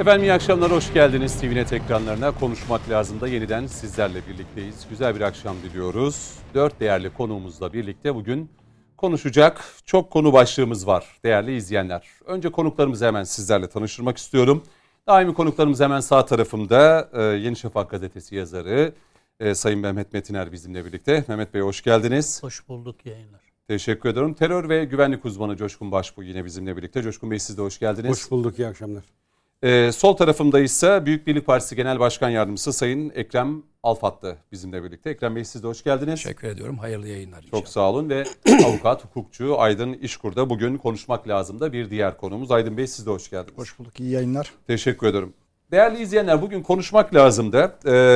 Efendim iyi akşamlar, hoş geldiniz TVNet ekranlarına. Konuşmak lazım da yeniden sizlerle birlikteyiz. Güzel bir akşam diliyoruz. 4 değerli konuğumuzla birlikte bugün konuşacak çok konu başlığımız var değerli izleyenler. Önce konuklarımızı hemen sizlerle tanıştırmak istiyorum. Daimi konuklarımız hemen sağ tarafımda Yeni Şafak gazetesi yazarı Sayın Mehmet Metiner bizimle birlikte. Mehmet Bey hoş geldiniz. Hoş bulduk, yayınlar. Teşekkür ediyorum. Terör ve güvenlik uzmanı Coşkun Başbuğ yine bizimle birlikte. Coşkun Bey siz de hoş geldiniz. Hoş bulduk, iyi akşamlar. Sol tarafımda ise Büyük Birlik Partisi Genel Başkan Yardımcısı Sayın Ekrem Alfatlı bizimle birlikte. Ekrem Bey siz de hoş geldiniz. Teşekkür ediyorum. Hayırlı yayınlar inşallah. Çok sağ olun ve avukat, hukukçu Aydın İşkur'da bugün konuşmak lazım da bir diğer konumuz. Aydın Bey siz de hoş geldiniz. Hoş bulduk, iyi yayınlar. Teşekkür ederim. Değerli izleyenler bugün konuşmak lazım da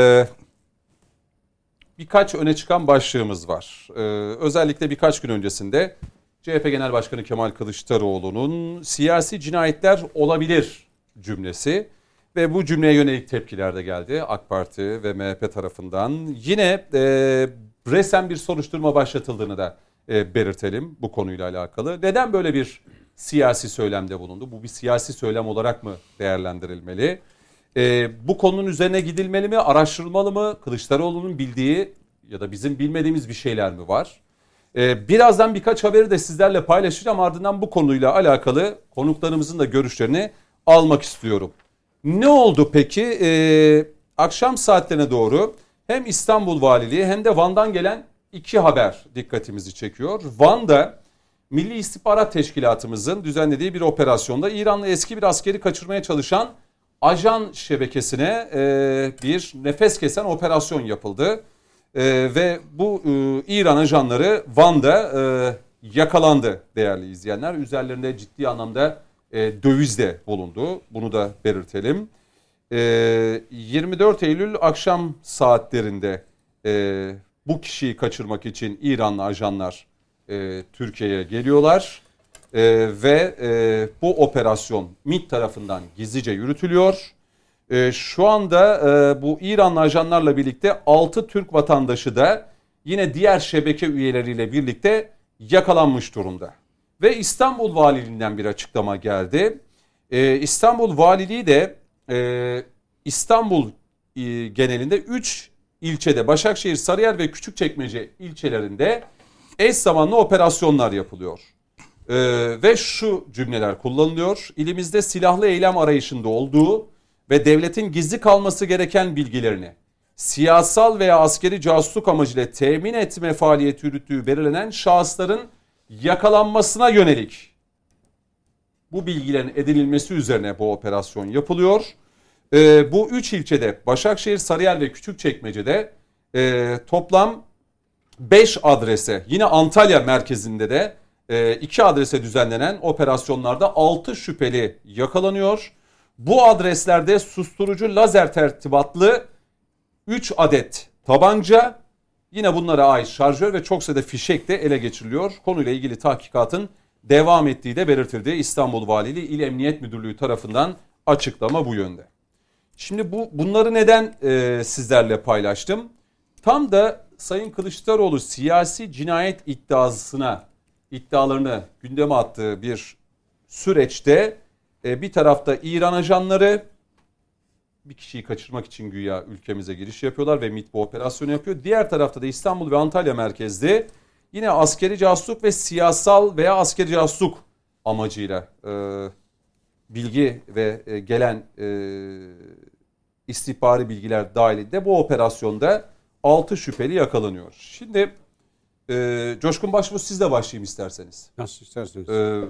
birkaç öne çıkan başlığımız var. Özellikle birkaç gün öncesinde CHP Genel Başkanı Kemal Kılıçdaroğlu'nun siyasi cinayetler olabilir cümlesi ve bu cümleye yönelik tepkiler de geldi AK Parti ve MHP tarafından. Yine resen bir soruşturma başlatıldığını da belirtelim bu konuyla alakalı. Neden böyle bir siyasi söylemde bulundu? Bu bir siyasi söylem olarak mı değerlendirilmeli? Bu konunun üzerine gidilmeli mi? Araştırılmalı mı? Kılıçdaroğlu'nun bildiği ya da bizim bilmediğimiz bir şeyler mi var? Birazdan birkaç haberi de sizlerle paylaşacağım. Ardından bu konuyla alakalı konuklarımızın da görüşlerini almak istiyorum. Ne oldu peki? Akşam saatlerine doğru hem İstanbul Valiliği hem de Van'dan gelen iki haber dikkatimizi çekiyor. Van'da Milli İstihbarat Teşkilatımızın düzenlediği bir operasyonda İranlı eski bir askeri kaçırmaya çalışan ajan şebekesine bir nefes kesen operasyon yapıldı. Ve bu İran ajanları Van'da yakalandı değerli izleyenler. Üzerlerinde ciddi anlamda döviz de bulundu. Bunu da belirtelim. 24 Eylül akşam saatlerinde bu kişiyi kaçırmak için İranlı ajanlar Türkiye'ye geliyorlar. Ve bu operasyon MİT tarafından gizlice yürütülüyor. Şu anda bu İranlı ajanlarla birlikte 6 Türk vatandaşı da yine diğer şebeke üyeleriyle birlikte yakalanmış durumda. Ve İstanbul Valiliğinden bir açıklama geldi. İstanbul Valiliği de İstanbul genelinde 3 ilçede Başakşehir, Sarıyer ve Küçükçekmece ilçelerinde eş zamanlı operasyonlar yapılıyor. Ve şu cümleler kullanılıyor. İlimizde silahlı eylem arayışında olduğu ve devletin gizli kalması gereken bilgilerini siyasal veya askeri casusluk amacıyla temin etme faaliyeti yürüttüğü belirlenen şahısların yakalanmasına yönelik bu bilgilerin edinilmesi üzerine bu operasyon yapılıyor. Bu 3 ilçede Başakşehir, Sarıyer ve Küçükçekmece'de toplam 5 adrese, yine Antalya merkezinde de 2 adrese düzenlenen operasyonlarda 6 şüpheli yakalanıyor. Bu adreslerde susturucu lazer tertibatlı 3 adet tabanca, yine bunlara ait şarjör ve çok sayıda fişek de ele geçiriliyor. Konuyla ilgili tahkikatın devam ettiği de belirtildi. İstanbul Valiliği İl Emniyet Müdürlüğü tarafından açıklama bu yönde. Şimdi bunları neden sizlerle paylaştım? Tam da Sayın Kılıçdaroğlu siyasi cinayet iddialarını gündeme attığı bir süreçte bir tarafta İran ajanları bir kişiyi kaçırmak için güya ülkemize giriş yapıyorlar ve MİT bu operasyonu yapıyor. Diğer tarafta da İstanbul ve Antalya merkezli yine askeri casusluk ve siyasal veya askeri casusluk amacıyla bilgi ve gelen istihbari bilgiler dahilinde bu operasyonda 6 şüpheli yakalanıyor. Şimdi Coşkun Başbuğ sizle başlayayım isterseniz. Nasıl isterseniz.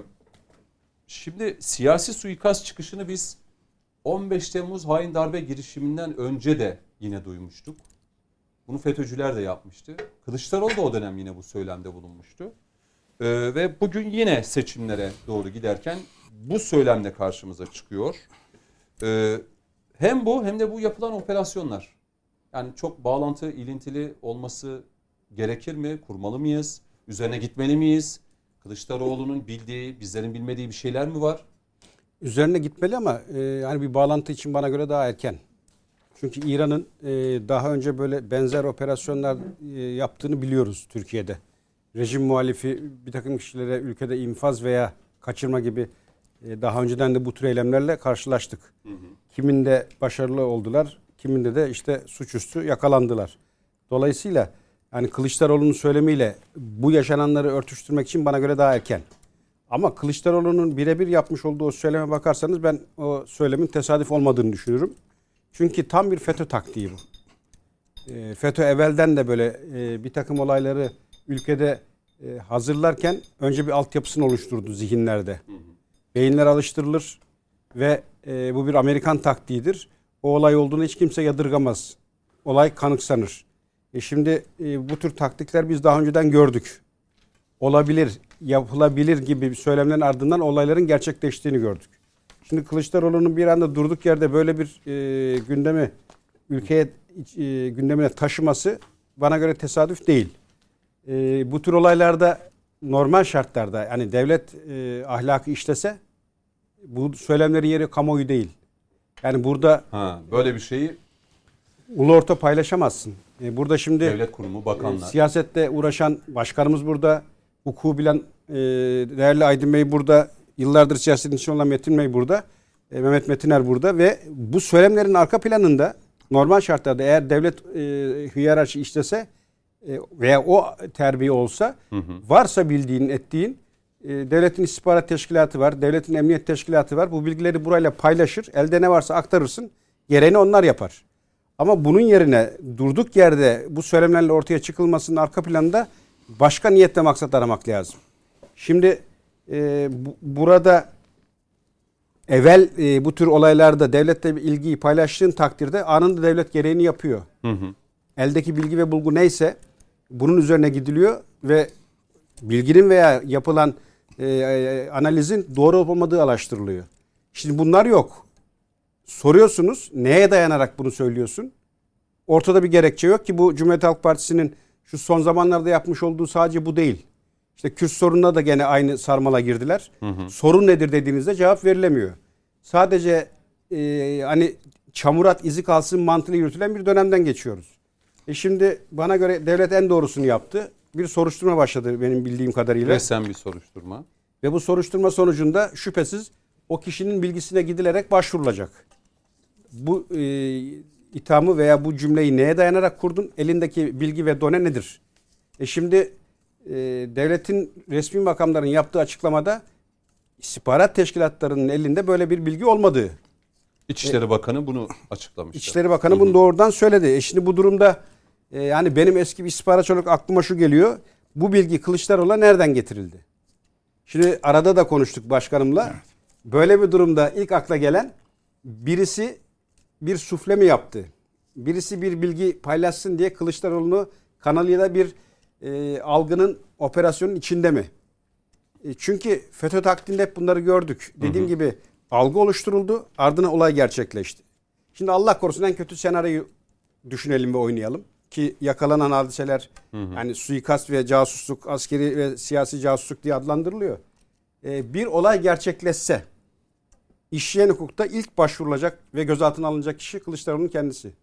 Şimdi siyasi suikast çıkışını biz 15 Temmuz hain darbe girişiminden önce de yine duymuştuk. Bunu FETÖ'cüler de yapmıştı. Kılıçdaroğlu da o dönem yine bu söylemde bulunmuştu. Ve bugün yine seçimlere doğru giderken bu söylemle karşımıza çıkıyor. Hem bu hem de bu yapılan operasyonlar. Yani çok bağlantı, ilintili olması gerekir mi? Kurmalı mıyız? Üzerine gitmeli miyiz? Kılıçdaroğlu'nun bildiği, bizlerin bilmediği bir şeyler mi var? Üzerine gitmeli ama yani bir bağlantı için bana göre daha erken. Çünkü İran'ın daha önce böyle benzer operasyonlar yaptığını biliyoruz Türkiye'de. Rejim muhalifi bir takım kişilere ülkede infaz veya kaçırma gibi Daha önceden de bu tür eylemlerle karşılaştık. Kiminde başarılı oldular, kiminde de işte suçüstü yakalandılar. Dolayısıyla yani Kılıçdaroğlu'nun söylemiyle bu yaşananları örtüştürmek için bana göre daha erken. Ama Kılıçdaroğlu'nun birebir yapmış olduğu o söyleme bakarsanız ben o söylemin tesadüf olmadığını düşünüyorum. Çünkü tam bir FETÖ taktiği bu. FETÖ evvelden de böyle bir takım olayları ülkede hazırlarken önce bir altyapısını oluşturdu zihinlerde. Beyinler alıştırılır ve bu bir Amerikan taktiğidir. O olay olduğunu hiç kimse yadırgamaz. Olay kanıksanır. Şimdi bu tür taktikler biz daha önceden gördük. Olabilir, yapılabilir gibi söylemlerin ardından olayların gerçekleştiğini gördük. Şimdi Kılıçdaroğlu'nun bir anda durduk yerde böyle bir gündemi ülkeye gündemine taşıması bana göre tesadüf değil. Bu tür olaylarda normal şartlarda yani devlet ahlakı işlese bu söylemlerin yeri kamuoyu değil. Yani burada böyle bir şeyi ulu orta paylaşamazsın. Burada şimdi devlet kurumu, bakanlar, siyasette uğraşan başkanımız burada, hukuku bilen değerli Aydın Bey burada, yıllardır siyasetin içinde olan Metin Bey burada, Mehmet Metiner burada ve bu söylemlerin arka planında normal şartlarda eğer devlet hiyerarşi işlese veya o terbiye olsa varsa bildiğin ettiğin devletin istihbarat teşkilatı var, devletin emniyet teşkilatı var. Bu bilgileri burayla paylaşır. Elde ne varsa aktarırsın. Gereğini onlar yapar. Ama bunun yerine durduk yerde bu söylemlerle ortaya çıkılmasının arka planında başka niyetle maksat aramak lazım. Şimdi burada evvel bu tür olaylarda devletle bir ilgiyi paylaştığın takdirde anında devlet gereğini yapıyor. Eldeki bilgi ve bulgu neyse bunun üzerine gidiliyor ve bilginin veya yapılan analizin doğru olup olmadığı araştırılıyor. Şimdi bunlar yok. Soruyorsunuz neye dayanarak bunu söylüyorsun? Ortada bir gerekçe yok ki bu Cumhuriyet Halk Partisi'nin şu son zamanlarda yapmış olduğu sadece bu değil. İşte Kürt sorununa da gene aynı sarmala girdiler. Sorun nedir dediğinizde cevap verilemiyor. Sadece hani çamur at izi kalsın mantığıyla yürütülen bir dönemden geçiyoruz. Şimdi bana göre devlet en doğrusunu yaptı. Bir soruşturma başladı benim bildiğim kadarıyla. Resen bir soruşturma. Ve bu soruşturma sonucunda şüphesiz o kişinin bilgisine gidilerek başvurulacak. Bu ithamı veya bu cümleyi neye dayanarak kurdun? Elindeki bilgi ve done nedir? Şimdi devletin resmi makamların yaptığı açıklamada istihbarat teşkilatlarının elinde böyle bir bilgi olmadığı. İçişleri Bakanı bunu açıklamıştı. İçişleri Bakanı bunu doğrudan söyledi. Şimdi bu durumda yani benim eski bir istihbaratçı olarak aklıma şu geliyor. Bu bilgi Kılıçdaroğlu'na nereden getirildi? Şimdi arada da konuştuk başkanımla. Evet. Böyle bir durumda ilk akla gelen birisi bir sufle mi yaptı? Birisi bir bilgi paylaşsın diye Kılıçdaroğlu'nu kanalıyla bir algının operasyonun içinde mi? Çünkü FETÖ taktiğinde hep bunları gördük. Dediğim gibi algı oluşturuldu. Ardına olay gerçekleşti. Şimdi Allah korusun en kötü senaryoyu düşünelim ve oynayalım. Ki yakalanan hadiseler yani suikast ve casusluk, askeri ve siyasi casusluk diye adlandırılıyor. Bir olay gerçekleşse işleyen hukukta ilk başvurulacak ve gözaltına alınacak kişi Kılıçdaroğlu'nun kendisi.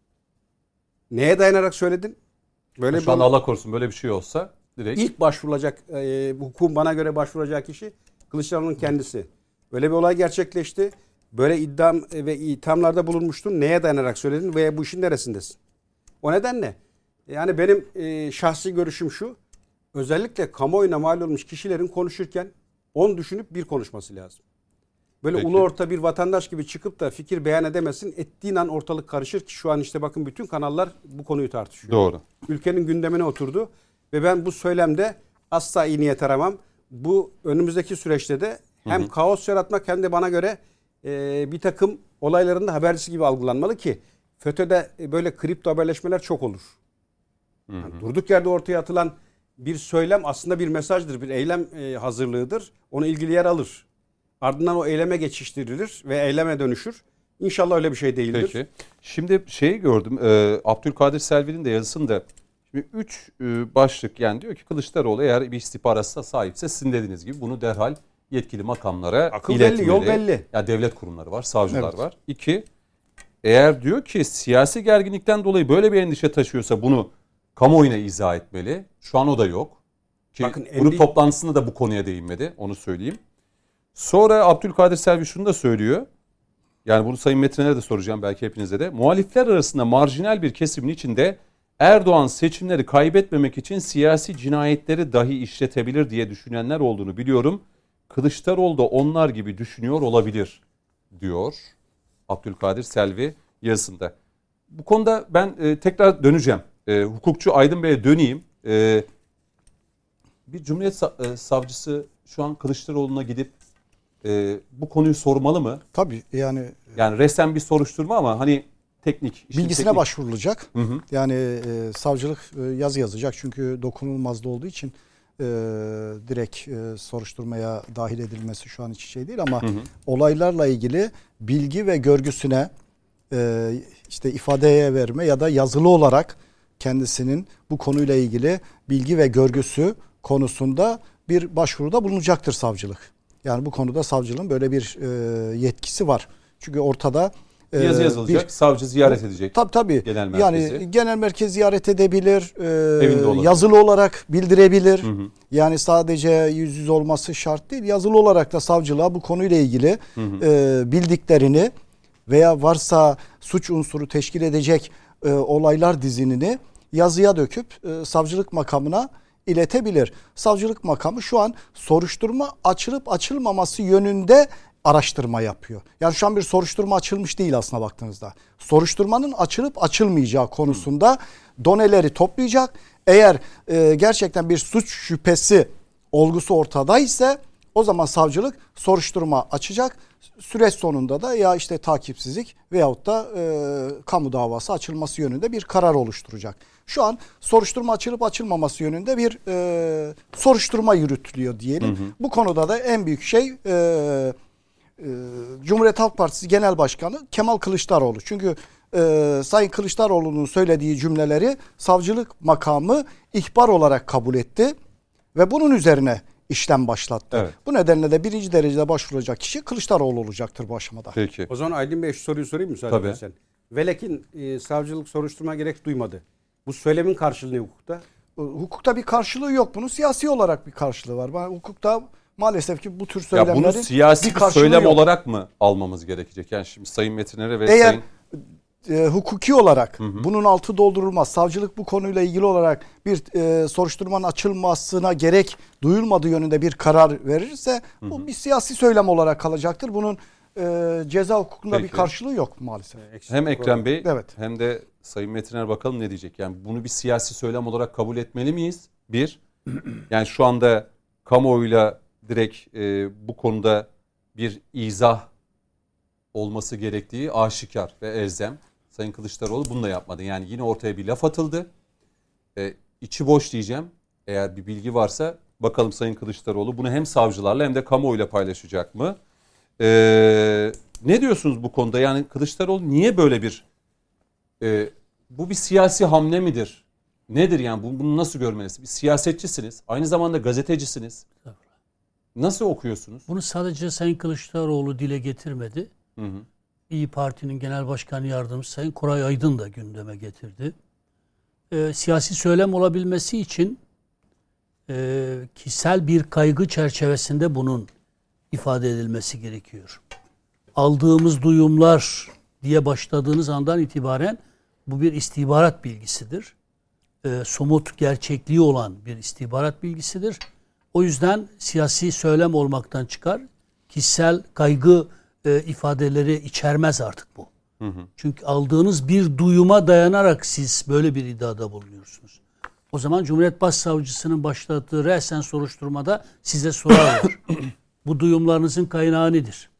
Neye dayanarak söyledin? Böyle şu an Allah korusun böyle bir şey olsa direkt. İlk başvurulacak, hukukun bana göre başvuracak kişi Kılıçdaroğlu'nun kendisi. Böyle bir olay gerçekleşti. Böyle iddiam ve ithamlarda bulunmuştun. Neye dayanarak söyledin veya bu işin neresindesin? O nedenle yani benim şahsi görüşüm şu. Özellikle kamuoyuna mal olmuş kişilerin konuşurken 10 düşünüp bir konuşması lazım. Böyle Peki. ulu orta bir vatandaş gibi çıkıp da fikir beyan edemesin. Ettiğin an ortalık karışır ki şu an işte bakın bütün kanallar bu konuyu tartışıyor. Doğru. Ülkenin gündemine oturdu ve ben bu söylemde asla iyi niyet aramam. Bu önümüzdeki süreçte de hem kaos yaratmak hem de bana göre bir takım olayların da habercisi gibi algılanmalı ki FETÖ'de böyle kripto haberleşmeler çok olur. Yani durduk yerde ortaya atılan bir söylem aslında bir mesajdır, bir eylem hazırlığıdır. Onu ilgili yer alır. Ardından o eyleme geçiştirilir ve eyleme dönüşür. İnşallah öyle bir şey değildir. Peki. Şimdi şeyi gördüm. Abdülkadir Selvi'nin de yazısında şimdi 3 başlık yani diyor ki Kılıçdaroğlu eğer bir istihbarata sahipse sizin dediğiniz gibi bunu derhal yetkili makamlara akıl iletmeli. Belli, yol belli. Ya devlet kurumları var, savcılar evet. var. 2, eğer diyor ki siyasi gerginlikten dolayı böyle bir endişe taşıyorsa bunu kamuoyuna izah etmeli. Şu an o da yok. Ki bakın, grup toplantısında da bu konuya değinmedi. Onu söyleyeyim. Sonra Abdülkadir Selvi şunu da söylüyor. Yani bunu Sayın Metin'e de soracağım, belki hepinize de. Muhalifler arasında marjinal bir kesimin içinde Erdoğan seçimleri kaybetmemek için siyasi cinayetleri dahi işletebilir diye düşünenler olduğunu biliyorum. Kılıçdaroğlu da onlar gibi düşünüyor olabilir diyor Abdülkadir Selvi yazısında. Bu konuda ben tekrar döneceğim. Hukukçu Aydın Bey'e döneyim. Bir Cumhuriyet Savcısı şu an Kılıçdaroğlu'na gidip bu konuyu sormalı mı? Tabii yani resen bir soruşturma ama hani teknik. Bilgisine başvurulacak. Hı hı. Yani savcılık yazı yazacak çünkü dokunulmazda olduğu için direkt soruşturmaya dahil edilmesi şu an hiç şey değil ama olaylarla ilgili bilgi ve görgüsüne işte ifadeye verme ya da yazılı olarak kendisinin bu konuyla ilgili bilgi ve görgüsü konusunda bir başvuruda bulunacaktır savcılık. Yani bu konuda savcılığın böyle bir yetkisi var. Çünkü ortada yazı yazılacak, savcı ziyaret edecek. Tabii. Genel merkezi. Yani genel merkez ziyaret edebilir, yazılı olarak bildirebilir. Yani sadece yüz yüze olması şart değil. Yazılı olarak da savcılığa bu konuyla ilgili bildiklerini veya varsa suç unsuru teşkil edecek olaylar dizinini yazıya döküp savcılık makamına iletebilir. Savcılık makamı şu an soruşturma açılıp açılmaması yönünde araştırma yapıyor. Yani şu an bir soruşturma açılmış değil aslına baktığınızda. Soruşturmanın açılıp açılmayacağı konusunda doneleri toplayacak. Eğer gerçekten bir suç şüphesi olgusu ortadaysa o zaman savcılık soruşturma açacak. Süreç sonunda da ya işte takipsizlik veyahut da kamu davası açılması yönünde bir karar oluşturacak. Şu an soruşturma açılıp açılmaması yönünde bir soruşturma yürütülüyor diyelim. Bu konuda da en büyük şey Cumhuriyet Halk Partisi Genel Başkanı Kemal Kılıçdaroğlu. Çünkü Sayın Kılıçdaroğlu'nun söylediği cümleleri savcılık makamı ihbar olarak kabul etti ve bunun üzerine işlem başlattı. Evet. Bu nedenle de birinci derecede başvuracak kişi Kılıçdaroğlu olacaktır bu aşamada. Peki. O zaman Aydın Bey şu soruyu sorayım müsaade edersen. Velekin savcılık soruşturma gerek duymadı. Bu söylemin karşılığı ne hukukta? Hukukta bir karşılığı yok bunun. Siyasi olarak bir karşılığı var. Hukukta maalesef ki bu tür söylemlerin bunu siyasi bir söylem yok. olarak mı almamız gerekecek? Yani şimdi Sayın Metiner'e ve Sayın hukuki olarak bunun altı doldurulmaz. Savcılık bu konuyla ilgili olarak bir soruşturmanın açılmasına gerek duyulmadığı yönünde bir karar verirse bu bir siyasi söylem olarak kalacaktır. Bunun ceza hukukunda bir karşılığı yok maalesef. Hem Ekrem Bey hem de Sayın Metiner bakalım ne diyecek? Yani bunu bir siyasi söylem olarak kabul etmeli miyiz? Bir, yani şu anda kamuoyuyla direkt bu konuda bir izah olması gerektiği aşikar ve elzem. Sayın Kılıçdaroğlu bunu da yapmadı. Yani yine ortaya bir laf atıldı. İçi boş diyeceğim. Eğer bir bilgi varsa bakalım Sayın Kılıçdaroğlu bunu hem savcılarla hem de kamuoyuyla paylaşacak mı? Ne diyorsunuz bu konuda? Yani Kılıçdaroğlu niye böyle bir bu bir siyasi hamle midir? Nedir yani? Bunu nasıl görmeliyiz? Bir siyasetçisiniz. Aynı zamanda gazetecisiniz. Nasıl okuyorsunuz? Bunu sadece Sayın Kılıçdaroğlu dile getirmedi. İYİ Parti'nin Genel Başkan Yardımcısı Sayın Koray Aydın da gündeme getirdi. Siyasi söylem olabilmesi için kişisel bir kaygı çerçevesinde bunun ifade edilmesi gerekiyor. Aldığımız duyumlar diye başladığınız andan itibaren bu bir istihbarat bilgisidir. Somut gerçekliği olan bir istihbarat bilgisidir. O yüzden siyasi söylem olmaktan çıkar. Kişisel kaygı ifadeleri içermez artık bu. Çünkü aldığınız bir duyuma dayanarak siz böyle bir iddiada bulunuyorsunuz. O zaman Cumhuriyet Başsavcısının başlattığı resen soruşturmada size sorarlar. Bu duyumlarınızın kaynağı nedir?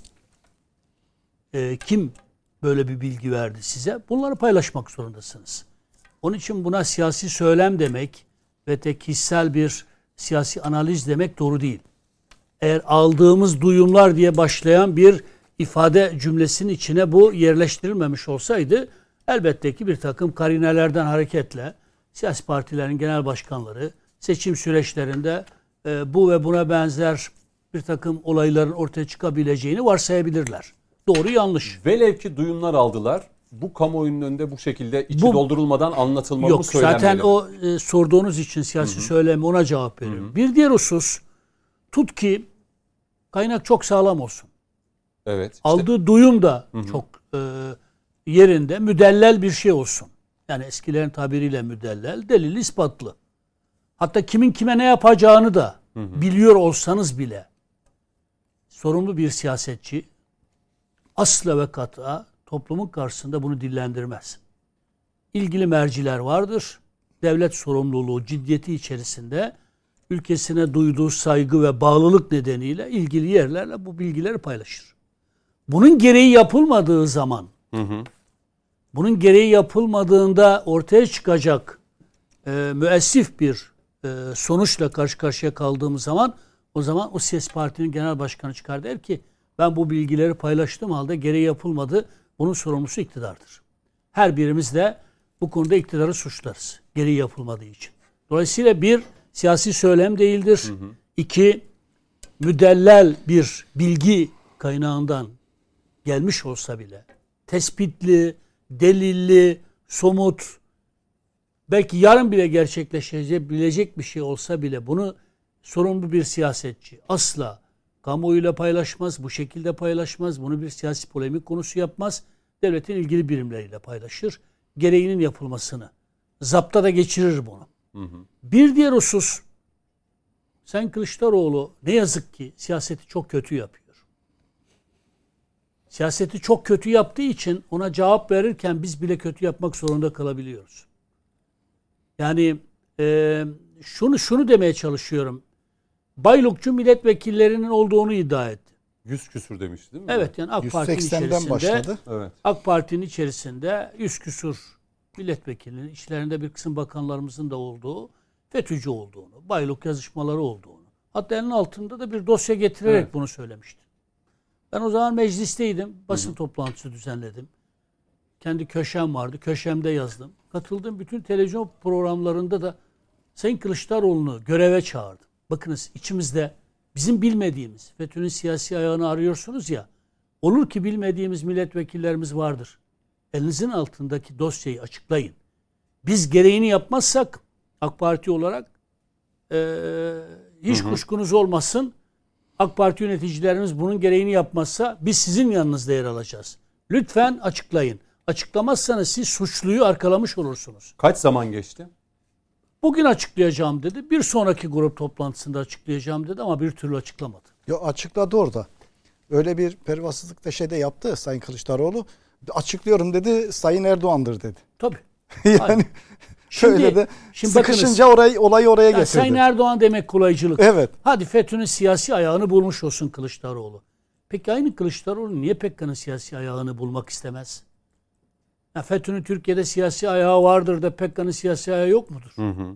Kim böyle bir bilgi verdi size? Bunları paylaşmak zorundasınız. Onun için buna siyasi söylem demek ve de kişisel bir siyasi analiz demek doğru değil. Eğer aldığımız duyumlar diye başlayan bir ifade cümlesinin içine bu yerleştirilmemiş olsaydı elbette ki bir takım karinelerden hareketle siyasi partilerin genel başkanları seçim süreçlerinde bu ve buna benzer bir takım olayların ortaya çıkabileceğini varsayabilirler. Doğru yanlış. Velev ki duyumlar aldılar. Bu kamuoyunun önünde bu şekilde içi doldurulmadan anlatılmalı mı, söylenmeli mi? Zaten o sorduğunuz için siyasi söylemi ona cevap veriyorum. Bir diğer husus, tut ki Kaynak çok sağlam olsun. Evet. İşte. Aldığı duyum da çok yerinde, müdellel bir şey olsun. Yani eskilerin tabiriyle müdellel, delil ispatlı. Hatta kimin kime ne yapacağını da biliyor olsanız bile sorumlu bir siyasetçi asla ve kata toplumun karşısında bunu dillendirmez. İlgili merciler vardır. Devlet sorumluluğu, ciddiyeti içerisinde ülkesine duyduğu saygı ve bağlılık nedeniyle ilgili yerlerle bu bilgileri paylaşır. Bunun gereği yapılmadığı zaman, bunun gereği yapılmadığında ortaya çıkacak müessif bir sonuçla karşı karşıya kaldığımız zaman, o zaman o siyasi partinin genel başkanı çıkar der ki ben bu bilgileri paylaştığım halde gereği yapılmadı. Bunun sorumlusu iktidardır. Her birimiz de bu konuda iktidarı suçlarız. Gereği yapılmadığı için. Dolayısıyla bir, siyasi söylem değildir. İki, müdellel bir bilgi kaynağından gelmiş olsa bile, tespitli, delilli, somut, belki yarın bile gerçekleşebilecek bir şey olsa bile bunu sorumlu bir siyasetçi asla kamuoyuyla paylaşmaz, bu şekilde paylaşmaz, bunu bir siyasi polemik konusu yapmaz, devletin ilgili birimleriyle paylaşır, gereğinin yapılmasını, zapta da geçirir bunu. Bir diğer husus, Sayın Kılıçdaroğlu ne yazık ki siyaseti çok kötü yapıyor. Siyaseti çok kötü yaptığı için ona cevap verirken biz bile kötü yapmak zorunda kalabiliyoruz. Yani şunu demeye çalışıyorum. Baylokçu milletvekillerinin olduğunu iddia etti. 100 küsur demişti değil mi? Evet, yani AK Parti'nin içerisinde başladı. Evet. AK Parti'nin içerisinde 100 küsur milletvekilinin, içlerinde bir kısım bakanlarımızın da olduğu, FETÖ'cü olduğunu, baylok yazışmaları olduğunu, hatta elinin altında da bir dosya getirerek bunu söylemişti. Ben o zaman meclisteydim, basın toplantısı düzenledim. Kendi köşem vardı, köşemde yazdım. Katıldığım bütün televizyon programlarında da Sayın Kılıçdaroğlu'nu göreve çağırdım. Bakınız içimizde bizim bilmediğimiz, FETÖ'nün siyasi ayağını arıyorsunuz ya, olur ki bilmediğimiz milletvekillerimiz vardır. Elinizin altındaki dosyayı açıklayın. Biz gereğini yapmazsak AK Parti olarak hiç kuşkunuz olmasın. AK Parti yöneticilerimiz bunun gereğini yapmazsa biz sizin yanınızda yer alacağız. Lütfen açıklayın. Açıklamazsanız siz suçluyu arkalamış olursunuz. Kaç zaman geçti? Bugün açıklayacağım dedi. Bir sonraki grup toplantısında açıklayacağım dedi ama bir türlü açıklamadı. Yo, açıkladı orada. Öyle bir pervasızlık da şeyde yaptı Sayın Kılıçdaroğlu. Açıklıyorum dedi, Sayın Erdoğan'dır dedi. Tabii. Yani şöyle de sıkışınca olayı oraya getirdi. Sayın Erdoğan demek kolaycılık. Evet. Hadi FETÖ'nün siyasi ayağını bulmuş olsun Kılıçdaroğlu. Peki aynı Kılıçdaroğlu niye PKK'nın siyasi ayağını bulmak istemez? Ya FETÖ'nün Türkiye'de siyasi ayağı vardır da PKK'nın siyasi ayağı yok mudur?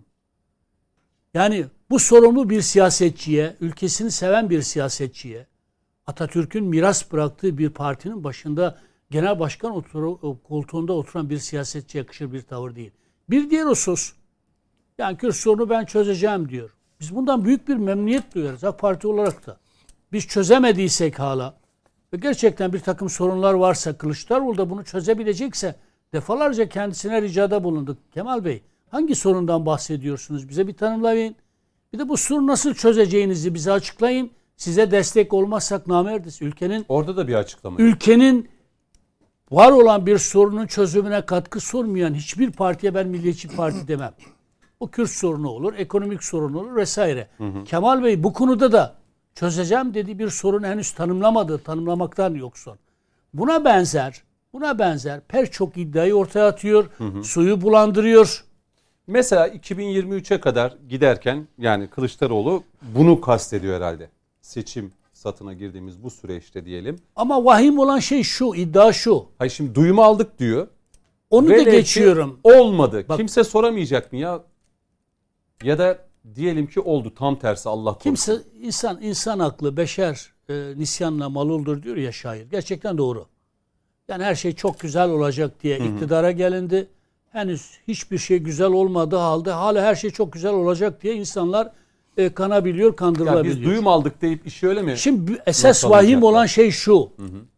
Yani bu sorumlu bir siyasetçiye, ülkesini seven bir siyasetçiye, Atatürk'ün miras bıraktığı bir partinin başında genel başkan koltuğunda oturan bir siyasetçiye yakışır bir tavır değil. Bir diğer husus, yani Kürt sorunu ben çözeceğim diyor. Biz bundan büyük bir memnuniyet duyarız AK Parti olarak da. Biz çözemediysek hala ve gerçekten bir takım sorunlar varsa, Kılıçdaroğlu da bunu çözebilecekse defalarca kendisine ricada bulunduk. Kemal Bey, hangi sorundan bahsediyorsunuz? Bize bir tanımlayın. Bir de bu sorunu nasıl çözeceğinizi bize açıklayın. Size destek olmazsak namerdiz. Orada da bir açıklama. Ülkenin var olan bir sorunun çözümüne katkı sunmayan hiçbir partiye ben Milliyetçi Parti demem. O Kürt sorunu olur, ekonomik sorun olur vesaire. Kemal Bey bu konuda da çözeceğim dediği bir sorun henüz tanımlamadı, tanımlamaktan yoksun. Buna benzer pek çok iddiayı ortaya atıyor, suyu bulandırıyor. Mesela 2023'e kadar giderken yani Kılıçdaroğlu bunu kastediyor herhalde. Seçim satına girdiğimiz bu süreçte diyelim. Ama vahim olan şey şu, iddia şu. Hayır şimdi duyumu aldık diyor. Onu da geçiyorum. Olmadı. Bak, kimse soramayacak mı ya? Ya da diyelim ki oldu tam tersi Allah korusun. Kimse insan aklı beşer nisyanla maluldur diyor ya şair. Gerçekten doğru. Yani her şey çok güzel olacak diye iktidara gelindi. Henüz hiçbir şey güzel olmadığı halde hala her şey çok güzel olacak diye insanlar kanabiliyor, kandırılabiliyor. Yani biz duyum aldık deyip işi öyle mi? Şimdi esas vahim olan şey şu.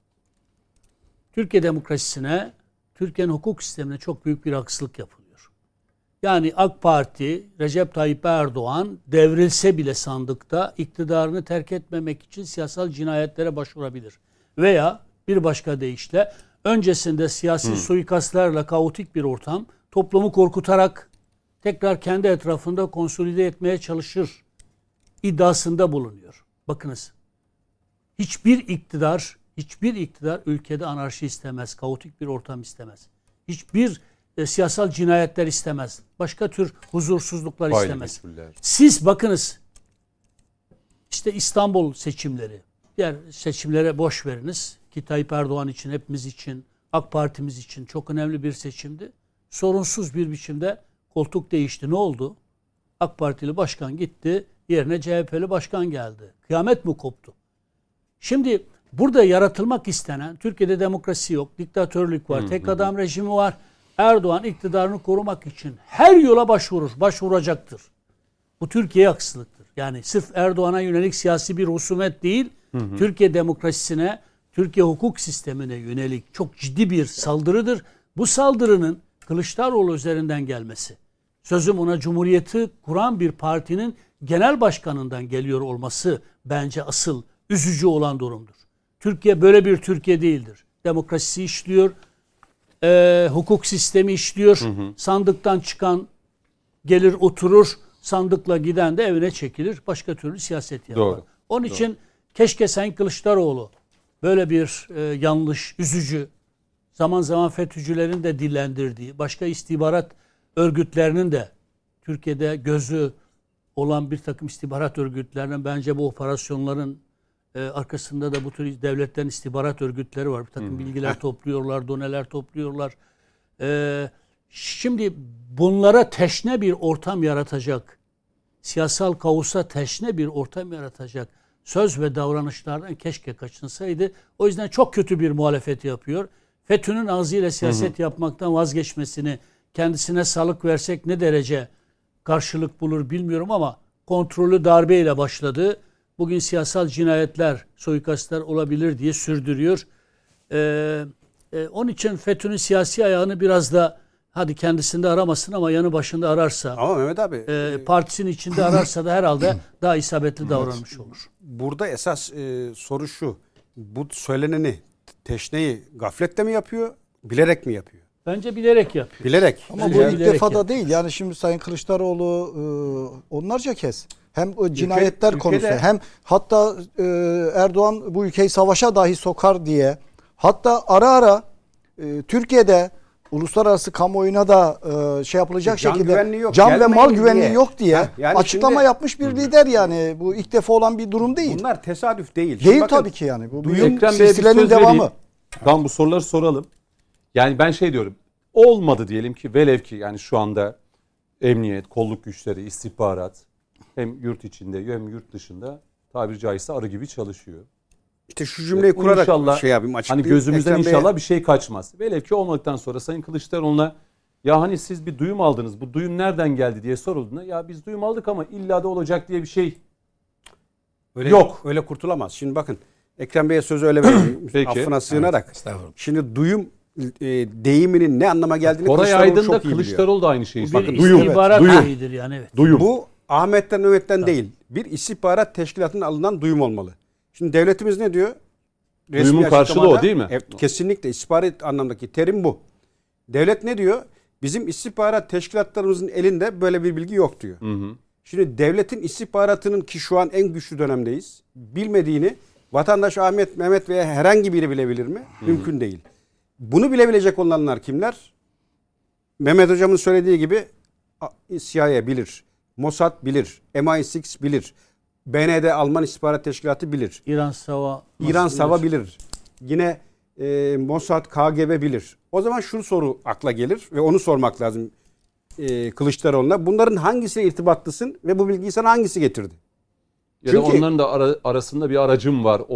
Türkiye demokrasisine, Türkiye'nin hukuk sistemine çok büyük bir haksızlık yapılıyor. Yani AK Parti, Recep Tayyip Erdoğan devrilse bile sandıkta iktidarını terk etmemek için siyasal cinayetlere başvurabilir. Veya bir başka deyişle öncesinde siyasi suikastlarla kaotik bir ortam toplumu korkutarak tekrar kendi etrafında konsolide etmeye çalışır iddiasında bulunuyor. Bakınız, hiçbir iktidar ülkede anarşi istemez, kaotik bir ortam istemez. Hiçbir siyasal cinayetler istemez. Başka tür huzursuzluklar istemez. Siz bakınız, işte İstanbul seçimleri, diğer seçimlere boş veriniz ki Tayyip Erdoğan için, hepimiz için, AK Parti'miz için çok önemli bir seçimdi. Sorunsuz bir biçimde koltuk değişti. Ne oldu? AK Partili başkan gitti, yerine CHP'li başkan geldi. Kıyamet mi koptu? Şimdi burada yaratılmak istenen, Türkiye'de demokrasi yok, diktatörlük var, tek adam rejimi var. Erdoğan iktidarını korumak için her yola başvuracaktır. Bu Türkiye'ye haksızlıktır. Yani sırf Erdoğan'a yönelik siyasi bir husumet değil, Türkiye demokrasisine, Türkiye hukuk sistemine yönelik çok ciddi bir saldırıdır. Bu saldırının Kılıçdaroğlu üzerinden gelmesi, sözüm ona Cumhuriyeti kuran bir partinin genel başkanından geliyor olması bence asıl üzücü olan durumdur. Türkiye böyle bir Türkiye değildir. Demokrasi işliyor, hukuk sistemi işliyor. Sandıktan çıkan gelir oturur, sandıkla giden de evine çekilir. Başka türlü siyaset yapar. Doğru. Onun için keşke Sayın Kılıçdaroğlu böyle bir yanlış, üzücü, zaman zaman FETÖ'cülerin de dillendirdiği, başka istihbarat örgütlerinin de Türkiye'de gözü olan bir takım istihbarat örgütlerinin, bence bu operasyonların arkasında da bu tür devletlerin istihbarat örgütleri var. Bir takım bilgiler topluyorlar, doneler topluyorlar. Şimdi bunlara teşne bir ortam yaratacak, siyasal kaosa teşne bir ortam yaratacak söz ve davranışlardan keşke kaçınsaydı. O yüzden çok kötü bir muhalefet yapıyor. FETÖ'nün ağzıyla siyaset yapmaktan vazgeçmesini kendisine salık versek ne derece karşılık bulur bilmiyorum ama kontrollü darbeyle başladı. Bugün siyasal cinayetler, suikastlar olabilir diye sürdürüyor. Onun için FETÖ'nün siyasi ayağını biraz da hadi kendisinde aramasın ama yanı başında ararsa, ama Mehmet abi partisinin içinde ararsa da herhalde daha isabetli davranmış olur. Burada esas soru şu: bu söyleneni, teşneyi gafletle mi yapıyor, bilerek mi yapıyor? Bence bilerek yapıyor. Bilerek. Ama bu ilk defa da değil. Yani şimdi Sayın Kılıçdaroğlu onlarca kez hem o cinayetler konusu hem hatta Erdoğan bu ülkeyi savaşa dahi sokar diye, hatta ara ara Türkiye'de uluslararası kamuoyuna da şey yapılacak şekilde can ve mal güvenliği yok diye yani açıklama yapmış bir lider yani. Bu ilk defa olan bir durum değil. Bunlar tesadüf değil. Değil tabii ki yani. Bu silsilenin devamı. Tam bu soruları soralım. Yani ben şey diyorum. Olmadı diyelim ki, velev ki yani şu anda emniyet, kolluk güçleri, istihbarat hem yurt içinde hem yurt dışında tabiri caizse arı gibi çalışıyor. İşte şu cümleyi kurarak inşallah, şey yapayım, açıklayayım. Hani gözümüzden inşallah bir şey kaçmaz. Velev ki olmadıktan sonra Sayın Kılıçdaroğlu'na ya hani siz bir duyum aldınız, bu duyum nereden geldi diye sorulduğunda ya biz duyum aldık ama illa da olacak diye bir şey yok. Öyle kurtulamaz. Şimdi bakın Ekrem Bey'e sözü öyle vereyim. Affına sığınarak. Evet, şimdi duyum deyiminin ne anlama geldiğini Koray Aydın'da Kılıçdaroğlu da aynı şeyi söylüyor. Duyum. İstihbarat şeyidir yani. Evet. Duyum. Bu Ahmet'ten Mehmet'ten değil. Bir istihbarat teşkilatının alınan duyum olmalı. Şimdi devletimiz ne diyor? Duyumun karşılığı o değil mi? Kesinlikle istihbarat anlamdaki terim bu. Devlet ne diyor? Bizim istihbarat teşkilatlarımızın elinde böyle bir bilgi yok diyor. Şimdi devletin istihbaratının, ki şu an en güçlü dönemdeyiz, bilmediğini vatandaş Ahmet, Mehmet veya herhangi biri bilebilir mi? Mümkün değil. Bunu bilebilecek olanlar kimler? Mehmet Hocam'ın söylediği gibi CIA bilir, Mossad bilir, MI6 bilir, BND Alman İstihbarat Teşkilatı bilir. İran Sava bilir. Yine Mossad, KGB bilir. O zaman şu soru akla gelir ve onu sormak lazım Kılıçdaroğlu'na. Bunların hangisine irtibatlısın ve bu bilgiyi sana hangisi getirdi? Ya çünkü, da onların da arasında bir aracım var.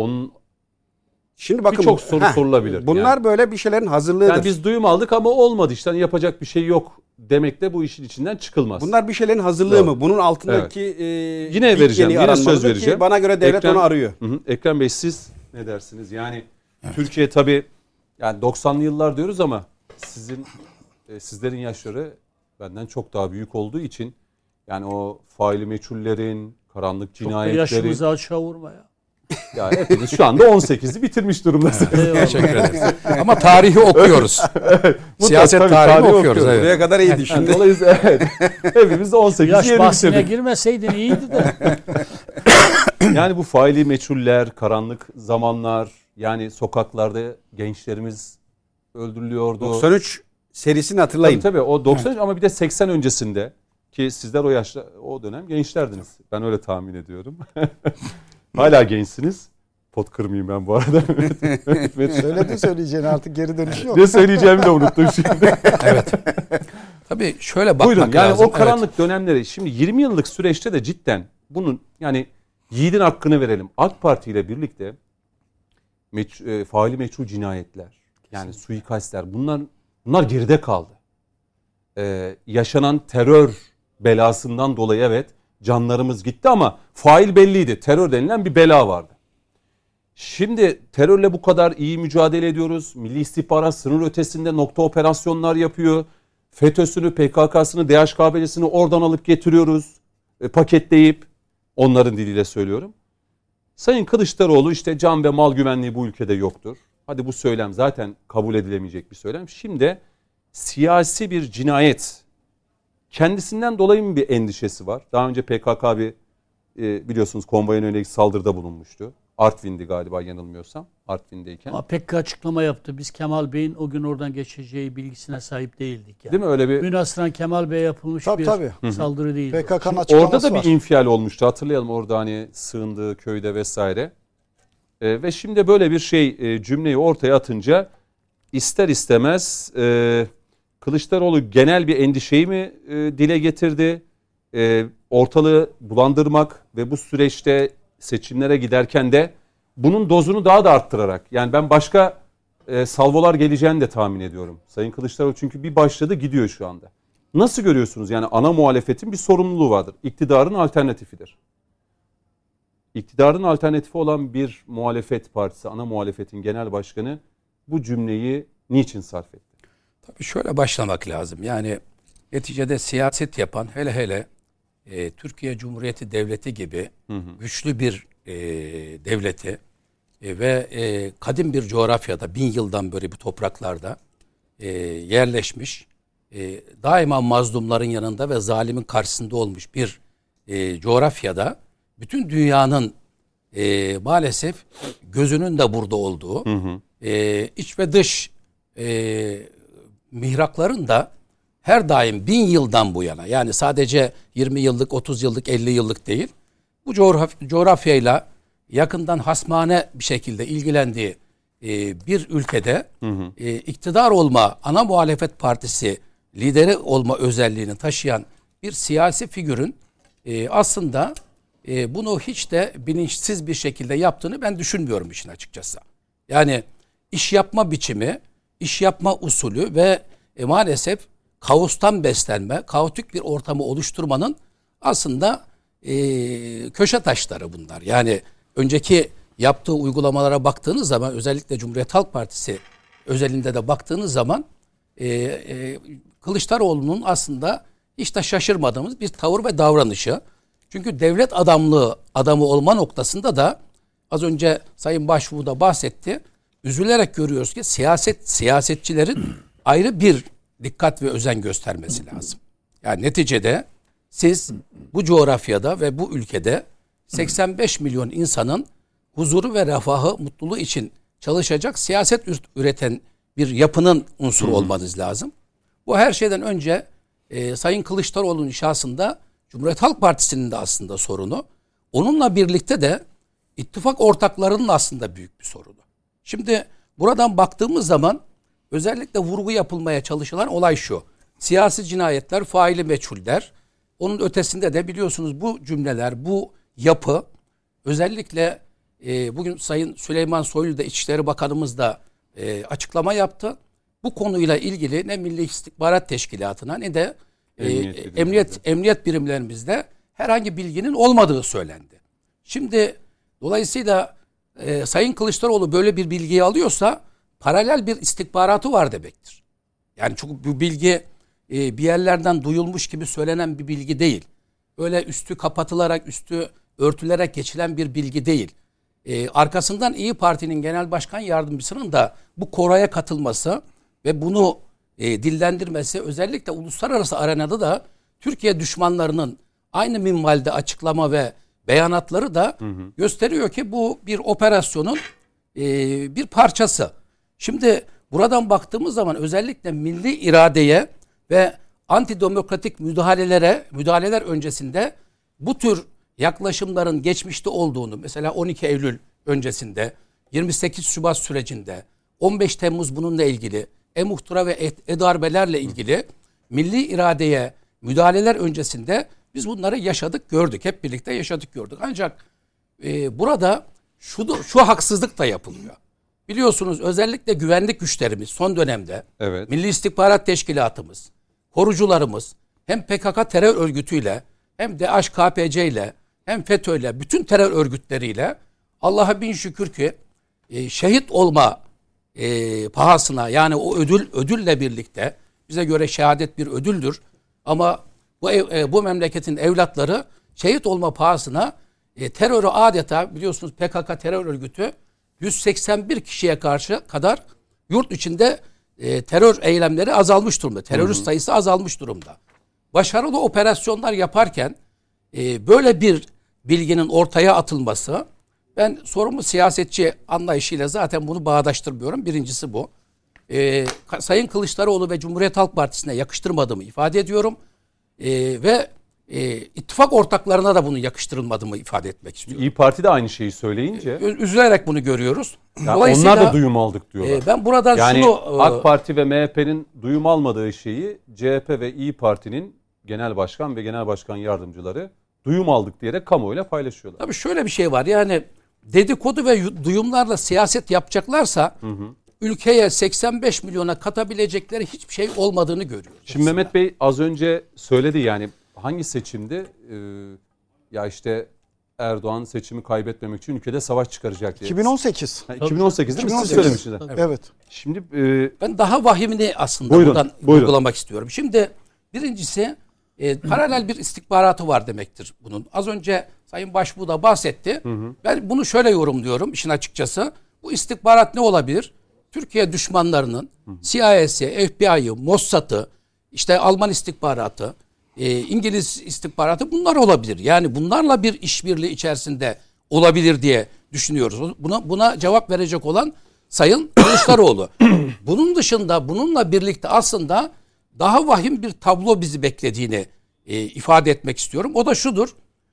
Şimdi bakın birçok soru sorulabilir. Bunlar yani. Böyle bir şeylerin hazırlığıdır. Yani biz duyum aldık ama olmadı işte. Yani yapacak bir şey yok demekle bu işin içinden çıkılmaz. Bunlar bir şeylerin hazırlığı mı? Bunun altındaki yine vereceğim. Yine söz vereceğim. Bana göre devlet onu arıyor. Ekrem Bey siz ne dersiniz? Yani Türkiye tabii yani 90'lı yıllar diyoruz ama sizlerin yaşları Benden çok daha büyük olduğu için yani o faili meçhullerin, karanlık Çok da cinayetlerin. yaşımızı aşağı vurma ya. Ya hepimiz şu anda 18'i bitirmiş durumdasınız. Teşekkür ederiz. Ama tarihi okuyoruz. Siyaset Tabii, tarihini okuyoruz. Evet. Buraya kadar iyiydi şimdi. Dolayısıyla evet. Hepimiz 18'i Yaş yeni bahsine bitirdik. girmeseydin iyiydi de. Yani bu faili meçhuller, karanlık zamanlar, yani sokaklarda gençlerimiz öldürülüyordu. 93 serisini hatırlayın. Tabii o 93 ama bir de 80 öncesinde ki sizler o yaşta o dönem gençlerdiniz. Ben öyle tahmin ediyorum. Hala gençsiniz. Pot kırmayayım ben bu arada. Söyledi söyleyeceğini, artık geri dönüş yok. Ne söyleyeceğimi de unuttum şimdi. Evet. Tabii şöyle bakmak Buyurun, yani lazım. o karanlık dönemleri şimdi 20 yıllık süreçte de cidden bunun yani yiğidin hakkını verelim. AK Parti ile birlikte faili meçhul cinayetler, yani suikastler, bunlar geride kaldı. Yaşanan terör belasından dolayı evet canlarımız gitti ama fail belliydi. Terör denilen bir bela vardı. Şimdi terörle bu kadar iyi mücadele ediyoruz. Milli İstihbarat sınır ötesinde nokta operasyonlar yapıyor. FETÖ'sünü, PKK'sını, DHKPC'sini oradan alıp getiriyoruz. Paketleyip, onların diliyle söylüyorum. Sayın Kılıçdaroğlu işte can ve mal güvenliği bu ülkede yoktur. Hadi bu söylem zaten kabul edilemeyecek bir söylem. Şimdi siyasi bir cinayet, kendisinden dolayı mı bir endişesi var? Daha önce PKK biliyorsunuz konvoya yönelik saldırıda bulunmuştu. Artvin'di galiba yanılmıyorsam. Artvin'deyken. Ama PKK açıklama yaptı. Biz Kemal Bey'in o gün oradan geçeceği bilgisine sahip değildik. Yani. Değil mi öyle bir? Münhasıran Kemal Bey'e yapılmış bir saldırı değil. PKK'nın açıklaması orada da var. bir infial olmuştu. Hatırlayalım, orada hani sığındığı köyde vesaire. Ve şimdi böyle bir cümleyi ortaya atınca ister istemez Kılıçdaroğlu genel bir endişeyi mi dile getirdi? Ortalığı bulandırmak ve bu süreçte seçimlere giderken de bunun dozunu daha da arttırarak, yani ben başka salvolar geleceğini de tahmin ediyorum. Sayın Kılıçdaroğlu çünkü bir başladı gidiyor şu anda. Nasıl görüyorsunuz? Yani ana muhalefetin bir sorumluluğu vardır. İktidarın alternatifidir. İktidarın alternatifi olan bir muhalefet partisi, ana muhalefetin genel başkanı bu cümleyi niçin sarf etti? Tabii şöyle başlamak lazım. Yani neticede siyaset yapan, hele hele Türkiye Cumhuriyeti Devleti gibi güçlü bir devleti ve kadim bir coğrafyada 1000 yıldan beri bu topraklarda yerleşmiş, daima mazlumların yanında ve zalimin karşısında olmuş bir coğrafyada bütün dünyanın maalesef gözünün de burada olduğu, iç ve dış mihrakların da her daim 1000 yıldan bu yana, yani sadece 20 yıllık, 30 yıllık, 50 yıllık değil, bu coğrafyayla yakından hasmane bir şekilde ilgilendiği bir ülkede iktidar olma, ana muhalefet partisi lideri olma özelliğini taşıyan bir siyasi figürün aslında bunu hiç de bilinçsiz bir şekilde yaptığını ben düşünmüyorum işin açıkçası. Yani iş yapma biçimi, iş yapma usulü ve maalesef kaostan beslenme, kaotik bir ortamı oluşturmanın aslında köşe taşları bunlar. Yani önceki yaptığı uygulamalara baktığınız zaman, özellikle Cumhuriyet Halk Partisi özelinde de baktığınız zaman Kılıçdaroğlu'nun aslında hiç de şaşırmadığımız bir tavır ve davranışı. Çünkü devlet adamı olma noktasında da az önce Sayın Başbuğ da bahsetti. Üzülerek görüyoruz ki siyasetçilerin ayrı bir dikkat ve özen göstermesi lazım. Yani neticede siz bu coğrafyada ve bu ülkede 85 milyon insanın huzuru ve refahı, mutluluğu için çalışacak, siyaset üreten bir yapının unsuru olmanız lazım. Bu her şeyden önce Sayın Kılıçdaroğlu'nun şahsında Cumhuriyet Halk Partisi'nin de aslında sorunu. Onunla birlikte de ittifak ortaklarının aslında büyük bir sorunu. Şimdi buradan baktığımız zaman özellikle vurgu yapılmaya çalışılan olay şu: siyasi cinayetler, faili meçhuller. Onun ötesinde de biliyorsunuz bu cümleler, bu yapı özellikle bugün Sayın Süleyman Soylu da İçişleri Bakanımız da açıklama yaptı. Bu konuyla ilgili ne Milli İstihbarat Teşkilatı'na ne de emniyet birimlerimizde herhangi bilginin olmadığı söylendi. Şimdi dolayısıyla Sayın Kılıçdaroğlu böyle bir bilgiyi alıyorsa paralel bir istihbaratı var demektir. Yani çünkü bu bilgi bir yerlerden duyulmuş gibi söylenen bir bilgi değil. Öyle üstü kapatılarak, üstü örtülerek geçilen bir bilgi değil. Arkasından İyi Parti'nin genel başkan yardımcısının da bu koraya katılması ve bunu dillendirmesi, özellikle uluslararası arenada da Türkiye düşmanlarının aynı minvalde açıklama ve beyanatları da gösteriyor ki bu bir operasyonun bir parçası. Şimdi buradan baktığımız zaman özellikle milli iradeye ve antidemokratik müdahaleler öncesinde bu tür yaklaşımların geçmişte olduğunu, mesela 12 Eylül öncesinde, 28 Şubat sürecinde, 15 Temmuz bununla ilgili, e-muhtıra ve e-darbelerle ilgili milli iradeye müdahaleler öncesinde biz bunları yaşadık, gördük. Hep birlikte yaşadık, gördük. Ancak burada şu haksızlık da yapılıyor. Biliyorsunuz özellikle güvenlik güçlerimiz son dönemde, evet, Milli İstihbarat Teşkilatımız, korucularımız hem PKK terör örgütüyle hem DHKPC ile hem FETÖ'yle bütün terör örgütleriyle Allah'a bin şükür ki şehit olma pahasına, yani o ödülle birlikte, bize göre şehadet bir ödüldür ama bu memleketin evlatları şehit olma pahasına terörü adeta, biliyorsunuz PKK terör örgütü 181 kişiye karşı kadar yurt içinde terör eylemleri azalmış durumda. Terörist sayısı azalmış durumda. Başarılı operasyonlar yaparken böyle bir bilginin ortaya atılması, ben sorumlu siyasetçi anlayışıyla zaten bunu bağdaştırmıyorum. Birincisi bu. Sayın Kılıçdaroğlu ve Cumhuriyet Halk Partisi'ne yakıştırmadığımı ifade ediyorum. Ve ittifak ortaklarına da bunu yakıştırılmadığımı ifade etmek istiyorum. İyi Parti de aynı şeyi söyleyince. Üzülerek bunu görüyoruz. Yani onlar da duyum aldık diyorlar. Ben buradan yani şunu... AK Parti ve MHP'nin duyum almadığı şeyi CHP ve İyi Parti'nin genel başkan ve genel başkan yardımcıları duyum aldık diyerek kamuoyuyla paylaşıyorlar. Tabii şöyle bir şey var, yani dedikodu ve duyumlarla siyaset yapacaklarsa ülkeye 85 milyona katabilecekleri hiçbir şey olmadığını görüyoruz. Şimdi aslında Mehmet Bey az önce söyledi, yani hangi seçimdi? Ya işte Erdoğan seçimi kaybetmemek için ülkede savaş çıkaracak diye. 2018. 2018'de mi siz söylemiştiniz? Evet. Şimdi ben daha vahimini aslında buradan vurgulamak istiyorum. Şimdi birincisi paralel bir istihbaratı var demektir bunun. Az önce Sayın Başbuğ da bahsetti. Ben bunu şöyle yorumluyorum işin açıkçası. Bu istihbarat ne olabilir? Türkiye düşmanlarının CIA'si, FBI'yi, Mossad'ı, işte Alman istihbaratı, İngiliz istihbaratı, bunlar olabilir. Yani bunlarla bir işbirliği içerisinde olabilir diye düşünüyoruz. Buna cevap verecek olan Sayın Kılıçdaroğlu. Bunun dışında bununla birlikte aslında daha vahim bir tablo bizi beklediğini ifade etmek istiyorum. O da şudur.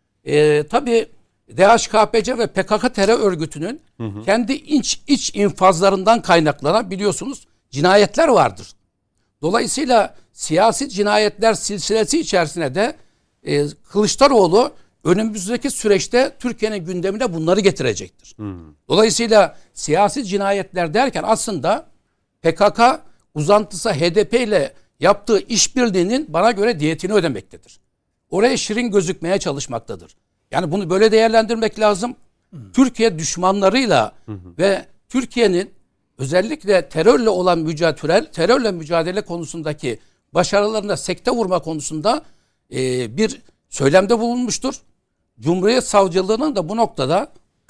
Tabii DHKPC ve PKK terör örgütünün kendi iç infazlarından kaynaklanan, biliyorsunuz, cinayetler vardır. Dolayısıyla siyasi cinayetler silsilesi içerisine de Kılıçdaroğlu önümüzdeki süreçte Türkiye'nin gündemine bunları getirecektir. Dolayısıyla siyasi cinayetler derken aslında PKK uzantısı HDP ile yaptığı işbirliğinin bana göre diyetini ödemektedir. Oraya şirin gözükmeye çalışmaktadır. Yani bunu böyle değerlendirmek lazım. Türkiye düşmanlarıyla ve Türkiye'nin özellikle terörle mücadele konusundaki başarılarına sekte vurma konusunda bir söylemde bulunmuştur. Cumhuriyet Savcılığı'nın da bu noktada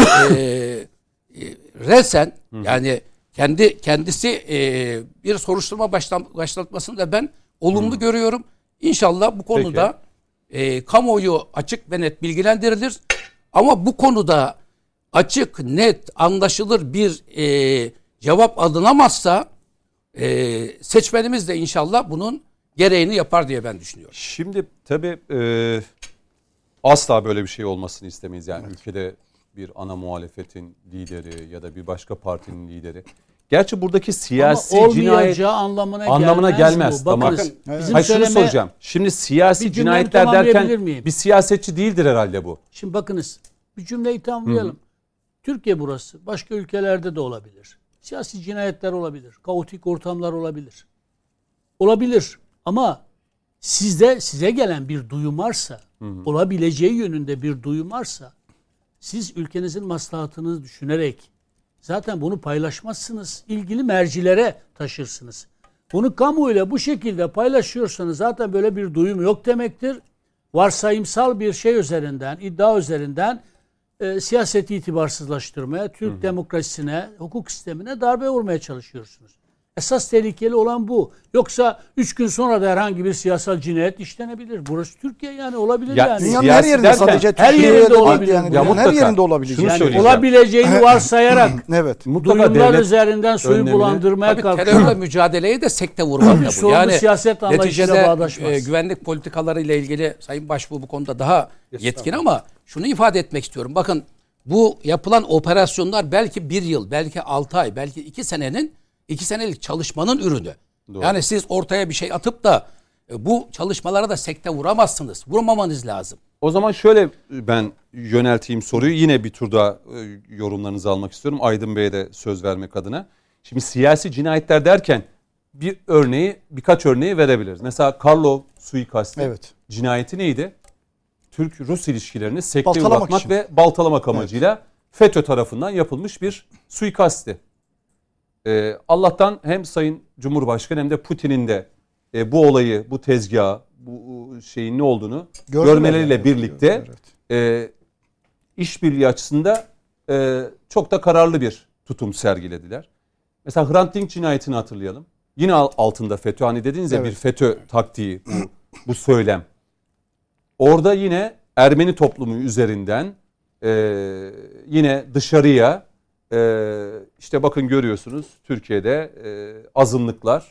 resen yani kendisi bir soruşturma başlatmasını da ben olumlu görüyorum. İnşallah bu konuda kamuoyu açık ve net bilgilendirilir. Ama bu konuda açık, net, anlaşılır bir cevap alınamazsa seçmenimiz de inşallah bunun gereğini yapar diye ben düşünüyorum. Şimdi tabii asla böyle bir şey olmasını istemeyiz. Yani ülkede bir ana muhalefetin lideri ya da bir başka partinin lideri. Gerçi buradaki siyasi cinayet anlamına gelmez. Tamam. Hayır, şunu soracağım. Şimdi siyasi cinayetler derken bir siyasetçi değildir herhalde bu. Şimdi bakınız, bir cümleyi tamamlayalım. Türkiye burası. Başka ülkelerde de olabilir. Siyasi cinayetler olabilir. Kaotik ortamlar olabilir. Olabilir. Ama size gelen bir duyum varsa, olabileceği yönünde bir duyum varsa, siz ülkenizin maslahatını düşünerek zaten bunu paylaşmazsınız. İlgili mercilere taşırsınız. Bunu kamuoyuyla bu şekilde paylaşıyorsanız zaten böyle bir duyum yok demektir. Varsayımsal bir şey üzerinden, iddia üzerinden siyaseti itibarsızlaştırmaya, Türk demokrasisine, hukuk sistemine darbe vurmaya çalışıyorsunuz. Esas tehlikeli olan bu. Yoksa 3 gün sonra da herhangi bir siyasal cinayet işlenebilir. Burası Türkiye yani olabilir Ya, yani. Dünyanın her yerinde, sadece her yerinde olabilir. Yani. Ya Her mutlaka. yerinde olabilir. Şunu Yani söyleyeceğim. olabileceğini varsayarak Evet. Mutlaka duyumlar devlet üzerinden suyu önlemine- bulandırmaya Tabii kalkıyor. terörle mücadeleyi de sekte vurmakla bu. Sorumlu Yani siyaset anlayışıyla neticede bağdaşmaz. güvenlik politikaları ile ilgili Sayın Başbuğ bu konuda daha yetkin ama şunu ifade etmek istiyorum. Bakın bu yapılan operasyonlar belki 1 yıl, belki 6 ay, belki 2 senelik çalışmanın ürünü. Doğru. Yani siz ortaya bir şey atıp da bu çalışmalara da sekte vuramazsınız. Vurmamanız lazım. O zaman şöyle ben yönelteyim soruyu. Yine bir turda yorumlarınızı almak istiyorum. Aydın Bey'e de söz vermek adına. Şimdi siyasi cinayetler derken birkaç örneği verebiliriz. Mesela Karlov suikasti cinayeti neydi? Türk-Rus ilişkilerini sekteye Baltalamak uğratmak için. ve baltalamak amacıyla FETÖ tarafından yapılmış bir suikasti. Allah'tan hem Sayın Cumhurbaşkanı hem de Putin'in de bu olayı, bu tezgahı, bu şeyin ne olduğunu görmeleriyle birlikte işbirliği açısında çok da kararlı bir tutum sergilediler. Mesela Hrant Dink cinayetini hatırlayalım. Yine altında FETÖ, hani dediniz ya bir FETÖ taktiği bu söylem. Orada yine Ermeni toplumu üzerinden yine dışarıya işte bakın görüyorsunuz Türkiye'de azınlıklar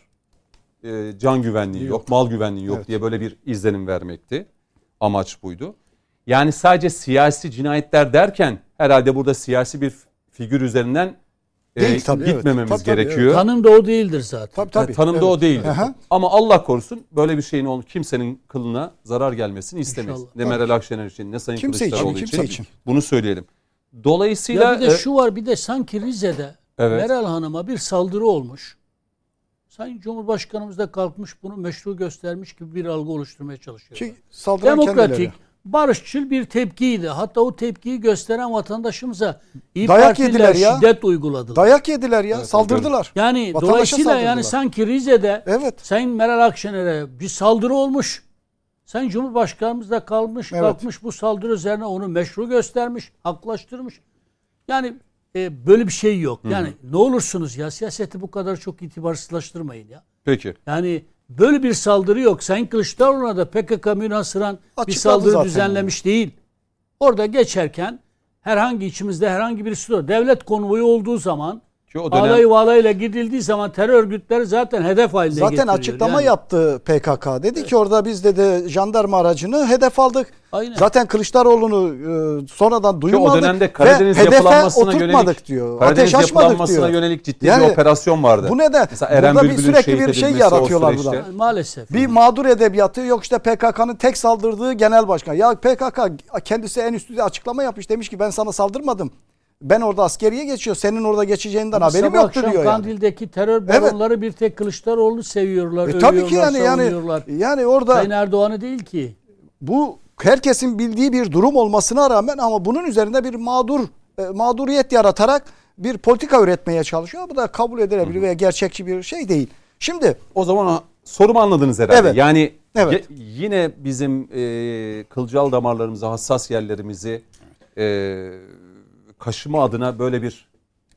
can güvenliği yok, mal güvenliği yok diye böyle bir izlenim vermekti. Amaç buydu. Yani sadece siyasi cinayetler derken herhalde burada siyasi bir figür üzerinden gitmememiz gerekiyor. Tanım da o değildir zaten. Tanım da o değildir. Ama Allah korusun böyle bir şeyin kimsenin kılına zarar gelmesini istemeyiz. İnşallah. Ne Meral Akşener için ne Sayın Kimse Kılıçdaroğlu için, için. kimse için. Bunu söyleyelim. Dolayısıyla Ya bir de şu var, bir de sanki Rize'de Meral Hanım'a bir saldırı olmuş. Sayın Cumhurbaşkanımız da kalkmış bunu meşru göstermiş gibi bir algı oluşturmaya çalışıyor. Demokratik, barışçıl bir tepkiydi. Hatta o tepkiyi gösteren vatandaşımıza İYİ Partililer şiddet uyguladılar. Dayak yediler ya, saldırdılar. Yani dolayısıyla yani sanki Rize'de Sayın Meral Akşener'e bir saldırı olmuş. Sayın Cumhurbaşkanımız da kalkmış bu saldırı üzerine onu meşru göstermiş, haklaştırmış. Yani böyle bir şey yok. Yani ne olursunuz ya siyaseti bu kadar çok itibarsızlaştırmayın ya. Peki. Yani böyle bir saldırı yok. Sayın Kılıçdaroğlu'na da PKK münhasıran bir saldırı düzenlemiş değil. Orada geçerken içimizde herhangi birisi devlet konvoyu olduğu zaman alay valayla gidildiği zaman terör örgütleri zaten hedef haline getiriyor. Zaten açıklama yaptı PKK. Dedi ki orada biz dedi jandarma aracını hedef aldık. Aynen. Zaten Kılıçdaroğlu'nu sonradan duymadık. O dönemde Karadeniz yapılanmasına yönelik diyor. Ateş açmadık diyor. Yönelik ciddi bir operasyon vardı. Bu neden? Burada bir sürekli bir şey yaratıyorlar burada. Maalesef. Bir mağdur edebiyatı yok işte PKK'nın tek saldırdığı genel başkan. Ya PKK kendisi en üst düzey açıklama yapmış, demiş ki ben sana saldırmadım. Ben orada askeriye geçiyor. Senin orada geçeceğinden haberim yoktu diyor yani. Kandil'deki terör baronları bir tek Kılıçdaroğlu'nu seviyorlar, övüyorlar, tabii ki yani orada Sayın Erdoğan'ı değil ki. Bu herkesin bildiği bir durum olmasına rağmen ama bunun üzerinde bir mağduriyet yaratarak bir politika üretmeye çalışıyor. Bu da kabul edilebilir veya gerçekçi bir şey değil. Şimdi o zaman sorumu anladınız herhalde. Evet. Yani yine bizim kılcal damarlarımızı, hassas yerlerimizi kaşıma adına böyle bir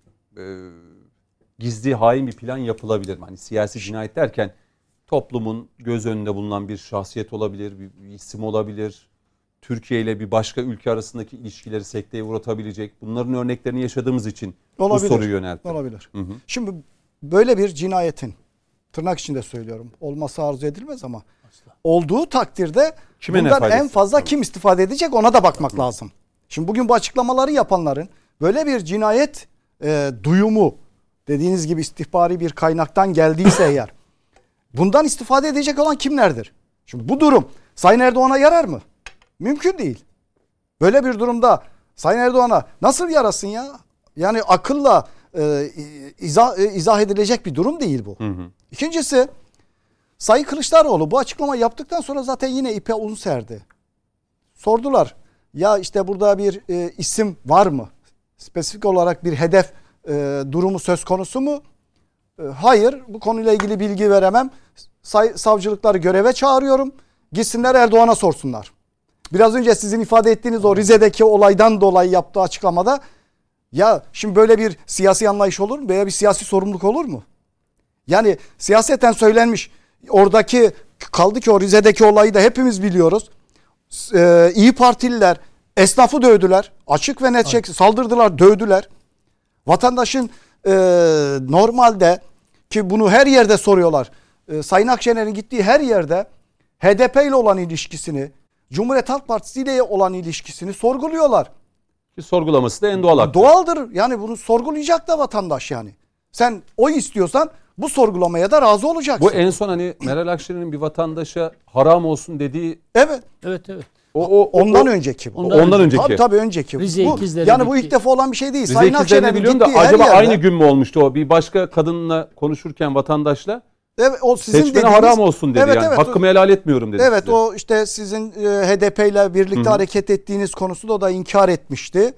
gizli hain bir plan yapılabilir mi? Hani siyasi cinayet derken toplumun göz önünde bulunan bir şahsiyet olabilir, bir isim olabilir. Türkiye ile bir başka ülke arasındaki ilişkileri sekteye uğratabilecek. Bunların örneklerini yaşadığımız için bu soruyu yönelttim. Olabilir. Şimdi böyle bir cinayetin, tırnak içinde söylüyorum, olması arzu edilmez ama olduğu takdirde bundan en fazla kim istifade edecek ona da bakmak lazım. Şimdi bugün bu açıklamaları yapanların böyle bir cinayet duyumu dediğiniz gibi istihbari bir kaynaktan geldiyse eğer bundan istifade edecek olan kimlerdir? Şimdi bu durum Sayın Erdoğan'a yarar mı? Mümkün değil. Böyle bir Sayın Erdoğan'a nasıl yarasın ya? Yani akılla izah edilecek bir durum değil bu. İkincisi Sayın Kılıçdaroğlu bu açıklamayı yaptıktan sonra zaten yine ipe un serdi. Sordular. Ya işte burada bir isim var mı? Spesifik olarak bir hedef durumu söz konusu mu? Hayır, bu konuyla ilgili bilgi veremem. Savcılıkları göreve çağırıyorum. Gitsinler Erdoğan'a sorsunlar. Biraz önce sizin ifade ettiğiniz o Rize'deki olaydan dolayı yaptığı açıklamada, ya şimdi böyle bir siyasi anlayış olur mu? Veya bir siyasi sorumluluk olur mu? Yani siyaseten söylenmiş. Oradaki, kaldı ki o Rize'deki olayı da hepimiz biliyoruz. İyi Partililer esnafı dövdüler. Açık ve net şekilde saldırdılar, dövdüler. Vatandaşın normalde, ki bunu her yerde soruyorlar. Sayın Akşener'in gittiği her yerde HDP ile olan ilişkisini, Cumhuriyet Halk Partisi ile olan ilişkisini sorguluyorlar. Ki sorgulaması da en doğal hakkı. Doğaldır. Yani bunu sorgulayacak da vatandaş yani. Sen oy istiyorsan bu sorgulamaya da razı olacaksın. Bu en son hani Meral Akşener'in bir vatandaşa haram olsun dediği. Evet. Evet, evet. Ondan önceki. Ondan önceki. Tabii önceki. Rize ikizleri yani bu ilk defa olan bir şey değil. Rize Sayın Akşener'in biliyorum da acaba aynı gün mü olmuştu o? Bir başka kadınla konuşurken vatandaşla. Evet, o sizin seçmene dediğiniz, haram olsun dedi yani. Evet, hakkımı helal etmiyorum dedi. Evet, size. o işte sizin HDP ile birlikte hareket ettiğiniz konusunda o da inkar etmişti.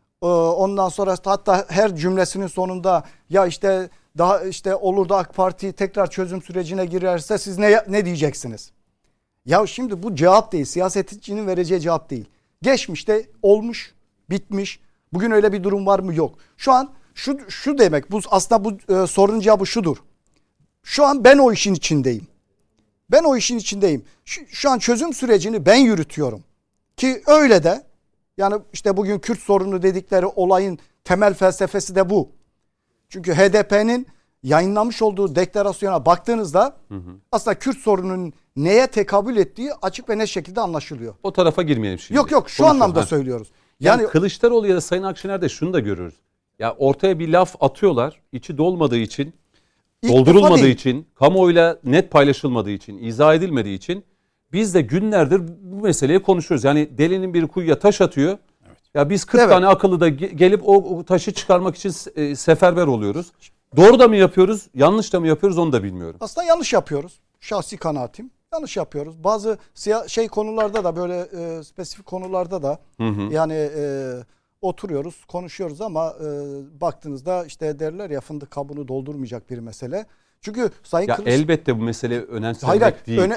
Ondan sonra hatta her cümlesinin sonunda ya işte daha işte olur da AK Parti tekrar çözüm sürecine girerse siz ne diyeceksiniz? Ya şimdi bu cevap değil. Siyasetçinin vereceği cevap değil. Geçmişte olmuş, bitmiş. Bugün öyle bir durum var mı? Yok. Şu an şu demek. Bu aslında bu sorunun cevabı şudur. Şu an ben o işin içindeyim. Ben o işin içindeyim. Şu an çözüm sürecini ben yürütüyorum. Ki öyle de, yani işte bugün Kürt sorunu dedikleri olayın temel felsefesi de bu. Çünkü HDP'nin yayınlamış olduğu deklarasyona baktığınızda aslında Kürt sorununun neye tekabül ettiği açık ve net şekilde anlaşılıyor. O tarafa girmeyelim şimdi. Yok şu konuşalım. anlamda söylüyoruz. Yani Kılıçdaroğlu ya da Sayın Akşener'de şunu da görüyoruz. Ya ortaya bir laf atıyorlar. İçi dolmadığı için, doldurulmadığı için, kamuoyuyla net paylaşılmadığı için, izah edilmediği için biz de günlerdir bu meseleyi konuşuyoruz. Yani delinin bir kuyuya taş atıyor. Evet. Ya biz 40 tane akıllı da gelip o taşı çıkarmak için seferber oluyoruz. Doğru da mı yapıyoruz, yanlış da mı yapıyoruz onu da bilmiyorum. Aslında yanlış yapıyoruz. Şahsi kanaatim. Yanlış yapıyoruz. Bazı konularda da böyle spesifik konularda da yani oturuyoruz, konuşuyoruz ama baktığınızda işte derler ya fındık kabuğunu doldurmayacak bir mesele. Çünkü Sayın Kılıç... elbette bu mesele önemsemek değil.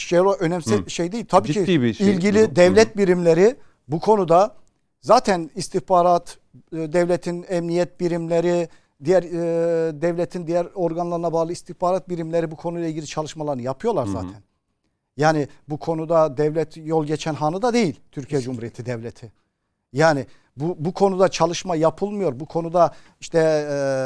Şey değil. Tabii ciddi ki bir şey. ilgili devlet birimleri bu konuda zaten istihbarat, devletin emniyet birimleri, diğer devletin diğer organlarına bağlı istihbarat birimleri bu konuyla ilgili çalışmalarını yapıyorlar zaten. Yani bu konuda devlet yol geçen hanı da değil Türkiye Cumhuriyeti Devleti. Yani bu konuda çalışma yapılmıyor. Bu konuda işte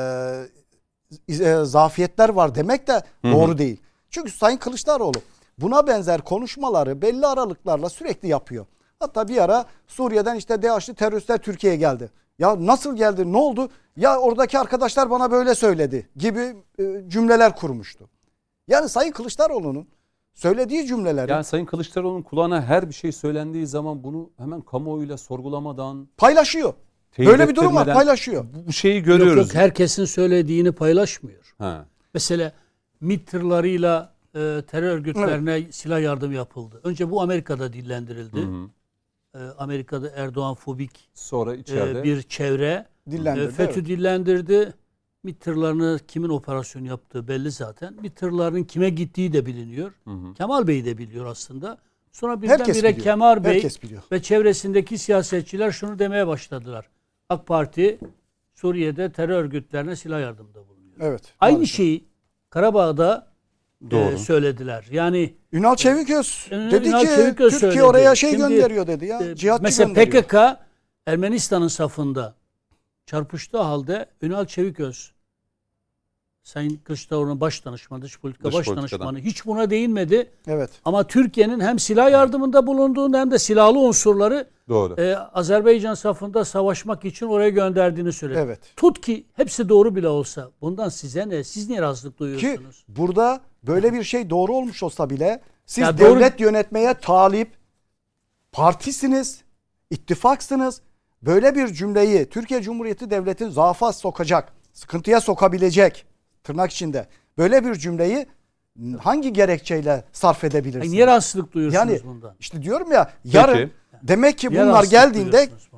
zafiyetler var demek de doğru değil. Çünkü Sayın Kılıçdaroğlu buna benzer konuşmaları belli aralıklarla sürekli yapıyor. Hatta bir ara Suriye'den işte DAEŞ'li teröristler Türkiye'ye geldi. Ya nasıl geldi? Ne oldu? Ya oradaki arkadaşlar bana böyle söyledi gibi cümleler kurmuştu. Yani Sayın Kılıçdaroğlu'nun söylediği cümleleri... Yani Sayın Kılıçdaroğlu'nun kulağına her bir şey söylendiği zaman bunu hemen kamuoyuyla sorgulamadan... Paylaşıyor. Böyle bir durum var, paylaşıyor. Bu şeyi görüyoruz. Yok, herkesin söylediğini paylaşmıyor. Ha. Mesela MİT tırlarıyla terör örgütlerine silah yardım yapıldı. Önce bu Amerika'da dillendirildi. Amerika'da Erdoğan fobik sonra içeride bir çevre FETÖ dillendirdi. MİT tırlarını kimin operasyon yaptığı belli zaten. MİT tırlarının kime gittiği de biliniyor. Kemal Bey de biliyor aslında. Sonra birdenbire Kemal Bey ve çevresindeki siyasetçiler şunu demeye başladılar. AK Parti Suriye'de terör örgütlerine silah yardımında bulunuyor. Evet. Aynı şeyi Karabağ'da söylediler. Yani Ünal Çeviköz dedi ki Türkiye söyledi. Oraya gönderiyor dedi ya. Cihatçı mesela gönderiyor. PKK Ermenistan'ın safında çarpıştığı halde Ünal Çeviköz Sayın Kılıçdaroğlu'nun baş danışmanı, dış politika baş danışmanı hiç buna değinmedi. Evet. Ama Türkiye'nin hem silah yardımında bulunduğunu hem de silahlı unsurları Azerbaycan safında savaşmak için oraya gönderdiğini söyledi. Evet. Tut ki hepsi doğru bile olsa bundan size ne? Siz niye rahatsızlık duyuyorsunuz? Ki burada böyle bir şey doğru olmuş olsa bile siz devlet yönetmeye talip partisiniz, ittifaksınız. Böyle bir cümleyi Türkiye Cumhuriyeti Devleti zaafa sokacak, sıkıntıya sokabilecek tırnak içinde böyle bir cümleyi hangi gerekçeyle sarf edebilirsiniz? Niye rahatsızlık duyuyorsunuz yani, bundan? İşte diyorum ya yarın demek ki bunlar geldiğinde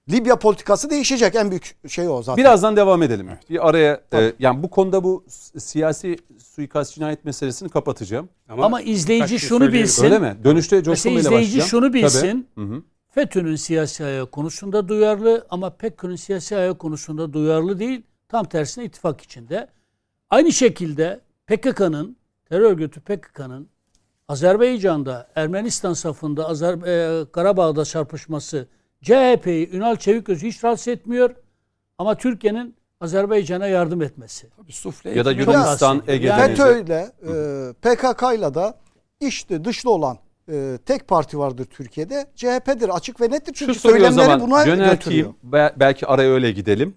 Libya politikası değişecek. En büyük şey o zaten. Birazdan devam edelim. Bir araya yani bu konuda bu siyasi suikast cinayet meselesini kapatacağım. Ama izleyici şunu bilsin. Öyle mi? Dönüşte Coşkun Bey'le başlayacağım. İzleyici şunu bilsin. FETÖ'nün siyasi ayağı konusunda duyarlı ama PKK'nın siyasi ayağı konusunda duyarlı değil. Tam tersine ittifak içinde. Aynı şekilde PKK'nın, terör örgütü PKK'nın Azerbaycan'da, Ermenistan safında, Karabağ'da çarpışması CHP'yi, Ünal Çeviköz'ü hiç rahatsız etmiyor. Ama Türkiye'nin Azerbaycan'a yardım etmesi. Ya da Yunanistan, Ege Denizi. FETÖ'yle, PKK'yla da içli dışlı olan tek parti vardır Türkiye'de. CHP'dir. Açık ve nettir. Çünkü söylemleri buna götürüyor. Belki araya öyle gidelim.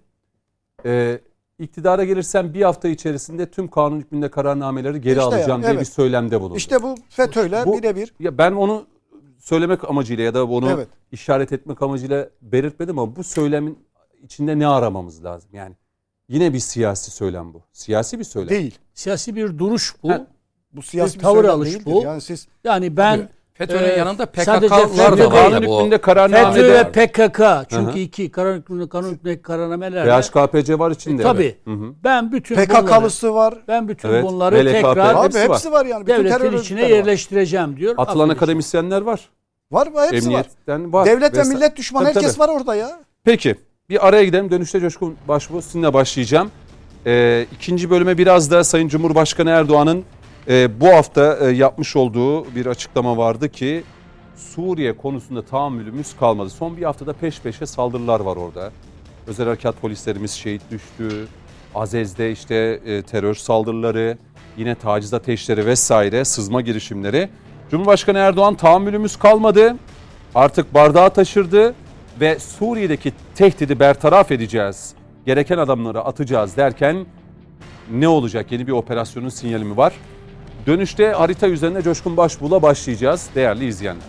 İktidara gelirsem bir hafta içerisinde tüm kanun hükmünde kararnameleri geri alacağım diye bir söylemde bulundu. İşte bu FETÖ'yle birebir. Ya ben onu söylemek amacıyla ya da bunu işaret etmek amacıyla belirtmedim ama bu söylemin içinde ne aramamız lazım? Yani yine bir siyasi söylem bu. Siyasi bir söylem. Değil. Siyasi bir duruş bu. Bu siyasi bir tavır söylem alış değildir. bu. Yani ben FETÖ'nün yanında sadece PKK'lar da var ya bu. FETÖ ve PKK. Çünkü iki kanun hükmündeki kararnamelerle. HKPC var içinde. Tabii. Ben bütün PKK'lısı var. Ben bütün bunları tekrar hepsi var yani. Bütün devletin içine yerleştireceğim diyor. Atılan akademisyenler var. Var hepsi Emniyetten var. Devlet ve millet düşmanı herkes var orada ya. Peki bir araya gidelim. Dönüşte Coşkun Başbuğ sizinle başlayacağım. İkinci bölüme biraz da Sayın Cumhurbaşkanı Erdoğan'ın bu hafta yapmış olduğu bir açıklama vardı ki Suriye konusunda tahammülümüz kalmadı. Son bir haftada peş peşe saldırılar var orada. Özel harekat polislerimiz şehit düştü. Azez'de işte terör saldırıları, yine taciz ateşleri vesaire, sızma girişimleri. Cumhurbaşkanı Erdoğan tahammülümüz kalmadı. Artık bardağı taşırdı ve Suriye'deki tehdidi bertaraf edeceğiz. Gereken adamları atacağız derken ne olacak? Yeni bir operasyonun sinyali mi var? Dönüşte harita üzerine Coşkun Başbuğ'la başlayacağız değerli izleyenler.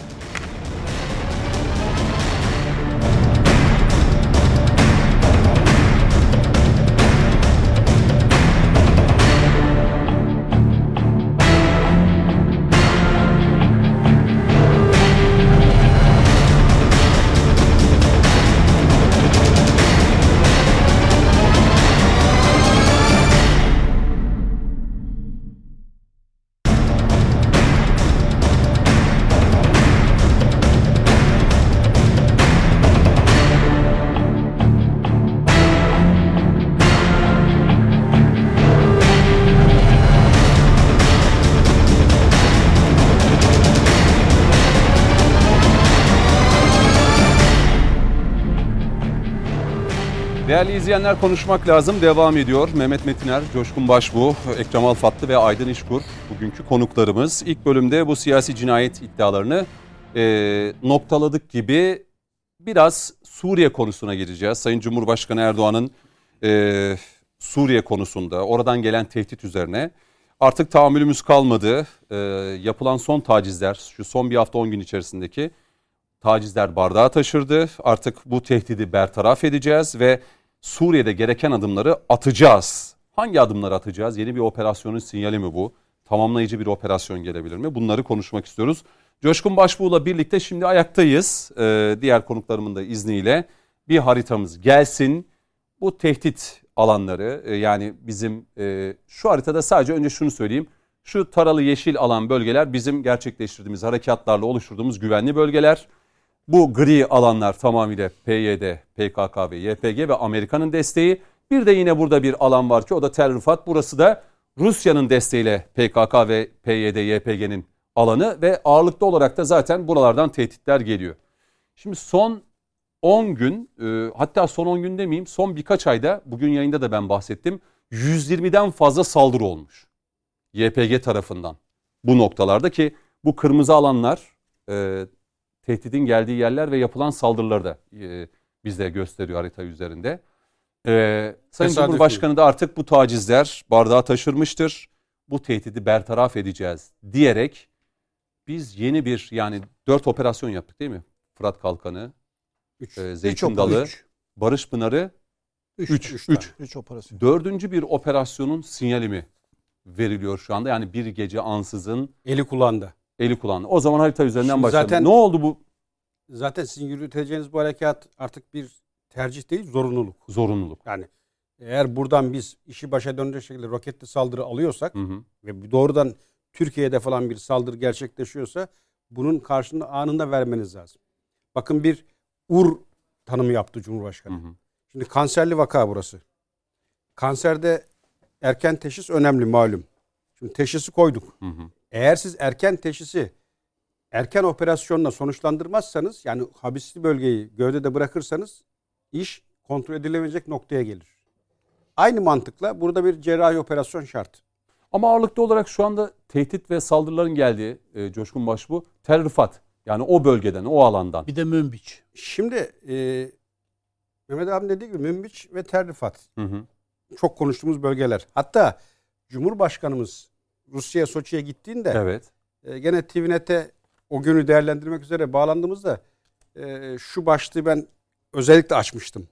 Değerli izleyenler, konuşmak lazım devam ediyor. Mehmet Metiner, Coşkun Başbuğ, Ekrem Alfatlı ve Aydın İşkur bugünkü konuklarımız. İlk bölümde bu siyasi cinayet iddialarını noktaladık gibi biraz Suriye konusuna gireceğiz. Sayın Cumhurbaşkanı Erdoğan'ın Suriye konusunda oradan gelen tehdit üzerine artık tahammülümüz kalmadı. Yapılan son tacizler, şu son bir hafta 10 gün içerisindeki tacizler bardağı taşırdı. Artık bu tehdidi bertaraf edeceğiz ve Suriye'de gereken adımları atacağız. Hangi adımları atacağız? Yeni bir operasyonun sinyali mi bu? Tamamlayıcı bir operasyon gelebilir mi? Bunları konuşmak istiyoruz. Coşkun Başbuğ'la birlikte şimdi ayaktayız. Diğer konuklarımın da izniyle bir haritamız gelsin. Bu tehdit alanları, yani bizim şu haritada sadece önce şunu söyleyeyim. Şu taralı yeşil alan bölgeler bizim gerçekleştirdiğimiz harekatlarla oluşturduğumuz güvenli bölgeler. Bu gri alanlar tamamıyla PYD, PKK ve YPG ve Amerika'nın desteği. Bir de yine burada bir alan var ki o da Tel Rifat. Burası da Rusya'nın desteğiyle PKK ve PYD, YPG'nin alanı ve ağırlıklı olarak da zaten buralardan tehditler geliyor. Şimdi son 10 gün, hatta son 10 gün demeyeyim, son birkaç ayda, bugün yayında da ben bahsettim, 120'den fazla saldırı olmuş YPG tarafından bu noktalarda ki bu kırmızı alanlar tehdidin geldiği yerler ve yapılan saldırıları da bize gösteriyor harita üzerinde. Sayın Cumhurbaşkanı da artık bu tacizler bardağı taşırmıştır. Bu tehdidi bertaraf edeceğiz diyerek biz yeni bir, yani 4 operasyon yaptık değil mi? Fırat Kalkanı, Zeytin Dalı, Barış Pınarı, 3 operasyon. 4. bir operasyonun sinyali mi veriliyor şu anda? Yani bir gece ansızın. Eli kulağında. Eli kulağında. O zaman harita üzerinden başlayalım. Zaten ne oldu bu? zaten sizin yürüteceğiniz bu harekat artık bir tercih değil, zorunluluk. Zorunluluk. Yani eğer buradan biz işi başa dönecek şekilde roketli saldırı alıyorsak ve doğrudan Türkiye'de falan bir saldırı gerçekleşiyorsa bunun karşılığını anında vermeniz lazım. Bakın bir tanımı yaptı Cumhurbaşkanı. Şimdi kanserli vaka burası. Kanserde erken teşhis önemli malum. Şimdi teşhisi koyduk. Eğer siz erken teşhisi erken operasyonla sonuçlandırmazsanız, yani habisli bölgeyi gövdede bırakırsanız iş kontrol edilemeyecek noktaya gelir. Aynı mantıkla burada bir cerrahi operasyon şart. Ama ağırlıklı olarak şu anda tehdit ve saldırıların geldiği Coşkun Başbuğ, Tel Rifat. Yani o bölgeden, o alandan. Bir de Münbiç. Şimdi Mehmet abi dediği gibi Münbiç ve Tel Rifat. Çok konuştuğumuz bölgeler. Hatta Cumhurbaşkanımız Rusya'ya, Soçi'ye gittiğinde evet. Gene TVNet'e o günü değerlendirmek üzere bağlandığımızda şu başlığı ben özellikle açmıştım.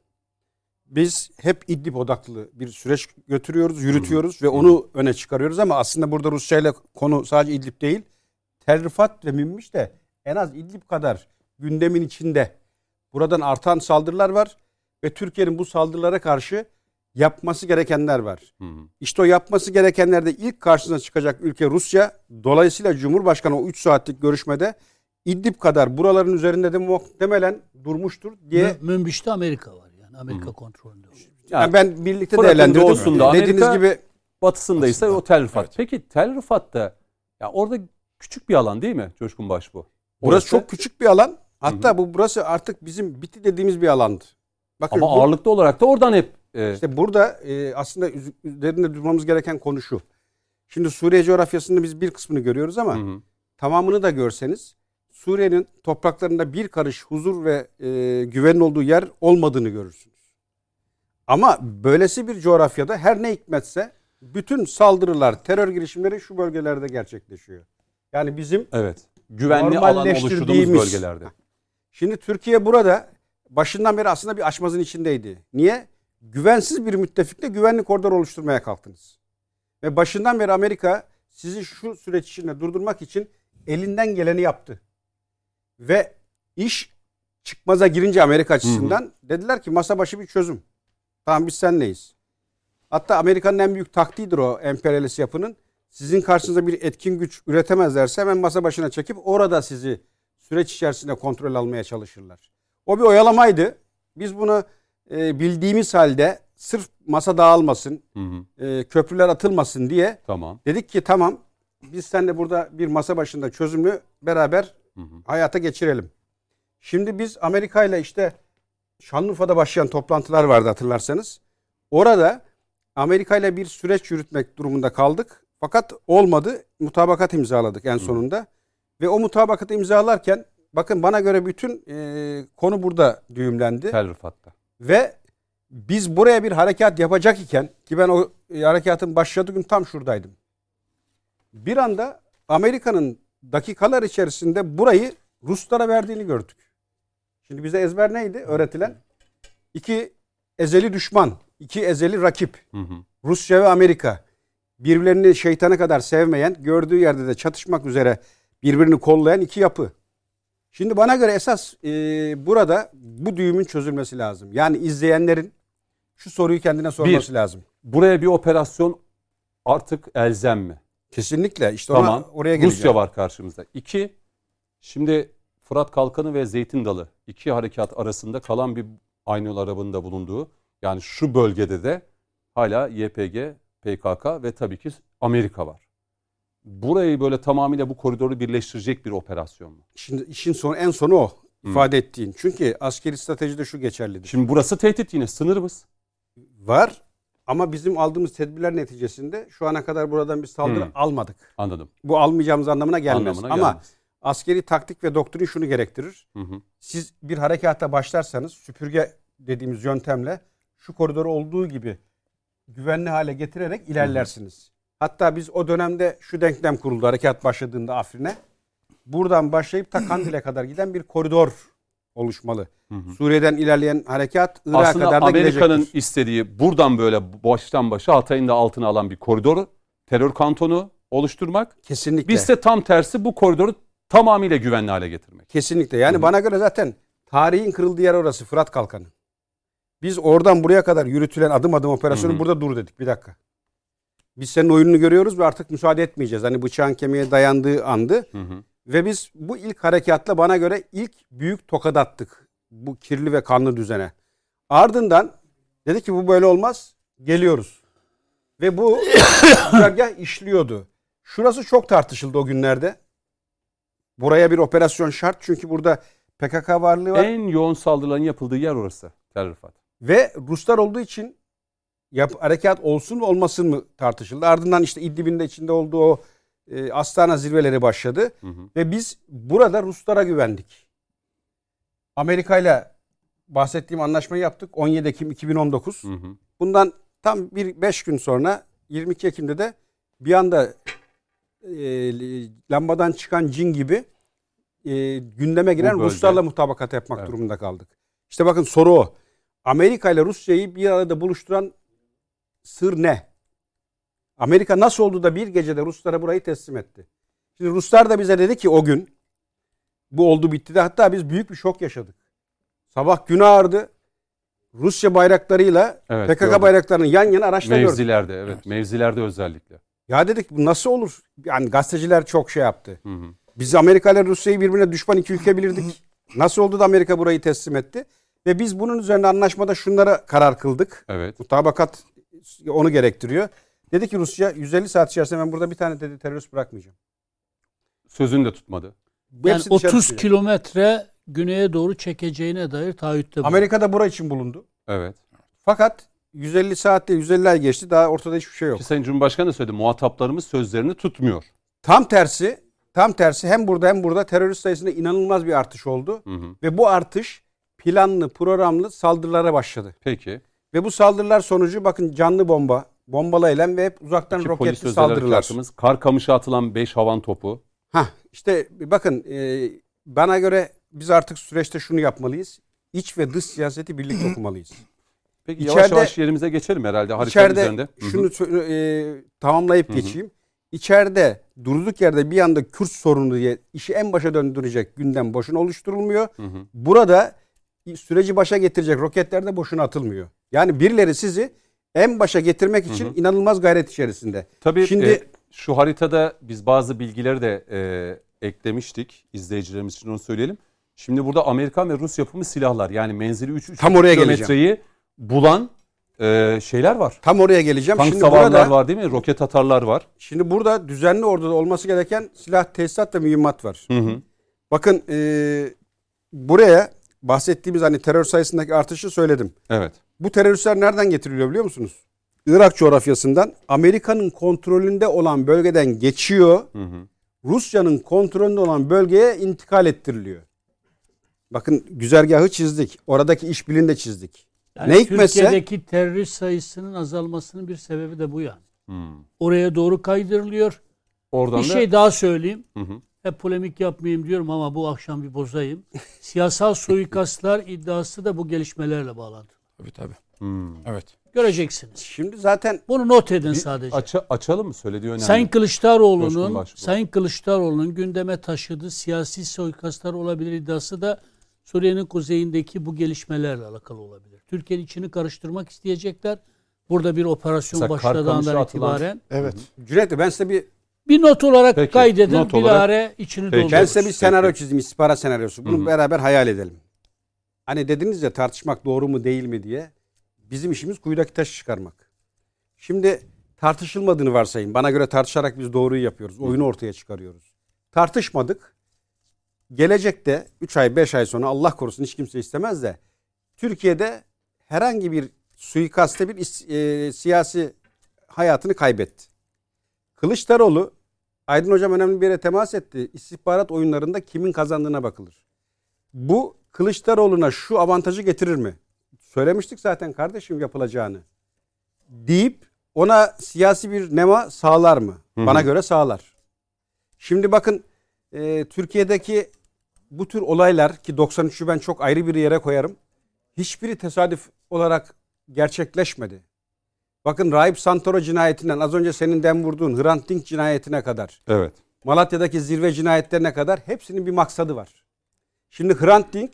Biz hep İdlib odaklı bir süreç götürüyoruz, yürütüyoruz ve onu öne çıkarıyoruz ama aslında burada Rusya ile konu sadece İdlib değil. Tel Rifat ve Münbiç de en az İdlib kadar gündemin içinde. Buradan artan saldırılar var ve Türkiye'nin bu saldırılara karşı yapması gerekenler var. İşte o yapması gerekenlerde ilk karşısına çıkacak ülke Rusya. Dolayısıyla Cumhurbaşkanı o 3 saatlik görüşmede İdlib kadar buraların üzerinde de muhtemelen durmuştur diye. Münbiç'te Amerika var. Yani Amerika kontrolünde. Yani ben birlikte değerlendirdim. Doğusunda dediğiniz Amerika, gibi batısındaysa o Tel Rifat. Evet. Peki Tel Rifat'ta ya orada küçük bir alan değil mi Coşkun Başbuğ? Burası çok küçük bir alan. Hatta burası artık bizim bitti dediğimiz bir alandı. Bakın, ama ağırlıklı olarak da oradan hep İşte burada aslında üzerinde durmamız gereken konu şu. Şimdi Suriye coğrafyasında biz bir kısmını görüyoruz ama tamamını da görseniz Suriye'nin topraklarında bir karış huzur ve güvenin olduğu yer olmadığını görürsünüz. Ama böylesi bir coğrafyada her ne hikmetse bütün saldırılar, terör girişimleri şu bölgelerde gerçekleşiyor. Yani bizim güvenli alan oluşturduğumuz bölgelerde. Şimdi Türkiye burada başından beri aslında bir açmazın içindeydi. Niye? Güvensiz bir müttefikle güvenli koridor oluşturmaya kalktınız. Ve başından beri Amerika sizi şu süreç içinde durdurmak için elinden geleni yaptı. Ve iş çıkmaza girince Amerika açısından dediler ki masa başı bir çözüm. Tamam biz senleyiz. Hatta Amerika'nın en büyük taktiğidir o emperyalist yapının. Sizin karşınıza bir etkin güç üretemezlerse hemen masa başına çekip orada sizi süreç içerisinde kontrol almaya çalışırlar. O bir oyalamaydı. Biz bunu bildiğimiz halde sırf masa dağılmasın, köprüler atılmasın diye dedik ki tamam biz seninle burada bir masa başında çözümlü beraber hayata geçirelim. Şimdi biz Amerika ile işte Şanlıurfa'da başlayan toplantılar vardı hatırlarsanız. Orada Amerika ile bir süreç yürütmek durumunda kaldık. Fakat olmadı. Mutabakat imzaladık en sonunda. Ve o mutabakatı imzalarken bakın bana göre bütün konu burada düğümlendi. Tel Rifat'ta. Ve biz buraya bir harekat yapacak iken ki ben o harekatın başladığı gün tam şuradaydım. Bir anda Amerika'nın dakikalar içerisinde burayı Ruslara verdiğini gördük. Şimdi bize ezber neydi öğretilen? 2 ezeli düşman, 2 ezeli rakip. Rusya ve Amerika. Birbirlerini şeytana kadar sevmeyen, gördüğü yerde de çatışmak üzere birbirini kollayan 2 yapı. Şimdi bana göre esas burada bu düğümün çözülmesi lazım. Yani izleyenlerin şu soruyu kendine sorması lazım. Buraya bir operasyon artık elzem mi? Kesinlikle. İşte oraya geleceğim. Rusya var karşımızda. 2, şimdi Fırat Kalkanı ve Zeytin Dalı 2 harekat arasında kalan bir aynı yol arabanın da bulunduğu, yani şu bölgede de hala YPG, PKK ve tabii ki Amerika var. Burayı böyle tamamıyla bu koridoru birleştirecek bir operasyon mu? Şimdi işin en sonu o ifade ettiğin. Çünkü askeri stratejide şu geçerlidir. Şimdi burası tehdit, yine sınırımız var ama bizim aldığımız tedbirler neticesinde şu ana kadar buradan bir saldırı almadık. Anladım. Bu almayacağımız anlamına gelmez. Ama askeri taktik ve doktrin şunu gerektirir. Siz bir harekata başlarsanız süpürge dediğimiz yöntemle şu koridoru olduğu gibi güvenli hale getirerek ilerlersiniz. Hatta biz o dönemde şu denklem kuruldu harekat başladığında Afrin'e. Buradan başlayıp ta Kandil'e kadar giden bir koridor oluşmalı. Suriye'den ilerleyen harekat Irak'a kadar da gidecektir. Aslında Amerika'nın istediği buradan böyle baştan başa Hatay'ın da altına alan bir koridoru, terör kantonu oluşturmak. Kesinlikle. Biz de tam tersi bu koridoru tamamıyla güvenli hale getirmek. Kesinlikle. Yani bana göre zaten tarihin kırıldığı yer orası, Fırat Kalkanı. Biz oradan buraya kadar yürütülen adım adım operasyonu burada dur dedik. Bir dakika. Biz senin oyununu görüyoruz ve artık müsaade etmeyeceğiz. Hani bıçağın kemiğe dayandığı andı. Ve biz bu ilk harekatla bana göre ilk büyük tokat attık. Bu kirli ve kanlı düzene. Ardından dedi ki bu böyle olmaz. Geliyoruz. Ve bu güzergah işliyordu. Şurası çok tartışıldı o günlerde. Buraya bir operasyon şart. Çünkü burada PKK varlığı var. En yoğun saldırıların yapıldığı yer orası. Tel Rifat. Ve Ruslar olduğu için harekat olsun mu olmasın mı tartışıldı. Ardından işte İdlib'in de içinde olduğu o Astana zirveleri başladı. Ve biz burada Ruslara güvendik. Amerika ile bahsettiğim anlaşmayı yaptık. 17 Ekim 2019. Bundan tam 5 gün sonra 22 Ekim'de de bir anda lambadan çıkan cin gibi gündeme giren Ruslarla mutabakat yapmak durumunda kaldık. İşte bakın soru o. Amerika ile Rusya'yı bir arada buluşturan sır ne? Amerika nasıl oldu da bir gecede Ruslara burayı teslim etti? Şimdi Ruslar da bize dedi ki o gün bu oldu bitti de hatta biz büyük bir şok yaşadık. Sabah gün ağardı. Rusya bayraklarıyla PKK gördüm. Bayraklarının yan yana araçla gördük. Mevzilerde evet. Mevzilerde özellikle. Ya dedik bu nasıl olur? Yani gazeteciler çok şey yaptı. Biz Amerika ile Rusya'yı birbirine düşman iki ülke bilirdik. Nasıl oldu da Amerika burayı teslim etti? Ve biz bunun üzerine anlaşmada şunlara karar kıldık. Evet. Mutabakat onu gerektiriyor. Dedi ki Rusya 150 saat içerisinde ben burada bir tane dedi terörist bırakmayacağım. Sözünü de tutmadı. Yani 30 kilometre güneye doğru çekeceğine dair taahhütte bulundu. Amerika da burası için bulundu. Evet. Fakat 150 saatte 150 ay geçti. Daha ortada hiçbir şey yok. Sayın Cumhurbaşkanı da söyledi. Muhataplarımız sözlerini tutmuyor. Tam tersi hem burada hem burada terörist sayısında inanılmaz bir artış oldu. Ve bu artış planlı, programlı saldırılara başladı. Peki. Ve bu saldırılar sonucu bakın canlı bomba, bombalı eylem ve hep uzaktan roketli saldırılar. Karkamış'a atılan 5 havan topu. İşte bakın bana göre biz artık süreçte şunu yapmalıyız. İç ve dış siyaseti birlikte okumalıyız. Peki yavaş yavaş yerimize geçelim herhalde haritanın üzerinde. Şunu tamamlayıp geçeyim. İçeride durduk yerde bir anda Kürt sorunu diye işi en başa döndürecek gündem boşuna oluşturulmuyor. Burada süreci başa getirecek roketler de boşuna atılmıyor. Yani birileri sizi en başa getirmek için inanılmaz gayret içerisinde. Tabii şimdi şu haritada biz bazı bilgileri de eklemiştik. İzleyicilerimiz için onu söyleyelim. Şimdi burada Amerikan ve Rus yapımı silahlar yani menzili 3 kilometreyi bulan şeyler var. Tam oraya geleceğim. Tank savarlar var değil mi? Roket atarlar var. Şimdi burada düzenli orduda olması gereken silah, tesisat ve mühimmat var. Bakın buraya bahsettiğimiz hani terör sayısındaki artışı söyledim. Evet. Bu teröristler nereden getiriliyor biliyor musunuz? Irak coğrafyasından Amerika'nın kontrolünde olan bölgeden geçiyor. Rusya'nın kontrolünde olan bölgeye intikal ettiriliyor. Bakın güzergahı çizdik. Oradaki işbirliğini de çizdik. Yani ne hikmetse Türkiye'deki terörist sayısının azalmasının bir sebebi de bu yani. Oraya doğru kaydırılıyor. Oradan bir şey daha söyleyeyim. Hep polemik yapmayayım diyorum ama bu akşam bir bozayım. Siyasal suikastlar iddiası da bu gelişmelerle bağlantılı. Tabii. Evet. Göreceksiniz. Şimdi zaten bunu not edin sadece. Açalım mı? Söylediği önemli. Sayın Kılıçdaroğlu'nun gündeme taşıdığı siyasi suikastlar olabilir iddiası da Suriye'nin kuzeyindeki bu gelişmelerle alakalı olabilir. Türkiye'nin içini karıştırmak isteyecekler. Burada bir operasyon mesela başladığından itibaren. Evet. Cüneyt Bey ben size bir not olarak kaydedin. Bilahare içini doldurun. Ben size bir senaryo çizdim. İstihbarat senaryosu. Bunu beraber hayal edelim. Hani dediniz ya tartışmak doğru mu değil mi diye. Bizim işimiz kuyudaki taşı çıkarmak. Şimdi tartışılmadığını varsayın. Bana göre tartışarak biz doğruyu yapıyoruz. Oyunu ortaya çıkarıyoruz. Tartışmadık. Gelecekte 3 ay 5 ay sonra Allah korusun hiç kimse istemez de Türkiye'de herhangi bir suikaste bir siyasi hayatını kaybetti. Kılıçdaroğlu, Aydın Hocam önemli bir yere temas etti. İstihbarat oyunlarında kimin kazandığına bakılır. Bu Kılıçdaroğlu'na şu avantajı getirir mi? Söylemiştik zaten kardeşim yapılacağını. Deyip ona siyasi bir nema sağlar mı? Bana göre sağlar. Şimdi bakın Türkiye'deki bu tür olaylar ki 93'ü ben çok ayrı bir yere koyarım. Hiçbiri tesadüf olarak gerçekleşmedi. Bakın Rahip Santoro cinayetinden az önce senin dem vurduğun Hrant Dink cinayetine kadar. Evet. Malatya'daki zirve cinayetlerine kadar hepsinin bir maksadı var. Şimdi Hrant Dink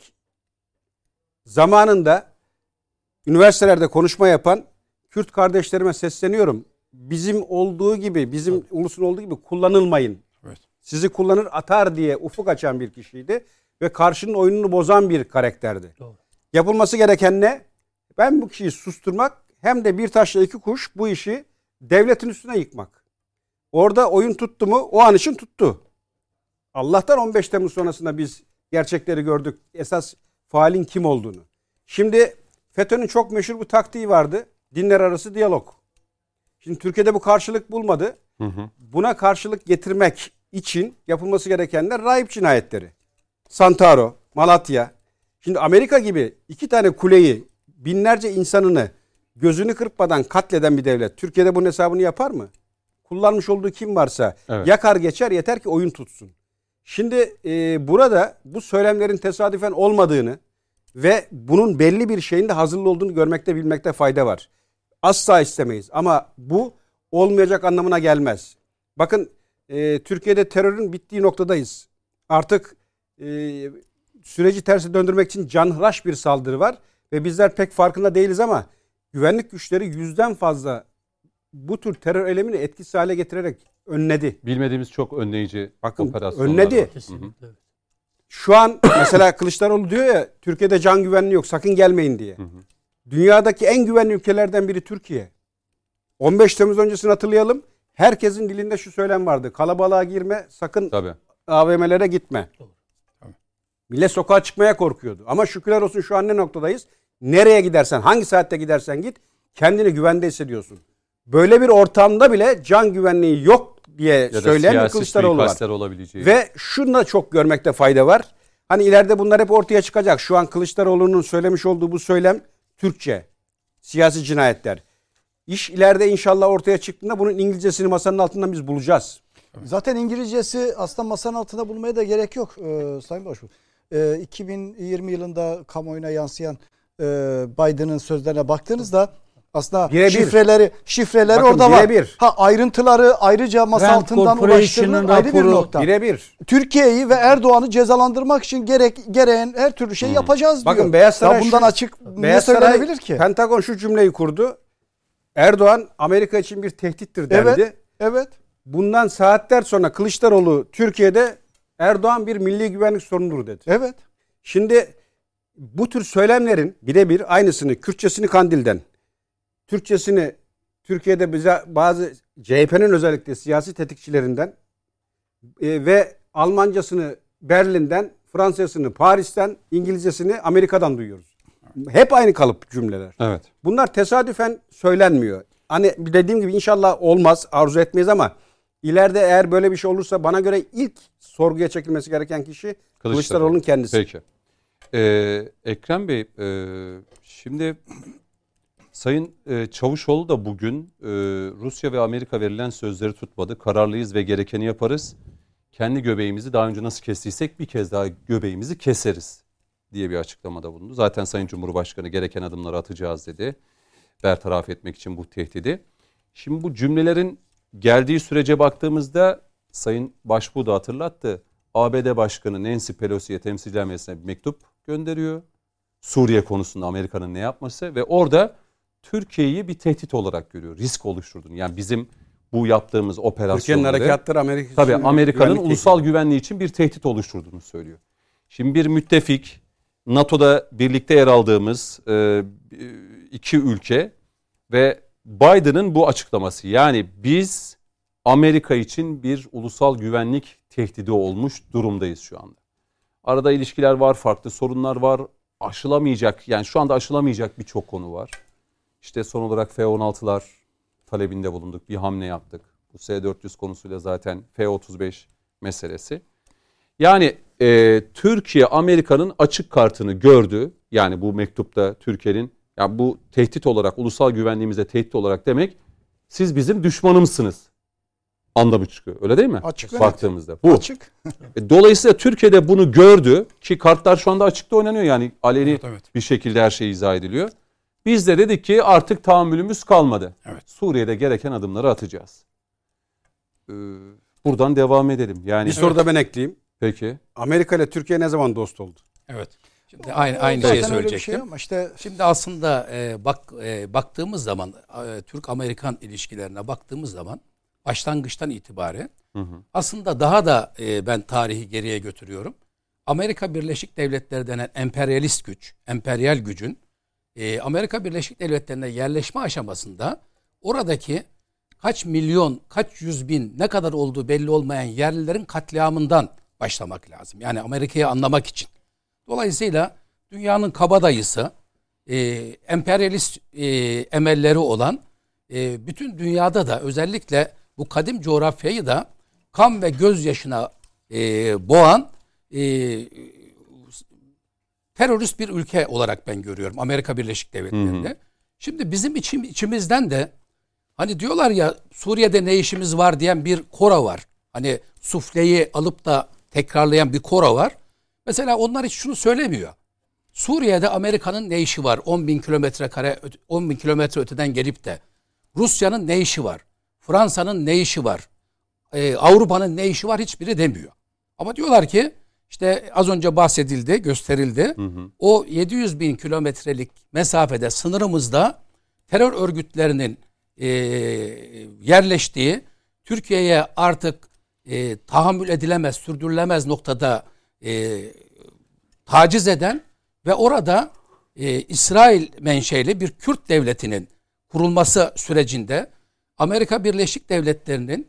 zamanında üniversitelerde konuşma yapan Kürt kardeşlerime sesleniyorum. Bizim olduğu gibi, bizim ulusun olduğu gibi kullanılmayın. Evet. Sizi kullanır atar diye ufuk açan bir kişiydi ve karşının oyununu bozan bir karakterdi. Doğru. Yapılması gereken ne? Ben bu kişiyi susturmak, hem de bir taşla iki kuş, bu işi devletin üstüne yıkmak. Orada oyun tuttu mu? O an için tuttu. Allah'tan 15 Temmuz sonrasında biz gerçekleri gördük. Esas faalin kim olduğunu. Şimdi FETÖ'nün çok meşhur bir taktiği vardı. Dinler arası diyalog. Şimdi Türkiye'de bu karşılık bulmadı. Buna karşılık getirmek için yapılması gerekenler rahip cinayetleri. Santaro, Malatya. Şimdi Amerika gibi 2 tane kuleyi, binlerce insanını gözünü kırpmadan katleden bir devlet Türkiye'de bunun hesabını yapar mı? Kullanmış olduğu kim varsa yakar geçer, yeter ki oyun tutsun. Şimdi burada bu söylemlerin tesadüfen olmadığını ve bunun belli bir şeyin de hazırlı olduğunu görmekte, bilmekte fayda var. Asla istemeyiz ama bu olmayacak anlamına gelmez. Bakın Türkiye'de terörün bittiği noktadayız. Artık süreci terse döndürmek için canhıraş bir saldırı var ve bizler pek farkında değiliz ama güvenlik güçleri 100'den fazla bu tür terör eylemini etkisiz hale getirerek önledi. Bilmediğimiz çok önleyici operasyonlar önledi. var. Kesinlikle. Şu an mesela Kılıçdaroğlu diyor ya Türkiye'de can güvenliği yok, sakın gelmeyin diye. Dünyadaki en güvenli ülkelerden biri Türkiye. 15 Temmuz öncesini hatırlayalım. Herkesin dilinde şu söylem vardı. Kalabalığa girme, sakın Tabii. AVM'lere gitme. Millet sokağa çıkmaya korkuyordu. Ama şükürler olsun şu an ne noktadayız? Nereye gidersen, hangi saatte gidersen git, kendini güvende hissediyorsun. Böyle bir ortamda bile can güvenliği yok diye söyleyen bir Kılıçdaroğlu var. Olabileceği. Ve şunu da çok görmekte fayda var. Hani ileride bunlar hep ortaya çıkacak. Şu an Kılıçdaroğlu'nun söylemiş olduğu bu söylem Türkçe. Siyasi cinayetler. İş ileride inşallah ortaya çıktığında bunun İngilizcesini masanın altından biz bulacağız. Zaten İngilizcesi aslında masanın altında bulmaya da gerek yok Sayın Başbuğ. 2020 yılında kamuoyuna yansıyan Biden'ın sözlerine baktığınızda aslında şifreleri bakın, orada var. Ayrıntıları ayrıca masa altından ulaştırılan ayrı bir nokta. Birebir. Türkiye'yi ve Erdoğan'ı cezalandırmak için gereğen her türlü şey yapacağız diyor. Bakın Beyaz Saray bundan açık ne söylenebilir ki? Pentagon şu cümleyi kurdu. Erdoğan Amerika için bir tehdittir derdi. Evet. Bundan saatler sonra Kılıçdaroğlu Türkiye'de Erdoğan bir milli güvenlik sorunudur dedi. Evet. Şimdi bu tür söylemlerin birebir aynısını Kürtçesini Kandil'den, Türkçesini Türkiye'de bize bazı CHP'nin özellikle siyasi tetikçilerinden ve Almancasını Berlin'den, Fransızcasını Paris'ten, İngilizcesini Amerika'dan duyuyoruz. Hep aynı kalıp cümleler. Evet. Bunlar tesadüfen söylenmiyor. Hani dediğim gibi inşallah olmaz, arzu etmeyiz ama ileride eğer böyle bir şey olursa bana göre ilk sorguya çekilmesi gereken kişi Kılıçdaroğlu'nun kendisi. Peki. Ekrem Bey, şimdi Sayın Çavuşoğlu da bugün Rusya ve Amerika verilen sözleri tutmadı. Kararlıyız ve gerekeni yaparız. Kendi göbeğimizi daha önce nasıl kestiysek bir kez daha göbeğimizi keseriz diye bir açıklamada bulundu. Zaten Sayın Cumhurbaşkanı gereken adımları atacağız dedi. Bertaraf etmek için bu tehdidi. Şimdi bu cümlelerin geldiği sürece baktığımızda Sayın Başbuğ da hatırlattı. ABD Başkanı Nancy Pelosi'ye Temsilciler Meclisi'ne bir mektup gönderiyor. Suriye konusunda Amerika'nın ne yapması ve orada Türkiye'yi bir tehdit olarak görüyor. Risk oluşturduğunu. Yani bizim bu yaptığımız operasyonları Türkiye'nin harekatları Amerika tabii Amerika'nın ulusal güvenliği için bir tehdit oluşturduğunu söylüyor. Şimdi bir müttefik, NATO'da birlikte yer aldığımız 2 ülke ve Biden'ın bu açıklaması. Yani biz Amerika için bir ulusal güvenlik tehdidi olmuş durumdayız şu anda. Arada ilişkiler var, farklı sorunlar var. Aşılamayacak, yani şu anda aşılamayacak birçok konu var. İşte son olarak F-16'lar talebinde bulunduk. Bir hamle yaptık. Bu S-400 konusuyla zaten F-35 meselesi. Yani Türkiye Amerika'nın açık kartını gördü. Yani bu mektupta Türkiye'nin yani bu tehdit olarak, ulusal güvenliğimize tehdit olarak demek siz bizim düşmanımsınız anlamı çıkıyor. Öyle değil mi? Açık. Baktığımızda. Bu. Açık. Dolayısıyla Türkiye'de bunu gördü ki kartlar şu anda açıkta oynanıyor. Yani aleni bir şekilde her şey izah ediliyor. Biz de dedik ki artık tahammülümüz kalmadı. Evet. Suriye'de gereken adımları atacağız. buradan devam edelim. Yani bir soru da ben ekleyeyim. Peki. Amerika ile Türkiye ne zaman dost oldu? Evet. Şimdi aynı şeyi söyleyecektim. Şimdi aslında baktığımız zaman Türk-Amerikan ilişkilerine baktığımız zaman başlangıçtan itibaren aslında daha da ben tarihi geriye götürüyorum. Amerika Birleşik Devletleri denen emperyalist güç, emperyal gücün Amerika Birleşik Devletleri'ne yerleşme aşamasında oradaki kaç milyon, kaç yüz bin, ne kadar olduğu belli olmayan yerlilerin katliamından başlamak lazım. Yani Amerika'yı anlamak için. Dolayısıyla dünyanın kabadayısı, emperyalist emelleri olan bütün dünyada da özellikle bu kadim coğrafyayı da kan ve gözyaşına boğan terörist bir ülke olarak ben görüyorum Amerika Birleşik Devletleri'nde. Şimdi bizim içimizden de hani diyorlar ya Suriye'de ne işimiz var diyen bir kora var. Hani sufleyi alıp da tekrarlayan bir kora var. Mesela onlar hiç şunu söylemiyor. Suriye'de Amerika'nın ne işi var? 10 bin kilometre öteden gelip de Rusya'nın ne işi var? Fransa'nın ne işi var? Avrupa'nın ne işi var? Hiçbiri demiyor. Ama diyorlar ki işte az önce bahsedildi, gösterildi. O 700 bin kilometrelik mesafede sınırımızda terör örgütlerinin yerleştiği, Türkiye'ye artık tahammül edilemez, sürdürülemez noktada taciz eden ve orada İsrail menşeli bir Kürt devletinin kurulması sürecinde Amerika Birleşik Devletleri'nin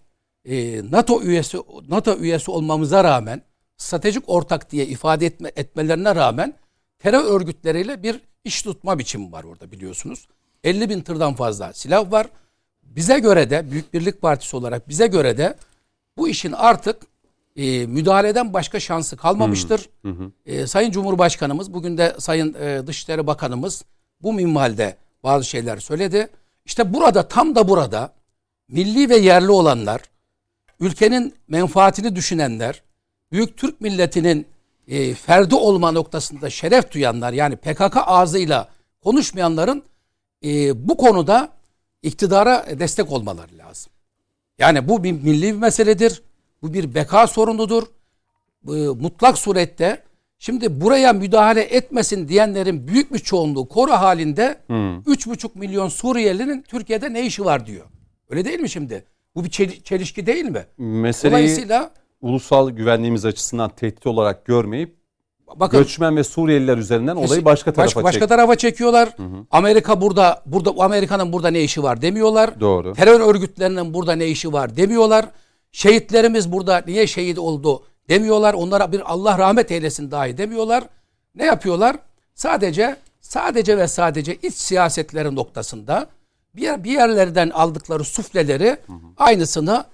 NATO üyesi olmamıza rağmen stratejik ortak diye ifade etmelerine rağmen terör örgütleriyle bir iş tutma biçimi var orada biliyorsunuz. 50 bin tırdan fazla silah var. Bize göre de Büyük Birlik Partisi olarak bize göre de bu işin artık müdahaleden başka şansı kalmamıştır. Sayın Cumhurbaşkanımız, bugün de Sayın Dışişleri Bakanımız bu minvalde bazı şeyler söyledi. İşte burada, tam da burada milli ve yerli olanlar, ülkenin menfaatini düşünenler, Büyük Türk milletinin ferdi olma noktasında şeref duyanlar, yani PKK ağzıyla konuşmayanların bu konuda iktidara destek olmaları lazım. Yani bu bir milli bir meseledir. Bu bir beka sorunudur. Mutlak surette şimdi buraya müdahale etmesin diyenlerin büyük bir çoğunluğu koro halinde 3,5 milyon Suriyelinin Türkiye'de ne işi var diyor. Öyle değil mi şimdi? Bu bir çelişki değil mi? Meseleyi dolayısıyla ulusal güvenliğimiz açısından tehdit olarak görmeyip göçmen ve Suriyeliler üzerinden olayı başka tarafa çekiyorlar. Amerika burada Amerika'nın burada ne işi var demiyorlar. Doğru. Terör örgütlerinin burada ne işi var demiyorlar. Şehitlerimiz burada niye şehit oldu demiyorlar. Onlara bir Allah rahmet eylesin dahi demiyorlar. Ne yapıyorlar? Sadece ve sadece iç siyasetlerin noktasında bir yerlerden aldıkları sufleleri aynısını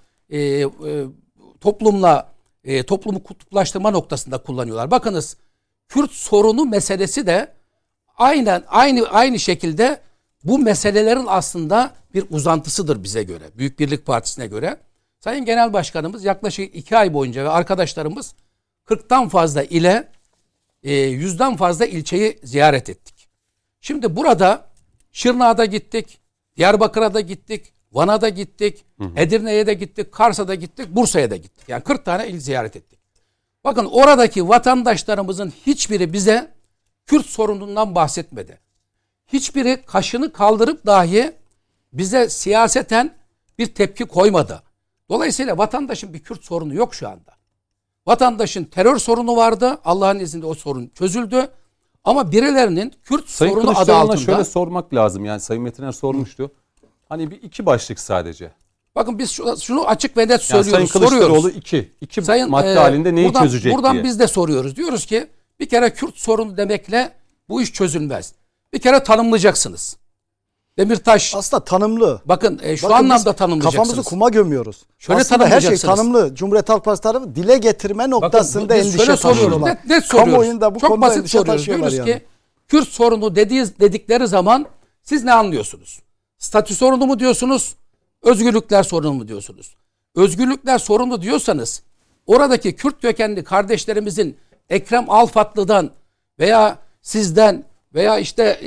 toplumu kutuplaştırma noktasında kullanıyorlar. Bakınız, Kürt sorunu meselesi de aynı şekilde bu meselelerin aslında bir uzantısıdır bize göre. Büyük Birlik Partisi'ne göre. Sayın Genel Başkanımız yaklaşık 2 ay boyunca ve arkadaşlarımız 40'tan fazla ile 100'den fazla ilçeyi ziyaret ettik. Şimdi burada Şırnak'a da gittik, Diyarbakır'a da gittik, Van'a da gittik, Edirne'ye de gittik, Kars'a da gittik, Bursa'ya da gittik. Yani 40 tane il ziyaret ettik. Bakın oradaki vatandaşlarımızın hiçbiri bize Kürt sorunundan bahsetmedi. Hiçbiri kaşını kaldırıp dahi bize siyaseten bir tepki koymadı. Dolayısıyla vatandaşın bir Kürt sorunu yok şu anda. Vatandaşın terör sorunu vardı. Allah'ın izniyle o sorun çözüldü. Ama birilerinin Kürt Sayın sorunu adı altında. şöyle sormak lazım. Yani Sayın Metiner sormuştu. Hani bir iki başlık sadece. Bakın biz şunu açık ve net söylüyoruz. Yani Sayın Kılıçdaroğlu iki madde halinde neyi çözecek buradan diye. Biz de soruyoruz. Diyoruz ki bir kere Kürt sorunu demekle bu iş çözülmez. Bir kere tanımlayacaksınız. Demirtaş. Aslında tanımlı. Bakın şu anlamda tanımlayacaksınız. Kafamızı kuma gömüyoruz. Şöyle aslında her şey tanımlı. Cumhuriyet Halk Partisi tarafı dile getirme noktasında endişe taşıyorlar. Net soruyoruz. Çok basit soruyoruz. Diyoruz ki Kürt sorunu dedikleri zaman siz ne anlıyorsunuz? Statü sorunu mu diyorsunuz? Özgürlükler sorunu mu diyorsunuz? Özgürlükler sorunu diyorsanız oradaki Kürt kökenli kardeşlerimizin Ekrem Alfatlı'dan veya sizden veya işte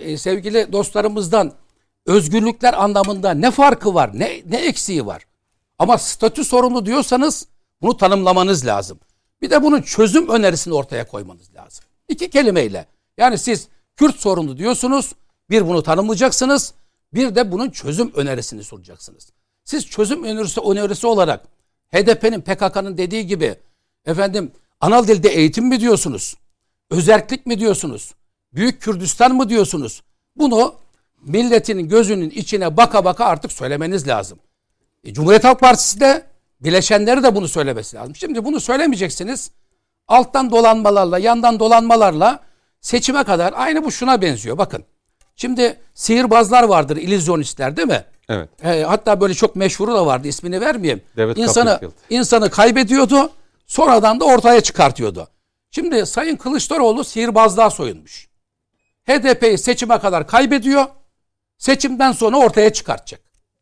sevgili dostlarımızdan özgürlükler anlamında ne farkı var? Ne eksiği var? Ama statü sorunu diyorsanız bunu tanımlamanız lazım. Bir de bunun çözüm önerisini ortaya koymanız lazım. 2 kelimeyle. Yani siz Kürt sorunu diyorsunuz. Bir, bunu tanımlayacaksınız. Bir de bunun çözüm önerisini sunacaksınız. Siz çözüm önerisi olarak HDP'nin, PKK'nın dediği gibi efendim anal dilde eğitim mi diyorsunuz? Özerklik mi diyorsunuz? Büyük Kürdistan mı diyorsunuz? Bunu milletin gözünün içine baka baka artık söylemeniz lazım. Cumhuriyet Halk Partisi de bileşenleri de bunu söylemesi lazım. Şimdi bunu söylemeyeceksiniz. Alttan dolanmalarla, yandan dolanmalarla seçime kadar aynı bu şuna benziyor. Bakın. Şimdi sihirbazlar vardır, illüzyonistler değil mi? Evet. Hatta böyle çok meşhuru da vardı, ismini vermeyeyim. David İnsanı kaybediyordu, sonradan da ortaya çıkartıyordu. Şimdi Sayın Kılıçdaroğlu sihirbazlığa soyunmuş. HDP'yi seçime kadar kaybediyor, seçimden sonra ortaya çıkartacak.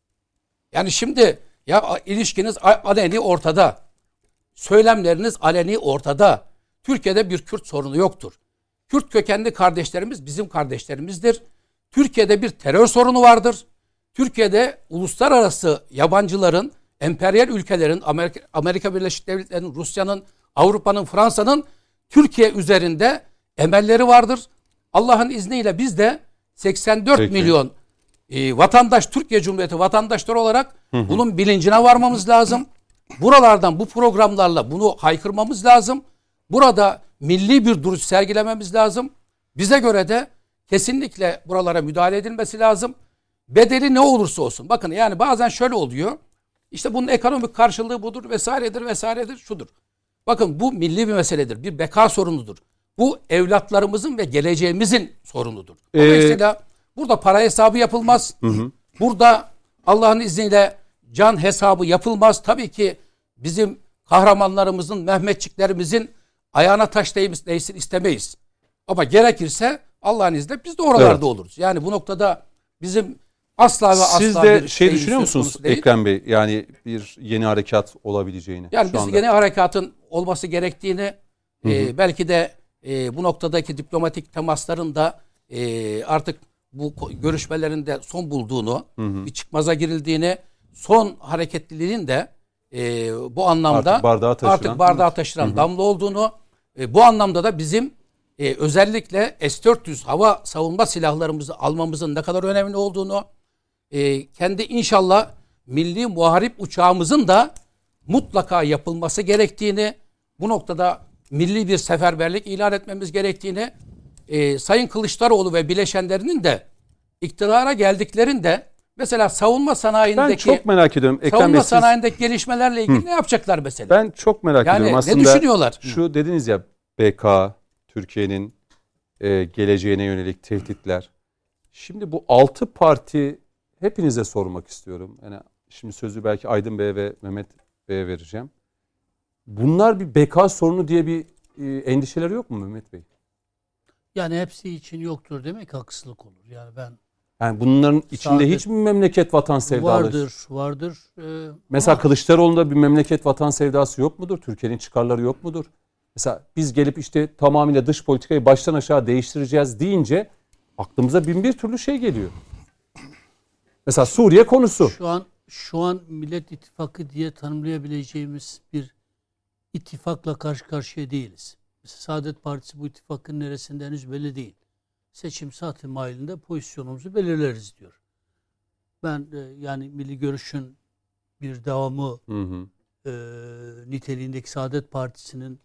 Yani şimdi ya ilişkiniz aleni ortada, söylemleriniz aleni ortada. Türkiye'de bir Kürt sorunu yoktur. Kürt kökenli kardeşlerimiz bizim kardeşlerimizdir. Türkiye'de bir terör sorunu vardır. Türkiye'de uluslararası yabancıların, emperyal ülkelerin, Amerika Birleşik Devletleri'nin, Rusya'nın, Avrupa'nın, Fransa'nın Türkiye üzerinde emelleri vardır. Allah'ın izniyle biz de 84 milyon vatandaş, Türkiye Cumhuriyeti vatandaşları olarak bunun bilincine varmamız lazım. Buralardan bu programlarla bunu haykırmamız lazım. Burada milli bir duruş sergilememiz lazım. Bize göre de kesinlikle buralara müdahale edilmesi lazım. Bedeli ne olursa olsun. Bakın yani bazen şöyle oluyor. İşte bunun ekonomik karşılığı budur vesairedir şudur. Bakın bu milli bir meseledir. Bir beka sorunudur. Bu evlatlarımızın ve geleceğimizin sorunudur. Dolayısıyla burada para hesabı yapılmaz. Burada Allah'ın izniyle can hesabı yapılmaz. Tabii ki bizim kahramanlarımızın, Mehmetçiklerimizin ayağına taş değsin istemeyiz. Ama gerekirse Allah'ın izniyle biz de oralarda oluruz. Yani bu noktada bizim asla ve asla siz de bir şey düşünüyor musunuz değil. Ekrem Bey? Yani bir yeni harekat olabileceğini. Yani biz yeni harekatın olması gerektiğini belki de bu noktadaki diplomatik temasların da artık bu görüşmelerin de son bulduğunu, bir çıkmaza girildiğini, son hareketliliğin de bu anlamda artık bardağı taşıran damla olduğunu, bu anlamda da bizim özellikle S-400 hava savunma silahlarımızı almamızın ne kadar önemli olduğunu, kendi inşallah milli muharip uçağımızın da mutlaka yapılması gerektiğini, bu noktada milli bir seferberlik ilan etmemiz gerektiğini, Sayın Kılıçdaroğlu ve bileşenlerinin de iktidara geldiklerinde mesela savunma sanayindeki ben çok merak ediyorum. Savunma sanayindeki gelişmelerle ilgili ne yapacaklar mesela? Ben çok merak ediyorum. Aslında ne düşünüyorlar? Şu dediniz ya, BK, Türkiye'nin geleceğine yönelik tehditler. Şimdi bu 6 parti hepinize sormak istiyorum. Yani şimdi sözü belki Aydın Bey'e ve Mehmet Bey'e vereceğim. Bunlar bir BK sorunu diye bir endişeleri yok mu Mehmet Bey? Yani hepsi için yoktur demek haksızlık olur. Yani bunların içinde hiç mi memleket vatan sevdaları? Vardır. Mesela Kılıçdaroğlu'nda bir memleket vatan sevdası yok mudur? Türkiye'nin çıkarları yok mudur? Mesela biz gelip işte tamamıyla dış politikayı baştan aşağı değiştireceğiz deyince aklımıza bin bir türlü şey geliyor. Mesela Suriye konusu. Şu an Millet İttifakı diye tanımlayabileceğimiz bir ittifakla karşı karşıya değiliz. Mesela Saadet Partisi bu ittifakın neresinde henüz belli değil. Seçim saati mahallinde pozisyonumuzu belirleriz diyor. Ben yani Milli Görüş'ün bir devamı niteliğindeki Saadet Partisi'nin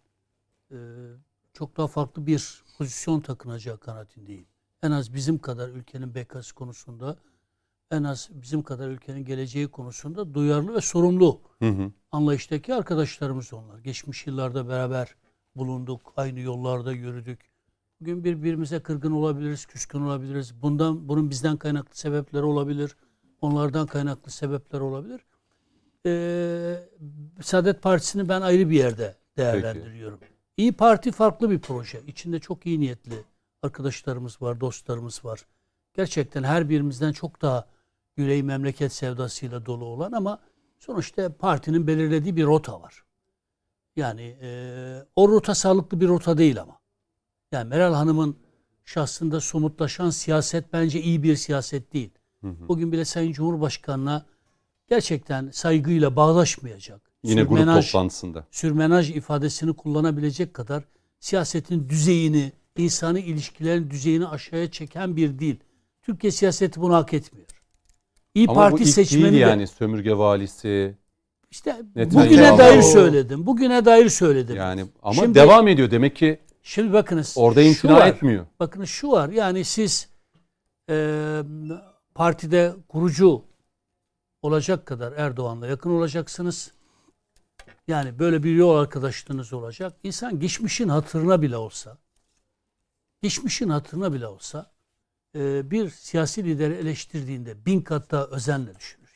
çok daha farklı bir pozisyon takınacağı kanaatindeyim. En az bizim kadar ülkenin bekası konusunda, en az bizim kadar ülkenin geleceği konusunda duyarlı ve sorumlu anlayıştaki arkadaşlarımız onlar. Geçmiş yıllarda beraber bulunduk, aynı yollarda yürüdük. Bugün birbirimize kırgın olabiliriz, küskün olabiliriz. Bunun bizden kaynaklı sebepleri olabilir, onlardan kaynaklı sebepler olabilir. Saadet Partisi'ni ben ayrı bir yerde değerlendiriyorum. Peki. İYİ Parti farklı bir proje. İçinde çok iyi niyetli arkadaşlarımız var, dostlarımız var. Gerçekten her birimizden çok daha yüreği memleket sevdasıyla dolu olan ama sonuçta partinin belirlediği bir rota var. Yani o rota sağlıklı bir rota değil ama. Yani Meral Hanım'ın şahsında somutlaşan siyaset bence iyi bir siyaset değil. Bugün bile Sayın Cumhurbaşkanı'na gerçekten saygıyla bağdaşmayacak. Yine grup toplantısında. Sürmenaj ifadesini kullanabilecek kadar siyasetin düzeyini, insani ilişkilerin düzeyini aşağıya çeken bir dil. Türkiye siyaseti bunu hak etmiyor. İyi Ama Parti bu ilk seçmeni değil de, yani sömürge valisi. İşte Netanyahu. bugüne dair söyledim. Bugüne dair söyledim. Yani ama Şimdi, devam ediyor demek ki. Şimdi bakınız. Orada imtina etmiyor. Bakınız şu var. Yani siz partide kurucu olacak kadar Erdoğan'la yakın olacaksınız. Yani böyle bir yol arkadaşlığınız olacak. İnsan geçmişin hatırına bile olsa bir siyasi lideri eleştirdiğinde 1000 kat daha özenle düşünür.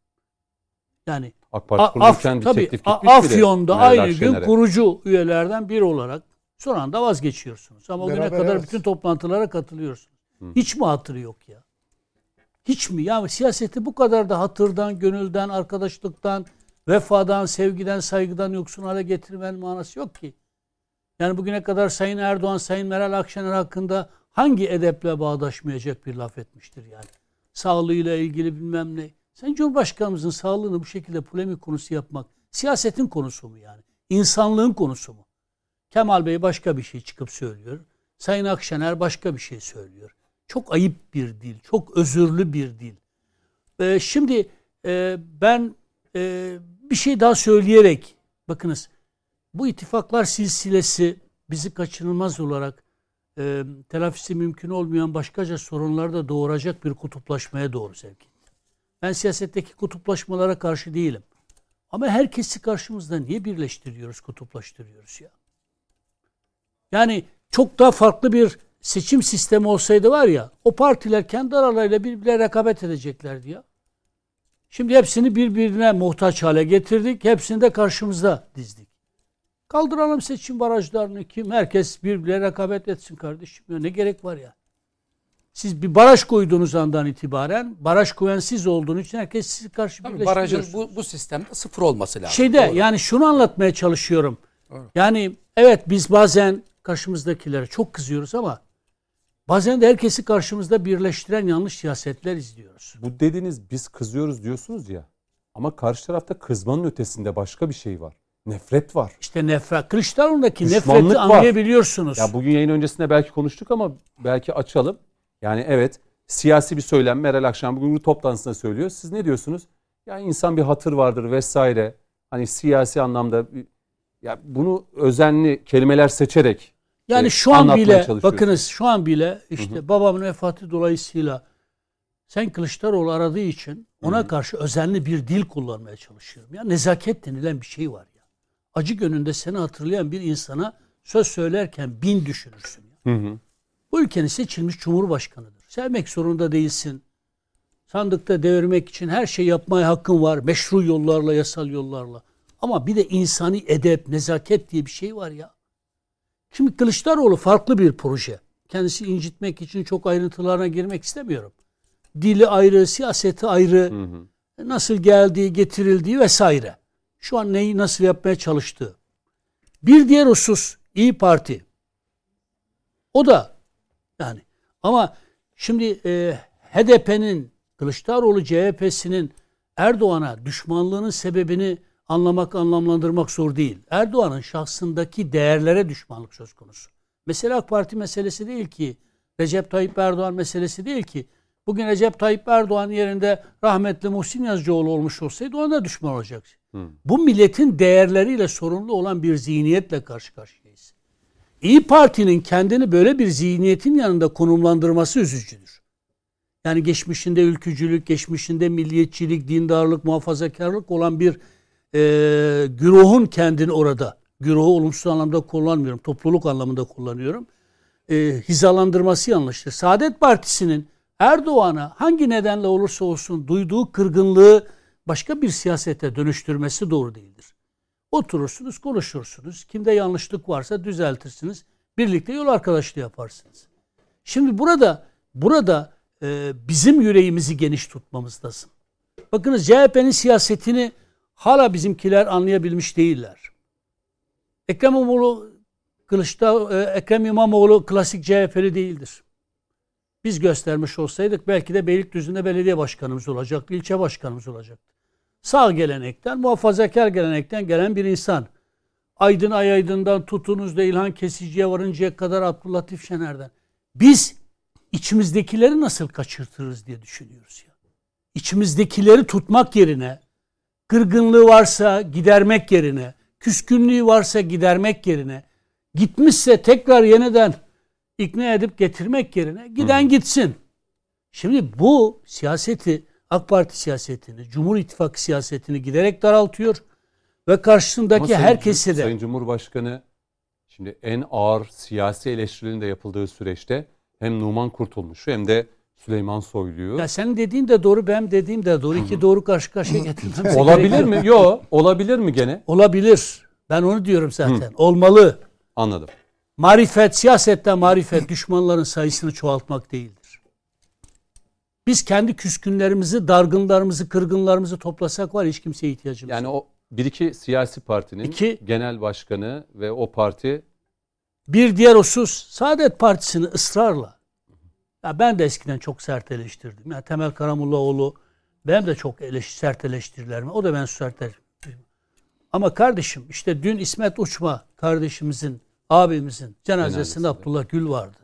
Yani AK Parti kurulurken bir teklif gitmiş bile. Afyon'da aynı gün kurucu üyelerden biri olarak son anda vazgeçiyorsunuz. Ama o güne kadar bütün toplantılara katılıyorsunuz. Hiç mi hatırı yok ya? Hiç mi? Yani siyaseti bu kadar da hatırdan, gönülden, arkadaşlıktan, vefadan, sevgiden, saygıdan yoksun hale getirmenin manası yok ki. Yani bugüne kadar Sayın Erdoğan, Sayın Meral Akşener hakkında hangi edeple bağdaşmayacak bir laf etmiştir yani? Sağlığıyla ilgili bilmem ne. Sayın Cumhurbaşkanımızın sağlığını bu şekilde polemik konusu yapmak siyasetin konusu mu yani? İnsanlığın konusu mu? Kemal Bey başka bir şey çıkıp söylüyor. Sayın Akşener başka bir şey söylüyor. Çok ayıp bir dil, çok özürlü bir dil. Şimdi ben bir şey daha söyleyerek, bakınız bu ittifaklar silsilesi bizi kaçınılmaz olarak telafisi mümkün olmayan başkaca sorunları da doğuracak bir kutuplaşmaya doğru sevk etti. Ben siyasetteki kutuplaşmalara karşı değilim. Ama herkesi karşımızda niye birleştiriyoruz, kutuplaştırıyoruz ya? Yani çok daha farklı bir seçim sistemi olsaydı var ya, o partiler kendi aralarıyla birbirine rekabet edeceklerdi ya. Şimdi hepsini birbirine muhtaç hale getirdik. Hepsini de karşımızda dizdik. Kaldıralım seçim barajlarını, kim? Herkes birbirine rekabet etsin kardeşim. Ya ne gerek var ya? Siz bir baraj koyduğunuz andan itibaren baraj koyan siz olduğunuz için herkes sizi karşı birleştiriyorsunuz. Barajın bu sistemde sıfır olması lazım. Doğru. Yani şunu anlatmaya çalışıyorum. Doğru. Yani evet biz bazen karşımızdakilere çok kızıyoruz ama bazen de herkesi karşımızda birleştiren yanlış siyasetler izliyoruz. Bu dediğiniz biz kızıyoruz diyorsunuz ya. Ama karşı tarafta kızmanın ötesinde başka bir şey var. Nefret var. İşte nefret. Kılıçdaroğlu'ndaki nefreti anlayabiliyorsunuz. Ya bugün yayın öncesinde belki konuştuk ama belki açalım. Yani evet siyasi bir söylem Meral Akşener bugün bu toplantısında söylüyor. Siz ne diyorsunuz? Ya insan bir hatır vardır vesaire. Hani siyasi anlamda ya bunu özenli kelimeler seçerek yani şu an bile bakınız şu an bile işte babamın vefatı dolayısıyla Sayın Kılıçdaroğlu aradığı için ona karşı özenli bir dil kullanmaya çalışıyorum. Ya nezaket denilen bir şey var ya. Acı gönlünde seni hatırlayan bir insana söz söylerken 1000 düşünürsün. Ya. Bu ülkenin seçilmiş cumhurbaşkanıdır. Sevmek zorunda değilsin. Sandıkta devirmek için her şey yapmaya hakkın var. Meşru yollarla, yasal yollarla. Ama bir de insani edep, nezaket diye bir şey var ya. Şimdi Kılıçdaroğlu farklı bir proje. Kendisi incitmek için çok ayrıntılarına girmek istemiyorum. Dili ayrı, siyaseti ayrı, nasıl geldiği, getirildiği vesaire. Şu an neyi nasıl yapmaya çalıştığı. Bir diğer husus İyi Parti. O da yani ama şimdi HDP'nin, Kılıçdaroğlu CHP'sinin Erdoğan'a düşmanlığının sebebini anlamak, anlamlandırmak zor değil. Erdoğan'ın şahsındaki değerlere düşmanlık söz konusu. Mesela AK Parti meselesi değil ki, Recep Tayyip Erdoğan meselesi değil ki. Bugün Recep Tayyip Erdoğan yerinde rahmetli Muhsin Yazıcıoğlu olmuş olsaydı ona da düşman olacak. Bu milletin değerleriyle sorumlu olan bir zihniyetle karşı karşıyayız. İyi Parti'nin kendini böyle bir zihniyetin yanında konumlandırması üzücüdür. Yani geçmişinde ülkücülük, geçmişinde milliyetçilik, dindarlık, muhafazakarlık olan bir güruhun kendini orada, güruhu olumsuz anlamda kullanmıyorum, topluluk anlamında kullanıyorum, hizalandırması yanlıştır. Saadet Partisi'nin Erdoğan'a hangi nedenle olursa olsun duyduğu kırgınlığı başka bir siyasete dönüştürmesi doğru değildir. Oturursunuz, konuşursunuz. Kimde yanlışlık varsa düzeltirsiniz. Birlikte yol arkadaşlığı yaparsınız. Şimdi burada bizim yüreğimizi geniş tutmamız lazım. Bakınız CHP'nin siyasetini hala bizimkiler anlayabilmiş değiller. Ekrem İmamoğlu klasik CHP'li değildir. Biz göstermiş olsaydık belki de Beylikdüzü'nde belediye başkanımız olacaktı, ilçe başkanımız olacaktı. Sağ gelenekten, muhafazakar gelenekten gelen bir insan. Aydın Ayaydın'dan tutunuz da İlhan Kesici'ye varıncaya kadar Abdülatif Şener'den. Biz içimizdekileri nasıl kaçırtırız diye düşünüyoruz ya. İçimizdekileri tutmak yerine, kırgınlığı varsa gidermek yerine, küskünlüğü varsa gidermek yerine, gitmişse tekrar yeniden ikna edip getirmek yerine giden gitsin. Şimdi bu siyaseti, AK Parti siyasetini, Cumhur İttifakı siyasetini giderek daraltıyor ve karşısındaki herkesi de... Sayın Cumhurbaşkanı şimdi en ağır siyasi eleştirilerin de yapıldığı süreçte hem Numan Kurtulmuş'u hem de Süleyman Soylu'yu... Ya senin dediğin de doğru, benim dediğim de doğru. İki doğru karşı karşıya getirmemiz olabilir mi? Yok. Olabilir mi gene? Olabilir. Ben onu diyorum zaten. Olmalı. Anladım. Marifet, siyasette marifet düşmanların sayısını çoğaltmak değildir. Biz kendi küskünlerimizi, dargınlarımızı, kırgınlarımızı toplasak var hiç kimseye ihtiyacımız yok. Yani o bir iki siyasi partinin genel başkanı ve o parti... Bir diğer husus Saadet Partisi'ni ısrarla. Ya ben de eskiden çok sert eleştirdim. Ya Temel Karamollaoğlu benim de çok sert eleştirilerim. O da ben sert eleştirdim. Ama kardeşim işte dün İsmet Uçma kardeşimizin, abimizin cenazesinde Abdullah Gül vardı.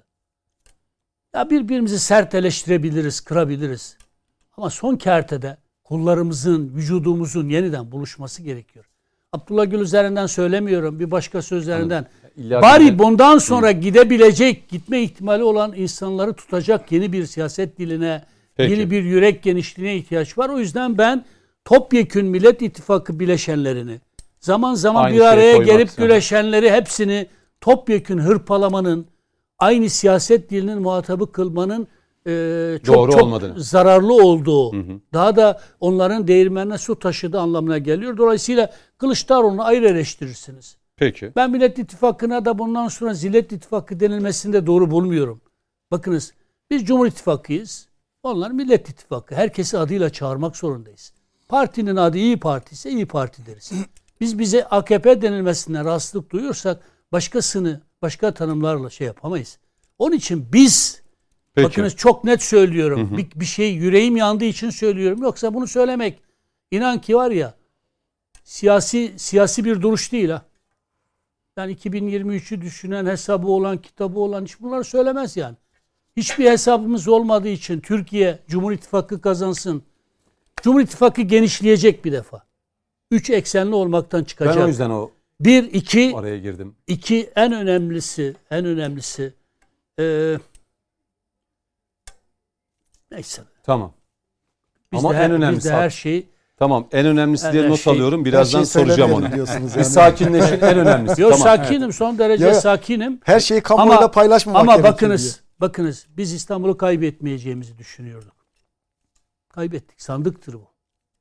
Ya birbirimizi sert eleştirebiliriz, kırabiliriz. Ama son kertede kullarımızın, vücudumuzun yeniden buluşması gerekiyor. Abdullah Gül üzerinden söylemiyorum, bir başka sözlerinden. Bari bundan sonra gidebilecek, gitme ihtimali olan insanları tutacak yeni bir siyaset diline, yeni bir yürek genişliğine ihtiyaç var. O yüzden ben topyekün Millet İttifakı bileşenlerini, zaman zaman aynı bir araya gelip güreşenleri hepsini topyekün hırpalamanın, aynı siyaset dilinin muhatabı kılmanın çok zararlı olduğu, daha da onların değirmenine su taşıdığı anlamına geliyor. Dolayısıyla Kılıçdaroğlu'nu ayrı eleştirirsiniz. Peki. Ben Millet İttifakı'na da bundan sonra Zillet İttifakı denilmesini de doğru bulmuyorum. Bakınız biz Cumhur İttifakı'yız. Onlar Millet İttifakı. Herkesi adıyla çağırmak zorundayız. Partinin adı İyi Parti ise İyi Parti deriz. Biz bize AKP denilmesinden rahatsızlık duyuyorsak başkasını başka tanımlarla şey yapamayız. Onun için biz bakınız çok net söylüyorum. Bir şey yüreğim yandığı için söylüyorum. Yoksa bunu söylemek inan ki var ya siyasi bir duruş değil ha. Yani 2023'ü düşünen, hesabı olan, kitabı olan hiç bunları söylemez yani. Hiçbir hesabımız olmadığı için Türkiye Cumhur İttifakı kazansın. Cumhur İttifakı genişleyecek bir defa. 3 eksenli olmaktan çıkacak. Ben o yüzden oraya girdim. 2 en önemlisi neyse. Tamam. Ama en önemlisi her şey. Tamam, en önemlisi diye not alıyorum. Birazdan soracağım onu. Bir sakinleşin, en önemlisi. Yok, sakinim, son derece sakinim. Her şeyi kamuoyuyla paylaşmamak gerekiyor. Ama bakınız biz İstanbul'u kaybetmeyeceğimizi düşünüyorduk. Kaybettik. Sandıktır bu.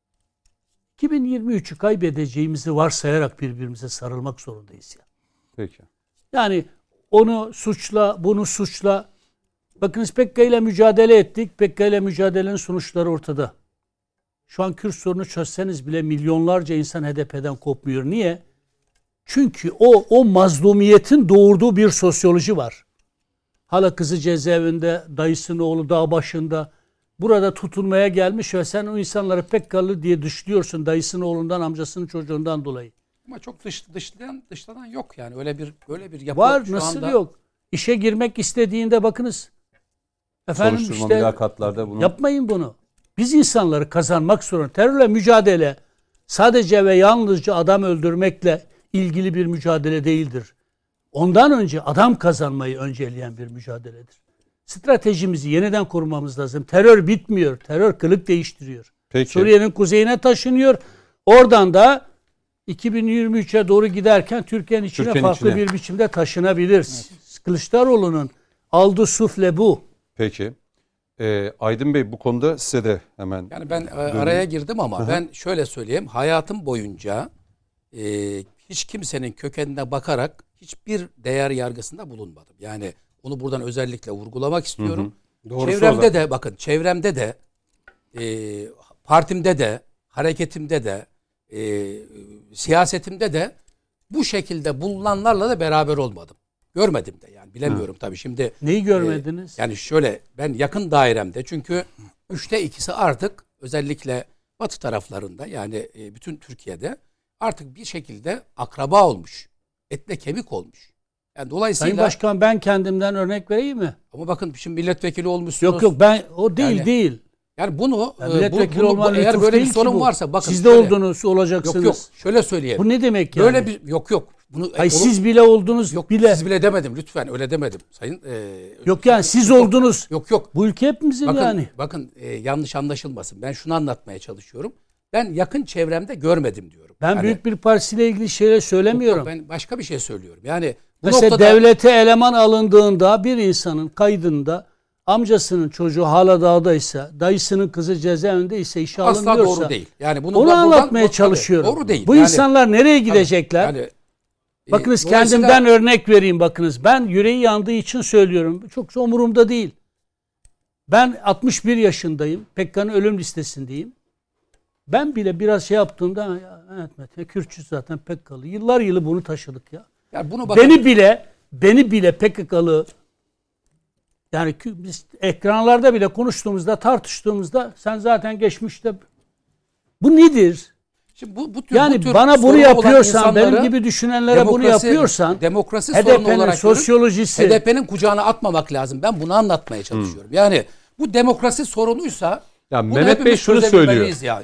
2023'ü kaybedeceğimizi varsayarak birbirimize sarılmak zorundayız ya. Peki. Yani onu suçla, bunu suçla. Bakınız PKK ile mücadele ettik. PKK ile mücadelenin sonuçları ortada. Şu an Kürt sorunu çözseniz bile milyonlarca insan HDP'den kopmuyor. Niye? Çünkü o mazlumiyetin doğurduğu bir sosyoloji var. Hala kızı cezaevinde, dayısının oğlu dağ başında. Burada tutunmaya gelmiş ve sen o insanları PKK'lı diye dışlıyorsun. Dayısının oğlundan, amcasının çocuğundan dolayı. Ama çok dışlanan yok yani. Öyle bir yapı var. Şu nasıl anda... yok? İşe girmek istediğinde bakınız. Efendim soruşturma mülakatlarda bunu... Yapmayın bunu. Biz insanları kazanmak zorunda. Terörle mücadele sadece ve yalnızca adam öldürmekle ilgili bir mücadele değildir. Ondan önce adam kazanmayı önceleyen bir mücadeledir. Stratejimizi yeniden kurmamız lazım. Terör bitmiyor. Terör kılık değiştiriyor. Peki. Suriye'nin kuzeyine taşınıyor. Oradan da 2023'e doğru giderken Türkiye'nin içine farklı bir biçimde taşınabilir. Evet. Kılıçdaroğlu'nun aldığı sufle bu. Peki. Aydın Bey bu konuda size de hemen... Yani ben araya girdim ama ben şöyle söyleyeyim. Hayatım boyunca hiç kimsenin kökenine bakarak hiçbir değer yargısında bulunmadım. Yani onu buradan özellikle vurgulamak istiyorum. Çevremde de partimde de, hareketimde de, siyasetimde de bu şekilde bulunanlarla da beraber olmadım. Görmedim de yani bilemiyorum tabii şimdi. Neyi görmediniz? Yani şöyle ben yakın dairemde çünkü 3'te 2'si artık özellikle Batı taraflarında yani bütün Türkiye'de artık bir şekilde akraba olmuş. Etle kemik olmuş. Yani dolayısıyla... Sayın Başkan, ben kendimden örnek vereyim mi? Ama bakın şimdi milletvekili olmuşsunuz. Yok ben o değil yani, değil. Yani bunu milletvekili olman eğer böyle bir değil sorun bu. varsa bakın. Siz de oldunuz, olacaksınız. Yok şöyle söyleyeyim. Bu ne demek yani? Böyle bir yok. Bunu Hayır, siz bile oldunuz. Yok bile. siz bile demedim lütfen, öyle demedim. Sayın yok yani siz oldunuz. Yok. Bu ülke hepimizin bakın, yani. Bakın yanlış anlaşılmasın. Ben şunu anlatmaya çalışıyorum. Ben yakın çevremde görmedim diyorum. Ben hani, büyük bir partisiyle ilgili şeyler söylemiyorum. Yok, ben başka bir şey söylüyorum. Yani bu mesela noktada, devlete eleman alındığında bir insanın kaydında amcasının çocuğu hala dağdaysa, dayısının kızı cezaevinde ise işe asla alınıyorsa, doğru değil. Yani bunu onu anlatmaya çalışıyorum. Doğru değil. Bu insanlar nereye gidecekler? Yani, bakınız kendimden örnek vereyim bakınız. Ben yüreği yandığı için söylüyorum. Çok umurumda değil. Ben 61 yaşındayım. PKK'nın ölüm listesindeyim. Ben bile biraz şey yaptığımda evet, Kürtçü zaten PKK'lı. Yıllar yılı bunu taşıdık ya. Yani bunu bakın, beni bile PKK'lı, yani biz ekranlarda bile konuştuğumuzda, tartıştığımızda sen zaten geçmişte, bu nedir? şimdi bu yani tür bana bunu yapıyorsan, benim insanları, gibi düşünenlere bunu yapıyorsan, demokrasi sorunu olarak sosyolojisi, HDP'nin kucağına atmamak lazım. Ben bunu anlatmaya çalışıyorum. Yani bu demokrasi sorunuysa ya Mehmet Bey şunu söylüyor.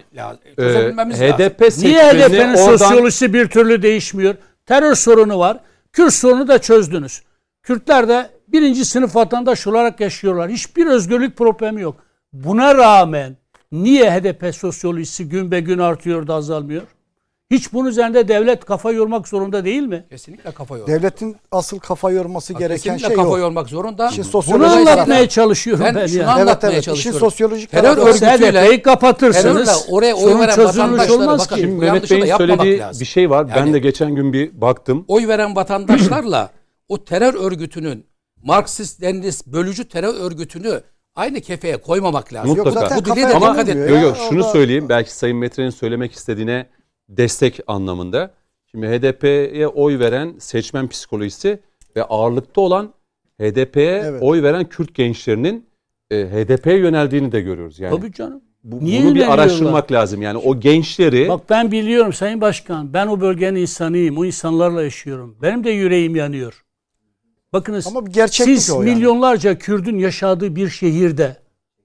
HDP niye HDP'nin sosyolojisi bir türlü değişmiyor? Terör sorunu var. Kürt sorunu da çözdünüz. Kürtler de birinci sınıf vatandaş olarak yaşıyorlar. Hiçbir özgürlük problemi yok. Buna rağmen niye HDP sosyolojisi gün be gün artıyor da azalmıyor? Hiç bunun üzerinde devlet kafa yormak zorunda değil mi? Kesinlikle kafa yormak. Devletin asıl kafa yorması gereken şey kafa o. yormak zorunda. Bunu anlatmaya çalışıyorum ben. Şunu yani. anlatmaya çalışıyorum. İşin sosyolojik terör örgütüyle kapatırsınız. Oraya oy veren vatandaşları bakın. Şimdi Mehmet Bey'in söylediği bir şey var. Yani, ben de geçen gün bir baktım. Oy veren vatandaşlarla o terör örgütünün, Marksist, Leninist, bölücü terör örgütünü aynı kefeye koymamak lazım. Mutlaka. Bu dile de dikkat etmiyor. Yok şunu söyleyeyim. Belki Sayın Metre'nin söylemek istediğine destek anlamında. Şimdi HDP'ye oy veren seçmen psikolojisi ve ağırlıkta olan HDP'ye oy veren Kürt gençlerinin HDP'ye yöneldiğini de görüyoruz. Yani tabii canım. Bunu bir araştırmak lazım. Yani o gençleri... Bak ben biliyorum Sayın Başkan. Ben o bölgenin insanıyım. O insanlarla yaşıyorum. Benim de yüreğim yanıyor. Bakınız ama siz milyonlarca Kürt'ün yaşadığı bir şehirde,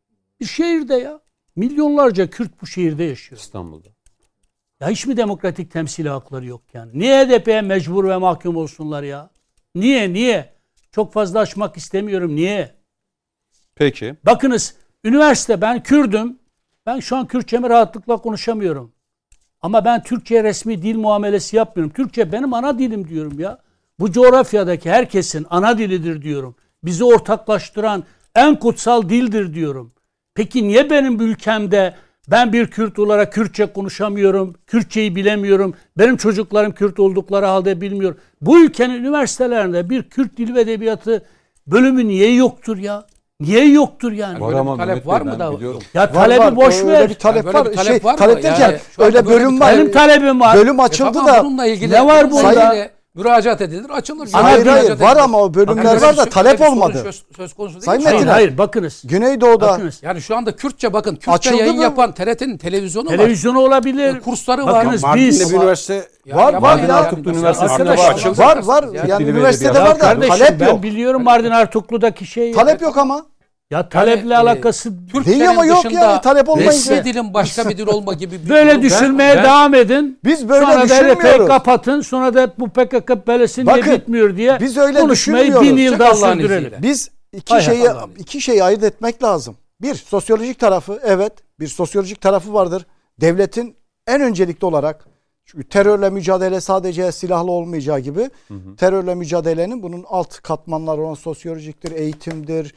ya milyonlarca Kürt bu şehirde yaşıyor. İstanbul'da. Ya hiç mi demokratik temsil hakları yok yani? Niye HDP'ye mecbur ve mahkum olsunlar ya? Niye? Çok fazla açmak istemiyorum. Niye? Peki. Bakınız üniversite, ben Kürdüm. Ben şu an Kürtçemi rahatlıkla konuşamıyorum. Ama ben Türkçe resmi dil muamelesi yapmıyorum. Türkçe benim ana dilim diyorum ya. Bu coğrafyadaki herkesin ana dilidir diyorum. Bizi ortaklaştıran en kutsal dildir diyorum. Peki niye benim ülkemde ben bir Kürt olarak Kürtçe konuşamıyorum, Kürtçeyi bilemiyorum, benim çocuklarım Kürt oldukları halde bilmiyor. Bu ülkenin üniversitelerinde bir Kürt dili ve edebiyatı bölümü niye yoktur ya? Niye yoktur yani? Var ama talep var mı da? Ya talebi boş ver. Bir talep var. Talep derken yani öyle bölüm var. Benim talebim var. Bölüm açıldı da. Bununla ilgili ne var bunda? Müracaat edilir, açılır. Hayır var ama o bölümler var da talep olmadı. Söz konusu değil. Sayın Metin, hayır bakınız. Güneydoğu'da. Bakınız. Yani şu anda Kürtçe bakın. Kürtçe yayın yapan TRT'nin televizyonu var. Olabilir. Kursları var. Bakınız biz. Üniversite Var. Mardin Artuklu Üniversitesi'nde var. Yani üniversitede var da talep yok. Ben biliyorum Mardin Artuklu'daki şey. Talep yok ama. Ya taleple alakası değil ama yok yani talep olmayınca. Resmi dilin başka bir dil olma gibi bir böyle düşünmeye devam edin. Biz böyle sonra düşünmüyoruz. Sonra kapatın. Sonra da bu PKK belesi niye bitmiyor diye biz öyle konuşmayı 1000 yıl daha sürdürelim. Biz iki şeyi ayırt etmek lazım. Bir, sosyolojik tarafı, evet bir sosyolojik tarafı vardır. Devletin en öncelikli olarak, çünkü terörle mücadele sadece silahlı olmayacağı gibi terörle mücadelenin bunun alt katmanları olan sosyolojiktir, eğitimdir,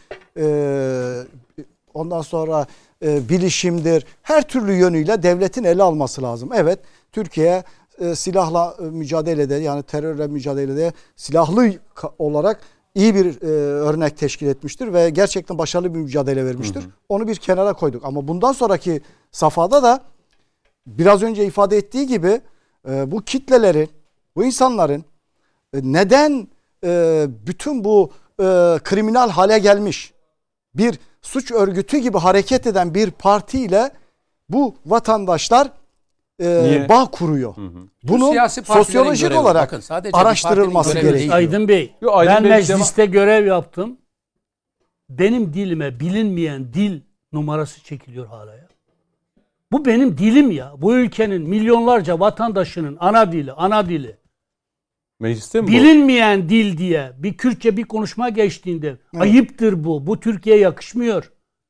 ondan sonra bilişimdir. Her türlü yönüyle devletin ele alması lazım. Evet, Türkiye silahla mücadelede, yani terörle mücadelede silahlı olarak iyi bir örnek teşkil etmiştir ve gerçekten başarılı bir mücadele vermiştir. Onu bir kenara koyduk. Ama bundan sonraki safhada da biraz önce ifade ettiği gibi bu kitlelerin, bu insanların neden bütün bu kriminal hale gelmiş bir suç örgütü gibi hareket eden bir partiyle bu vatandaşlar bağ kuruyor. Bunun sosyolojik olarak bakın, araştırılması gerekiyor. Aydın Bey, ben mecliste görev yaptım. Benim dilime bilinmeyen dil numarası çekiliyor hala ya. Bu benim dilim ya. Bu ülkenin milyonlarca vatandaşının ana dili. Mecliste mi bilinmeyen dil diye bir Kürtçe bir konuşma geçtiğinde ayıptır bu. Bu Türkiye'ye yakışmıyor.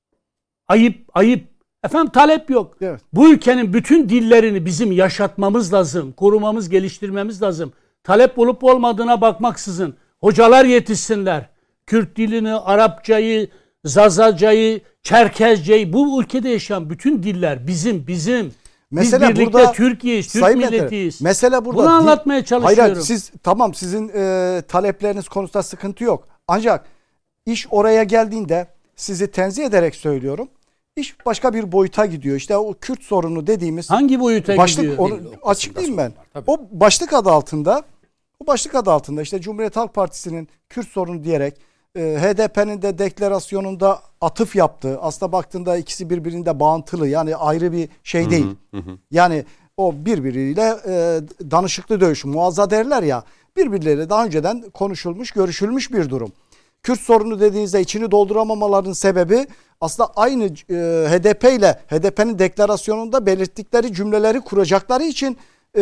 Ayıp. Efendim talep yok. Evet. Bu ülkenin bütün dillerini bizim yaşatmamız lazım. Korumamız, geliştirmemiz lazım. Talep olup olmadığına bakmaksızın hocalar yetişsinler. Kürt dilini, Arapçayı, Zazacayı, Çerkezceyi, bu ülkede yaşayan bütün diller bizim. Mesela biz birlikte Türkiye'yiz, Türk milletiyiz. Mesela burada bunu anlatmaya çalışıyorum. Hayır, sizin talepleriniz konusunda sıkıntı yok. Ancak iş oraya geldiğinde sizi tenzih ederek söylüyorum. İş başka bir boyuta gidiyor. İşte o Kürt sorunu dediğimiz hangi boyuta gidiyor? Onu açıklayayım ben. O başlık adı altında işte Cumhuriyet Halk Partisi'nin Kürt sorunu diyerek HDP'nin de deklarasyonunda atıf yaptığı, aslında baktığında ikisi birbirinde bağıntılı, yani ayrı bir şey değil. Yani o birbiriyle danışıklı dövüş, muazza derler ya, birbirleriyle daha önceden konuşulmuş, görüşülmüş bir durum. Kürt sorunu dediğinizde içini dolduramamaların sebebi aslında aynı HDP ile HDP'nin deklarasyonunda belirttikleri cümleleri kuracakları için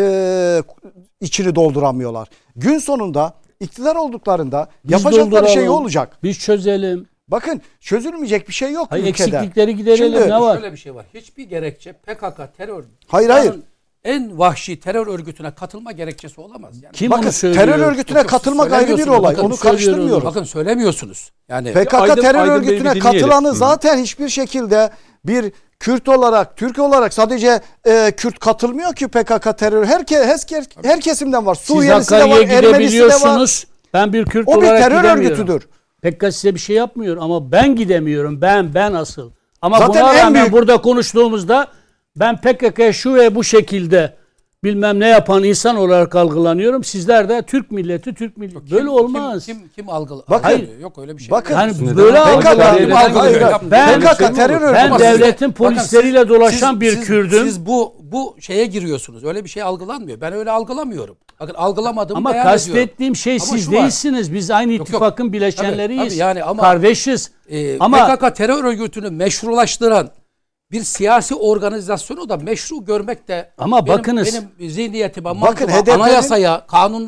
içini dolduramıyorlar. Gün sonunda iktidar olduklarında yapacakları şey olacak. Biz çözelim. Bakın, çözülmeyecek bir şey yok ülkede. Eksiklikleri giderelim. Şimdi, ne var? Şöyle bir şey var. Hiçbir gerekçe PKK terör. Hayır. En vahşi terör örgütüne katılma gerekçesi olamaz. Yani. Kim onu söylüyor? Terör örgütüne katılmak ayrı bir olay. Onu karıştırmıyoruz. Bakın söylemiyorsunuz. Yani PKK terör örgütüne katılanı zaten hiçbir şekilde bir Kürt olarak, Türk olarak sadece Kürt katılmıyor ki PKK terör. Her kesimden var. Suriyelisi de var, Ermenisi de var. Ben bir Kürt olarak gidemiyorum. O bir terör örgütüdür. PKK size bir şey yapmıyor ama ben gidemiyorum. Ben asıl. Ama zaten buna rağmen burada konuştuğumuzda ben PKK'ya şu ve bu şekilde bilmem ne yapan insan olarak algılanıyorum. Sizler de Türk milleti. Böyle olmaz. Kim algılar? Bakın, yok öyle bir şey. Bakın, yani böyle algılanıyor. Ben devletin polisleriyle dolaşan bir Kürdüm. Siz bu şeye giriyorsunuz. Öyle bir şey algılanmıyor. Ben öyle algılamıyorum. Bakın algılamadığımı ama beyan kastettiğim şey ama siz değilsiniz. Biz aynı ittifakın bileşenleriyiz. Tabii yani ama kardeşiz. Ama PKK terör örgütünü meşrulaştıran bir siyasi organizasyonu da meşru görmek de ama benim zihniyetime, mantığıma, anayasaya,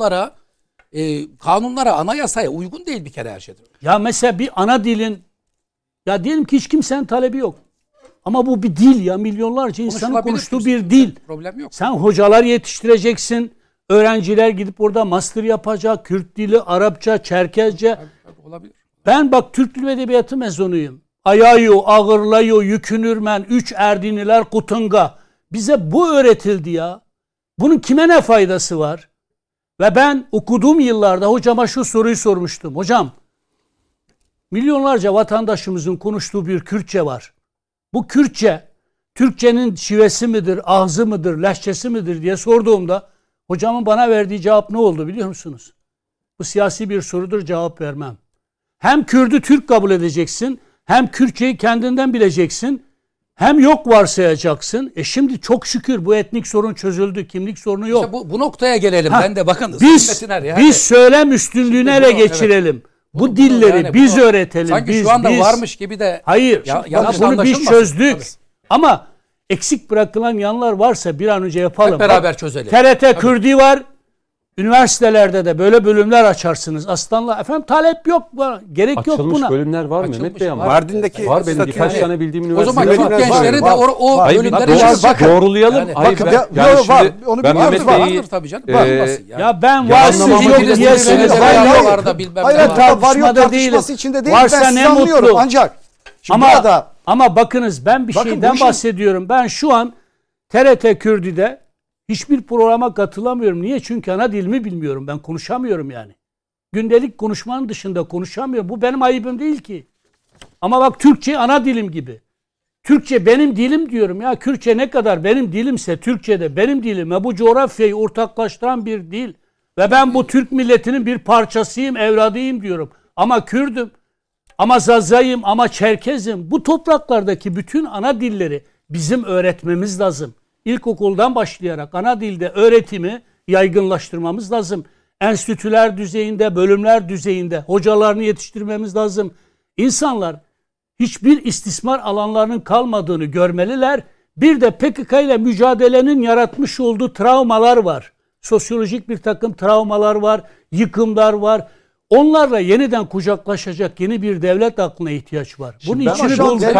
kanunlara, anayasaya uygun değil bir kere her şeyden. Ya mesela bir ana dilin, ya diyelim ki hiç kimsenin talebi yok. Ama bu bir dil ya, milyonlarca insanın konuştuğu bir dil. Problem yok. Sen hocalar yetiştireceksin. Öğrenciler gidip orada master yapacak. Kürt dili, Arapça, Çerkezce. Olabilir. Ben bak Türk Dil ve Edebiyatı mezunuyum. Ayayo, ağırlayo, yükünürmen, 3 erdiniler kutunga. Bize bu öğretildi ya. Bunun kime ne faydası var? Ve ben okuduğum yıllarda hocama şu soruyu sormuştum. Hocam, milyonlarca vatandaşımızın konuştuğu bir Kürtçe var. Bu Kürtçe, Türkçenin şivesi midir, ağzı mıdır, lehçesi midir diye sorduğumda hocamın bana verdiği cevap ne oldu biliyor musunuz? Bu siyasi bir sorudur, cevap vermem. Hem Kürt'ü Türk kabul edeceksin, hem Kürtçeyi kendinden bileceksin, hem yok varsayacaksın. Şimdi çok şükür bu etnik sorun çözüldü, kimlik sorunu yok. İşte bu noktaya gelelim. Ben de bakın. Biz söylem üstünlüğünü ele geçirelim. Evet. Bu dilleri yani biz öğretelim. Sanki şu anda varmış gibi de. Hayır. Bunu biz çözdük. Tabii. Ama eksik bırakılan yanlar varsa bir an önce yapalım. Hep beraber çözelim. TRT Kürdi var. Üniversitelerde de böyle bölümler açarsınız. Aslanla efendim talep yok. Gerek yok buna. Açılmış bölümler var Mehmet Bey ama. Mardin'deki var benim birkaç tane bildiğim üniversite. O zaman Kürt gençleri de o bölümleri doğrulayalım. Ben Mehmet Bey'i tabii canım. Ya ben varsız yok diyesiniz. Hayır, tartışmada değilim. Varsa ne mutlu. Ancak ama bakınız ben bir şeyden bahsediyorum. Ben şu an TRT Kürdi'de hiçbir programa katılamıyorum. Niye? Çünkü ana dilimi bilmiyorum. Ben konuşamıyorum yani. Gündelik konuşmanın dışında konuşamıyorum. Bu benim ayıbım değil ki. Ama bak Türkçe ana dilim gibi. Türkçe benim dilim diyorum ya. Kürtçe ne kadar benim dilimse Türkçe de benim dilim. Bu coğrafyayı ortaklaştıran bir dil. Ve ben bu Türk milletinin bir parçasıyım, evladıyım diyorum. Ama Kürdüm, ama Zazayım, ama Çerkezim. Bu topraklardaki bütün ana dilleri bizim öğretmemiz lazım. İlkokuldan başlayarak ana dilde öğretimi yaygınlaştırmamız lazım. Enstitüler düzeyinde, bölümler düzeyinde hocalarını yetiştirmemiz lazım. İnsanlar hiçbir istismar alanlarının kalmadığını görmeliler. Bir de PKK ile mücadelenin yaratmış olduğu travmalar var. Sosyolojik bir takım travmalar var, yıkımlar var. Onlarla yeniden kucaklaşacak yeni bir devlet aklına ihtiyaç var. Bunun içini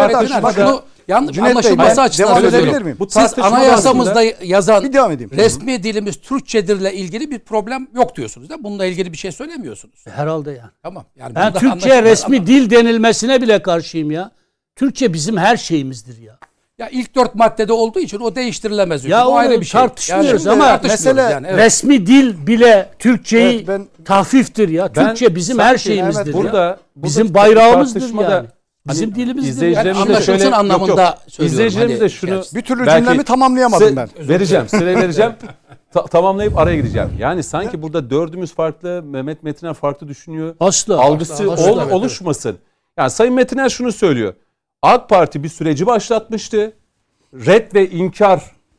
bunu yanlış anlaşılması açısından söylüyorum. Siz anayasamızda yazan resmi dilimiz Türkçedirle ilgili bir problem yok diyorsunuz da bununla ilgili bir şey söylemiyorsunuz. Herhalde yani. Tamam. Yani ben Türkçe resmi dil denilmesine bile karşıyım ya. Türkçe bizim her şeyimizdir ya. Ya ilk 4 maddede olduğu için o değiştirilemez. Ya o ayrı bir şey. Tartışmıyoruz yani ama mesele yani, evet. Resmi dil bile Türkçeyi tahfiftir ya. Türkçe bizim her şeyimizdir ya. Bizim bayrağımızdır yani. Bizim dilimizdir. Yani anlaşılsın anlamında söylüyorum. İzleyicilerimiz de şunu bir türlü cümlemi tamamlayamadım ben. Süre vereceğim. Tamamlayıp araya gideceğim. Yani sanki burada dördümüz farklı, Mehmet Metiner farklı düşünüyor. Algısı oluşmasın. Yani Sayın Metiner şunu söylüyor. AK Parti bir süreci başlatmıştı. Red ve inkar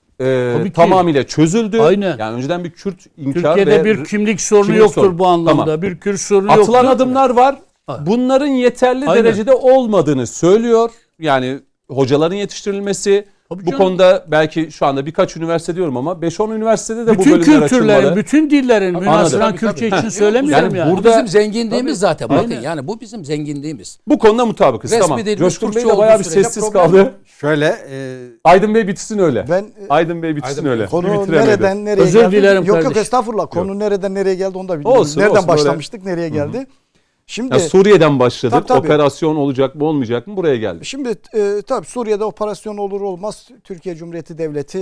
tamamıyla çözüldü. Aynen. Yani önceden bir Kürt inkar Türkiye'de bir kimlik sorunu yoktur bu anlamda. Tamam. Bir Kürt sorunu yoktur. Atılan adımlar var. Bunların yeterli derecede olmadığını söylüyor. Yani hocaların yetiştirilmesi. Bu konuda belki şu anda birkaç üniversite diyorum ama 5-10 üniversitede de bütün bu bölümler açılmalı. Bütün kültürlerin, bütün dillerin münasıran Kürtçe için söylemiyorum yani. Bu bizim zenginliğimiz zaten. Bakın yani bu bizim zenginliğimiz. Bu konuda mutabıkız. Tamam. Coşkun Bey de bayağı bir sessiz kaldı. Şöyle Aydın Bey bitsin öyle. Aydın Bey bitsin öyle. Konu nereden nereye geldi? Özür dilerim kardeşim. Yok estağfurullah. Konu nereden nereye geldi onu da bilmiyorum. Olsun, nereden başlamıştık, nereye geldi? Şimdi Suriye'den başladık. Tabii. Operasyon olacak mı olmayacak mı buraya geldik. Şimdi tabii Suriye'de operasyon olur olmaz Türkiye Cumhuriyeti Devleti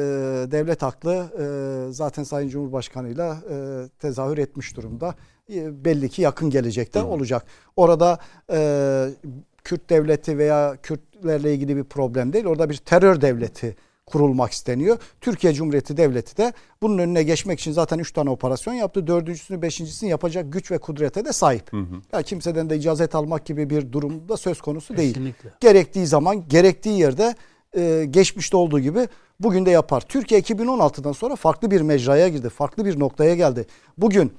devlet aklı zaten Sayın Cumhurbaşkanı'yla tezahür etmiş durumda. Belli ki yakın gelecekte olacak. Orada Kürt devleti veya Kürtlerle ilgili bir problem değil. Orada bir terör devleti kurulmak isteniyor. Türkiye Cumhuriyeti Devleti de bunun önüne geçmek için zaten 3 tane operasyon yaptı. 4.'sünü 5.'sini yapacak güç ve kudrete de sahip. Yani kimseden de icazet almak gibi bir durumda söz konusu değil. Kesinlikle. Gerektiği zaman, gerektiği yerde geçmişte olduğu gibi bugün de yapar. Türkiye 2016'dan sonra farklı bir mecraya girdi. Farklı bir noktaya geldi. Bugün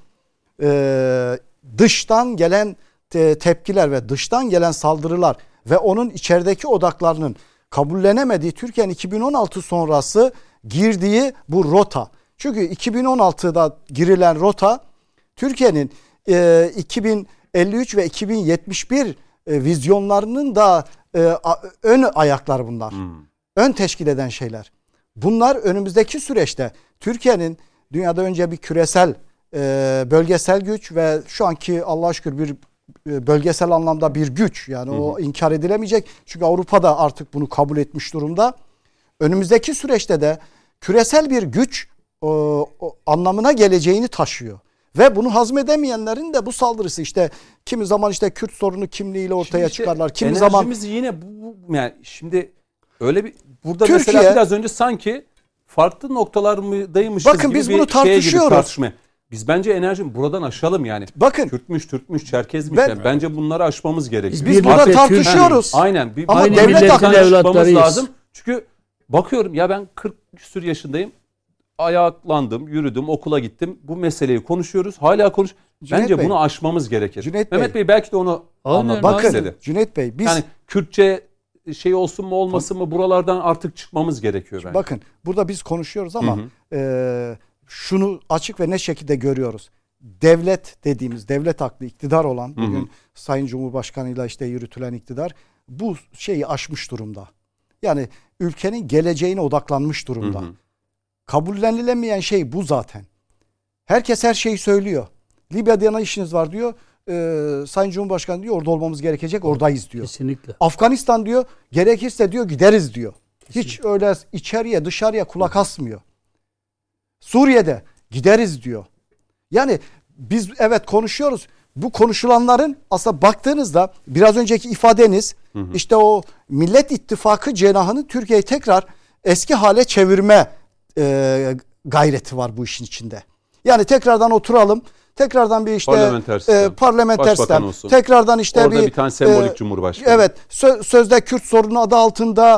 dıştan gelen tepkiler ve dıştan gelen saldırılar ve onun içerideki odaklarının kabullenemediği Türkiye'nin 2016 sonrası girdiği bu rota. Çünkü 2016'da girilen rota Türkiye'nin 2053 ve 2071 vizyonlarının da ön ayakları bunlar. Ön teşkil eden şeyler. Bunlar önümüzdeki süreçte Türkiye'nin dünyada önce bir küresel bölgesel güç ve şu anki Allah'a şükür bir bölgesel anlamda bir güç. Yani o inkar edilemeyecek. Çünkü Avrupa da artık bunu kabul etmiş durumda. Önümüzdeki süreçte de küresel bir güç o anlamına geleceğini taşıyor. Ve bunu hazmedemeyenlerin de bu saldırısı işte kimi zaman işte Kürt sorunu kimliğiyle ortaya çıkarlar. Kimi zaman yine bu yani şimdi öyle bir burada Türkiye, mesela biraz önce sanki farklı noktalardaymışız bakın gibi biz bunu tartışıyoruz. Biz bence enerjimi buradan aşalım yani. Bakın. Türkmüş, Çerkezmiş. Yani bence bunları aşmamız gerekiyor. Biz burada tartışıyoruz. Aynen. Ama devlet aşmamız lazım. Çünkü bakıyorum ya ben 40 küsur yaşındayım. Ayaklandım, yürüdüm, okula gittim. Bu meseleyi konuşuyoruz. Hala bence bunu aşmamız gerekir. Mehmet Bey belki de onu anlatmak istedi. Cüneyt Bey biz... Yani Kürtçe şey olsun mu olmasın mı buralardan artık çıkmamız gerekiyor bence. Bakın burada biz konuşuyoruz ama şunu açık ve net şekilde görüyoruz. Devlet dediğimiz devlet aklı iktidar olan bugün Sayın Cumhurbaşkanı'yla işte yürütülen iktidar bu şeyi aşmış durumda. Yani ülkenin geleceğine odaklanmış durumda. Kabullenilemeyen şey bu zaten. Herkes her şeyi söylüyor. Libya'da ne işiniz var diyor. Sayın Cumhurbaşkanı diyor orada olmamız gerekecek oradayız diyor. Kesinlikle. Afganistan diyor gerekirse diyor gideriz diyor. Kesinlikle. Hiç öyle içeriye dışarıya kulak asmıyor. Suriye'de gideriz diyor. Yani biz evet konuşuyoruz. Bu konuşulanların aslında baktığınızda biraz önceki ifadeniz işte o Millet İttifakı cenahını Türkiye'yi tekrar eski hale çevirme gayreti var bu işin içinde. Yani tekrardan oturalım. tekrardan bir işte parlamenter sistem, tekrardan işte orada bir tane sembolik cumhurbaşkanı. Evet, sözde Kürt sorunu adı altında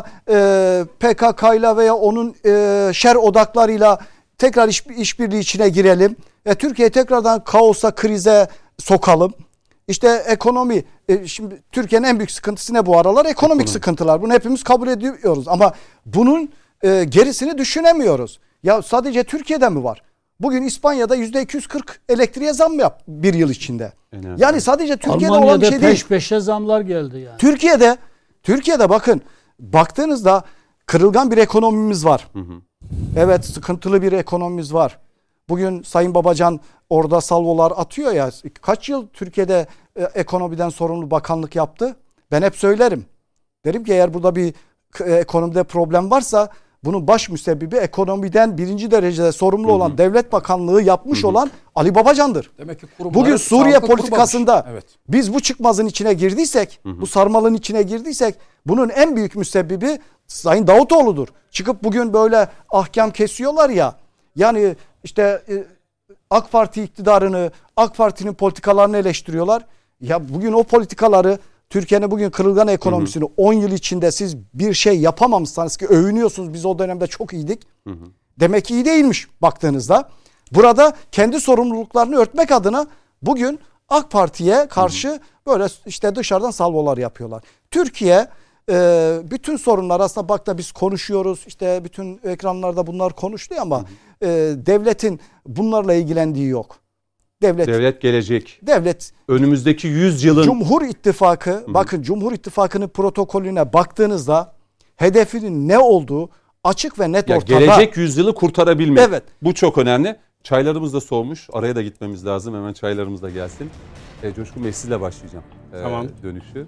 PKK'yla veya onun şer odaklarıyla tekrar işbirliği içine girelim. Türkiye'yi tekrardan kaosa, krize sokalım. İşte ekonomi, şimdi Türkiye'nin en büyük sıkıntısı ne bu aralar? Ekonomik sıkıntılar. Bunu hepimiz kabul ediyoruz ama bunun gerisini düşünemiyoruz. Ya sadece Türkiye'de mi var? Bugün İspanya'da %240 elektriğe zam yap bir yıl içinde. Yani sadece Türkiye'de Almanya'da olan bir şey değil. peş peşe zamlar geldi yani. Türkiye'de baktığınızda kırılgan bir ekonomimiz var. Evet, sıkıntılı bir ekonomimiz var. Bugün Sayın Babacan orada salvolar atıyor ya. Kaç yıl Türkiye'de ekonomiden sorumlu bakanlık yaptı? Ben hep söylerim. Derim ki eğer burada bir ekonomide problem varsa bunun baş müsebbibi ekonomiden birinci derecede sorumlu olan devlet bakanlığı yapmış olan Ali Babacan'dır. Demek ki bugün Suriye politikasında biz bu çıkmazın içine girdiysek, bu sarmalın içine girdiysek bunun en büyük müsebbibi Sayın Davutoğlu'dur. Çıkıp bugün böyle ahkam kesiyorlar ya. Yani işte AK Parti iktidarını, AK Parti'nin politikalarını eleştiriyorlar. Ya bugün o politikaları, Türkiye'nin bugün kırılgan ekonomisini 10 yıl içinde siz bir şey yapamamışsanız ki övünüyorsunuz, biz o dönemde çok iyiydik. Demek ki iyi değilmiş baktığınızda. Burada kendi sorumluluklarını örtmek adına bugün AK Parti'ye karşı böyle işte dışarıdan salvolar yapıyorlar. Türkiye bütün sorunlar aslında bak da biz konuşuyoruz, işte bütün ekranlarda bunlar konuşuluyor ama devletin bunlarla ilgilendiği yok. Devlet gelecek. Devlet önümüzdeki 100 yılın Cumhur İttifakı, bakın Cumhur İttifakı'nın protokolüne baktığınızda hedefinin ne olduğu açık ve net ortada. Gelecek yüzyılı kurtarabilmek. Evet. Bu çok önemli. Çaylarımız da soğumuş. Araya da gitmemiz lazım. Hemen çaylarımız da gelsin. Coşkun Bey sizle başlayacağım. Tamam. Dönüşü.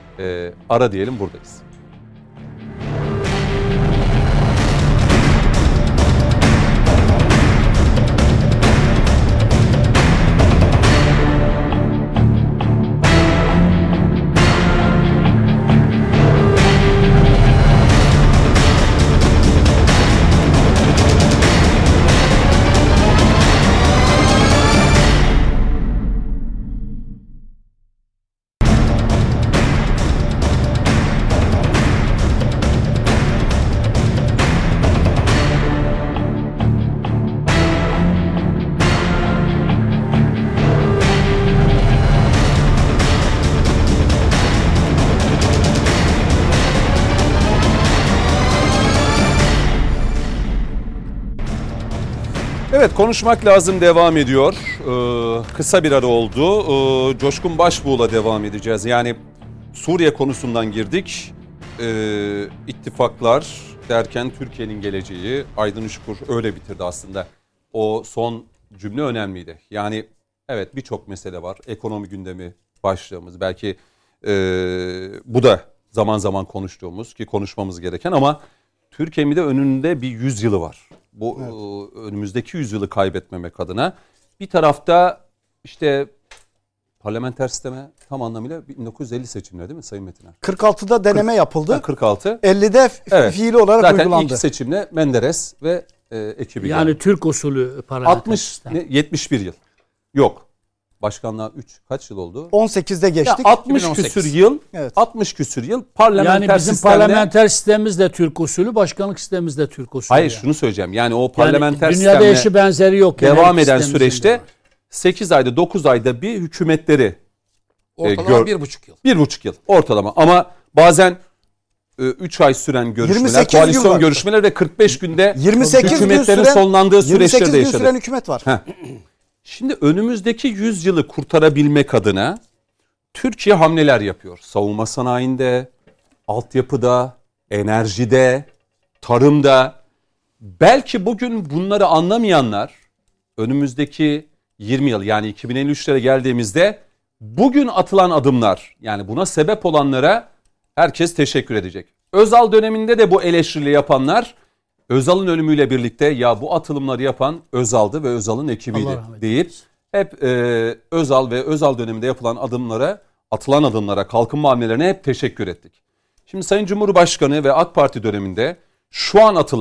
Ara diyelim, buradayız. Evet, konuşmak lazım devam ediyor. Kısa bir ara oldu. Coşkun Başbuğ'la devam edeceğiz. Yani Suriye konusundan girdik. İttifaklar derken Türkiye'nin geleceği, Aydın Üçkur öyle bitirdi aslında. O son cümle önemliydi. Yani evet, birçok mesele var. Ekonomi gündemi başlığımız. Belki bu da zaman zaman konuştuğumuz ki konuşmamız gereken, ama Türkiye'nin de önünde bir 100 yılı var. Bu önümüzdeki yüzyılı kaybetmemek adına. Bir tarafta işte parlamenter sisteme tam anlamıyla 1950 seçimleri değil mi Sayın Metiner? 46'da deneme yapıldı. 46. 50'de fiili olarak zaten uygulandı. Zaten ilk seçimle Menderes ve ekibi yani geldi. Türk usulü parlamenter sistem. 71 yıl. Yok. Başkanlığa kaç yıl oldu? 18'de geçtik. Ya 60 küsür yıl. Evet. 60 küsür yıl parlamenter yani bizim sistemle... parlamenter sistemimiz de Türk usulü, başkanlık sistemimiz de Türk usulü. Hayır, şunu söyleyeceğim. Yani o parlamenter yani dünyada sistemle eşi benzeri yok. Devam eden süreçte 8 ayda 9 ayda bir hükümetleri ortalama 1,5 yıl. 1,5 yıl ortalama, ama bazen 3 ay süren görüşmeler, koalisyon görüşmeleri ve 45 günde hükümetlerin sonlandığı süreçlerde yaşadık. 28 gün süren hükümet var. Şimdi önümüzdeki 100 yılı kurtarabilmek adına Türkiye hamleler yapıyor. Savunma sanayinde, altyapıda, enerjide, tarımda. Belki bugün bunları anlamayanlar önümüzdeki 20 yıl, yani 2053'lere geldiğimizde bugün atılan adımlar, yani buna sebep olanlara herkes teşekkür edecek. Özal döneminde de bu eleştiriyi yapanlar, Özal'ın ölümüyle birlikte ya bu atılımları yapan Özal'dı ve Özal'ın ekibiydi deyip hep Özal ve Özal döneminde yapılan adımlara, atılan adımlara, kalkınma hamlelerine hep teşekkür ettik. Şimdi Sayın Cumhurbaşkanı ve AK Parti döneminde şu an atılan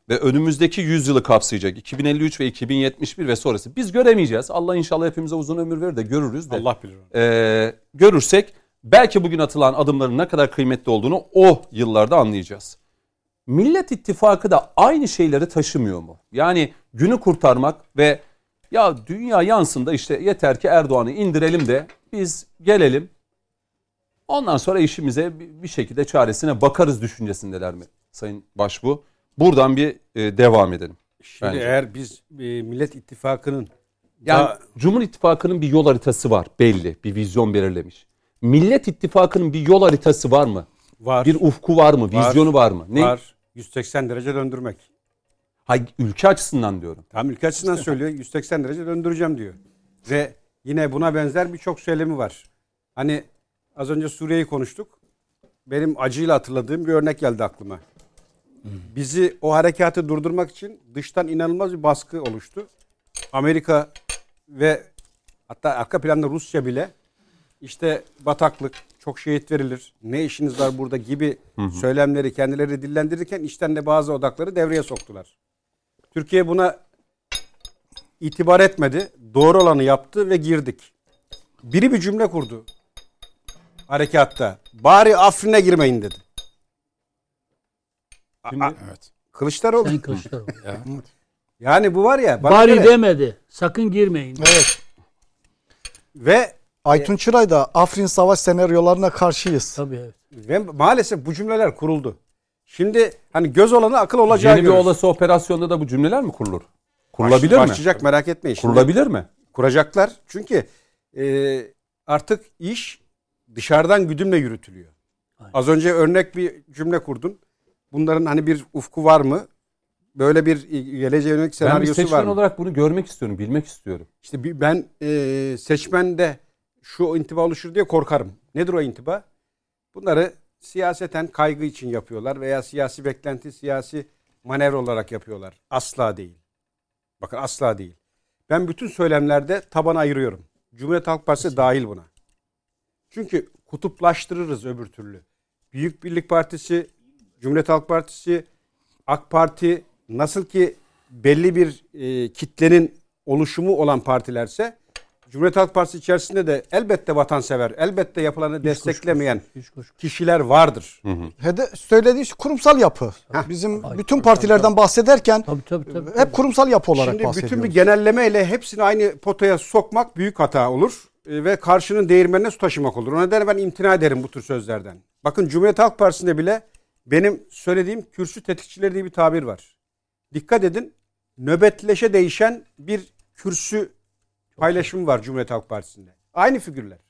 ve önümüzdeki 100 yılı kapsayacak 2053 ve 2071 ve sonrası biz göremeyeceğiz. Allah inşallah hepimize uzun ömür verir de görürüz de. Allah bilir. Görürsek belki bugün atılan adımların ne kadar kıymetli olduğunu o yıllarda anlayacağız. Millet İttifakı da aynı şeyleri taşımıyor mu? Yani günü kurtarmak ve ya dünya yansın da işte yeter ki Erdoğan'ı indirelim de biz gelelim. Ondan sonra işimize bir şekilde çaresine bakarız düşüncesindeler mi Sayın Başbuğ? Buradan bir devam edelim. Şimdi bence. eğer biz Millet İttifakı'nın yani Cumhur İttifakı'nın bir yol haritası var belli. Bir vizyon belirlemiş. Millet İttifakı'nın bir yol haritası var mı? Var. Bir ufku var mı? Vizyonu var mı? Ne? Var. 180 derece döndürmek. Hayır, ülke açısından diyorum. Tam ülke açısından söylüyor. 180 derece döndüreceğim diyor. Ve yine buna benzer birçok söylemi var. Hani az önce Suriye'yi konuştuk. Benim acıyla hatırladığım bir örnek geldi aklıma. Bizi o harekatı durdurmak için dıştan inanılmaz bir baskı oluştu. Amerika ve hatta arka planda Rusya bile işte bataklık, çok şehit verilir, ne işiniz var burada gibi söylemleri kendileri dillendirirken içten de bazı odakları devreye soktular. Türkiye buna itibar etmedi. Doğru olanı yaptı ve girdik. Biri bir cümle kurdu harekatta. Bari Afrin'e girmeyin dedi. Evet. Kılıçdaroğlu. Sayın Kılıçdaroğlu. Yani bu var ya. Bari göre, demedi. Sakın girmeyin. Evet. ve Aytun Çıray da Afrin Savaş senaryolarına karşıyız. Tabii evet. ve maalesef bu cümleler kuruldu. Şimdi hani göz olanı akıl olacağı Yeni bir görürüz. olası operasyonda da bu cümleler mi kurulur? Kurulabilir mi? Başlayacak, merak etmeyin. Şimdi Kurulabilir mi? kuracaklar. Çünkü artık iş dışarıdan güdümle yürütülüyor. Aynen. Az önce örnek bir cümle kurdun. Bunların hani bir ufku var mı? Böyle bir geleceğe yönelik Ben bir senaryosu seçmen var mı? olarak bunu görmek istiyorum, bilmek istiyorum. İşte ben seçmende şu intiba oluşur diye korkarım. Nedir o intiba? Bunları siyaseten kaygı için yapıyorlar veya siyasi beklenti, siyasi manevra olarak yapıyorlar. Asla değil. Bakın asla değil. Ben bütün söylemlerde taban ayırıyorum. Cumhuriyet Halk Partisi dahil buna. Çünkü kutuplaştırırız öbür türlü. Büyük Birlik Partisi, Cumhuriyet Halk Partisi, AK Parti nasıl ki belli bir kitlenin oluşumu olan partilerse Cumhuriyet Halk Partisi içerisinde de elbette vatansever, elbette yapılanı desteklemeyen kişiler vardır. Söylediği kurumsal yapı. Bizim bütün partilerden bahsederken Tabii. hep kurumsal yapı olarak Şimdi bahsediyoruz. bütün bir genellemeyle hepsini aynı potaya sokmak büyük hata olur. Ve karşının değirmenine su taşımak olur. O nedenle ben imtina ederim bu tür sözlerden. Bakın Cumhuriyet Halk Partisi'nde bile benim söylediğim kürsü tetikçileri diye bir tabir var. Dikkat edin, nöbetleşe değişen bir kürsü paylaşımı var Cumhuriyet Halk Partisi'nde. Aynı figürler.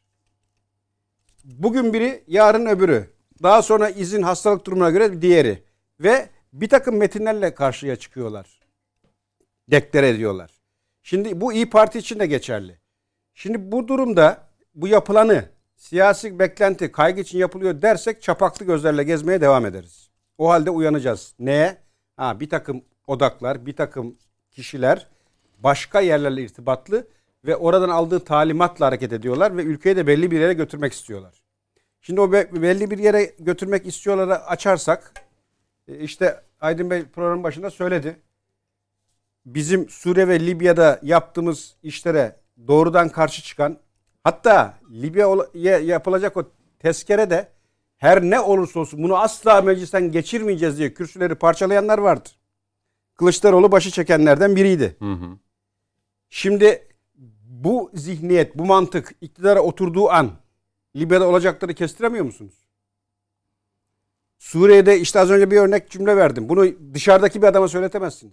Bugün biri, yarın öbürü. Daha sonra izin hastalık durumuna göre diğeri. Ve bir takım metinlerle karşıya çıkıyorlar. Deklare ediyorlar. Şimdi bu İYİ Parti için de geçerli. Şimdi bu durumda bu yapılanı siyasi beklenti, kaygı için yapılıyor dersek çapaklı gözlerle gezmeye devam ederiz. O halde uyanacağız. Neye? Bir takım odaklar, bir takım kişiler başka yerlerle irtibatlı ve oradan aldığı talimatla hareket ediyorlar ve ülkeyi de belli bir yere götürmek istiyorlar. Şimdi o belli bir yere götürmek istiyorları açarsak işte Aydın Bey programın başında söyledi. Bizim Suriye ve Libya'da yaptığımız işlere doğrudan karşı çıkan, hatta Libya'ya yapılacak o tezkere de her ne olursa olsun bunu asla meclisten geçirmeyeceğiz diye kürsüleri parçalayanlar vardır. Kılıçdaroğlu başı çekenlerden biriydi. Şimdi bu zihniyet, bu mantık iktidara oturduğu an Libya'da olacakları kestiremiyor musunuz? Suriye'de işte az önce bir örnek cümle verdim. Bunu dışarıdaki bir adama söyletemezsiniz.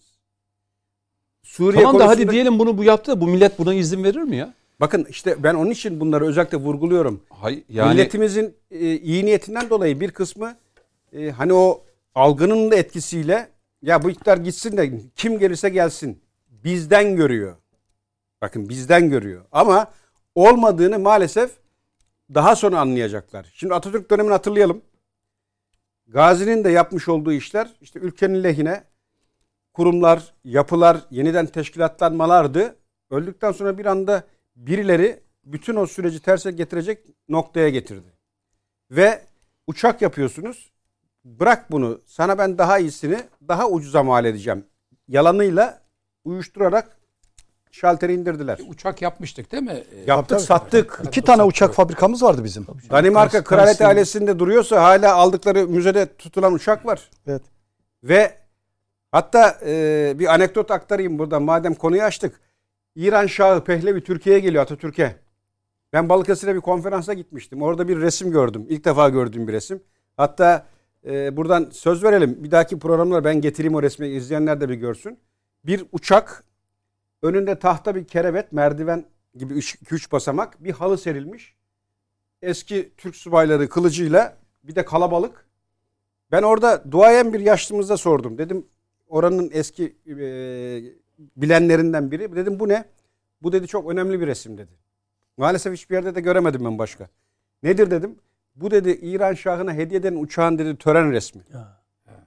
Suriye Tamam da konusunda... hadi diyelim bunu bu yaptı da bu millet buna izin verir mi ya? Bakın işte ben onun için bunları özellikle vurguluyorum. Hayır, yani... Milletimizin iyi niyetinden dolayı bir kısmı hani o algının da etkisiyle ya bu iktidar gitsin de kim gelirse gelsin bizden görüyor. Bakın bizden görüyor. Ama olmadığını maalesef daha sonra anlayacaklar. Şimdi Atatürk dönemini hatırlayalım. Gazi'nin de yapmış olduğu işler işte ülkenin lehine kurumlar, yapılar yeniden teşkilatlanmalardı. Öldükten sonra bir anda birileri bütün o süreci terse getirecek noktaya getirdi. Ve uçak yapıyorsunuz. bırak bunu, sana ben daha iyisini daha ucuza mal edeceğim. Yalanıyla uyuşturarak şalteri indirdiler. Uçak yapmıştık değil mi? Yaptık, sattık. 2 tane uçak fabrikamız vardı bizim. Danimarka Kraliyet ailesinde duruyorsa hala aldıkları müzede tutulan uçak var. Evet. Ve hatta bir anekdot aktarayım burada madem konuyu açtık. İran Şahı Pehlevi Türkiye'ye geliyor, Atatürk'e. Ben Balıkesir'e bir konferansa gitmiştim. Orada bir resim gördüm. İlk defa gördüğüm bir resim. Hatta buradan söz verelim. Bir dahaki programda ben getireyim o resmi. İzleyenler de bir görsün. Bir uçak, önünde tahta bir kerevet, merdiven gibi 2-3 basamak, bir halı serilmiş. Eski Türk subayları kılıcıyla, bir de kalabalık. Ben orada duayen bir yaşlımıza sordum. Dedim oranın eski bilenlerinden biri. Dedim bu ne? Bu dedi çok önemli bir resim dedi. Maalesef hiçbir yerde de göremedim ben başka. Nedir dedim. Bu dedi İran Şahı'na hediye eden uçağın dedi tören resmi. Ya.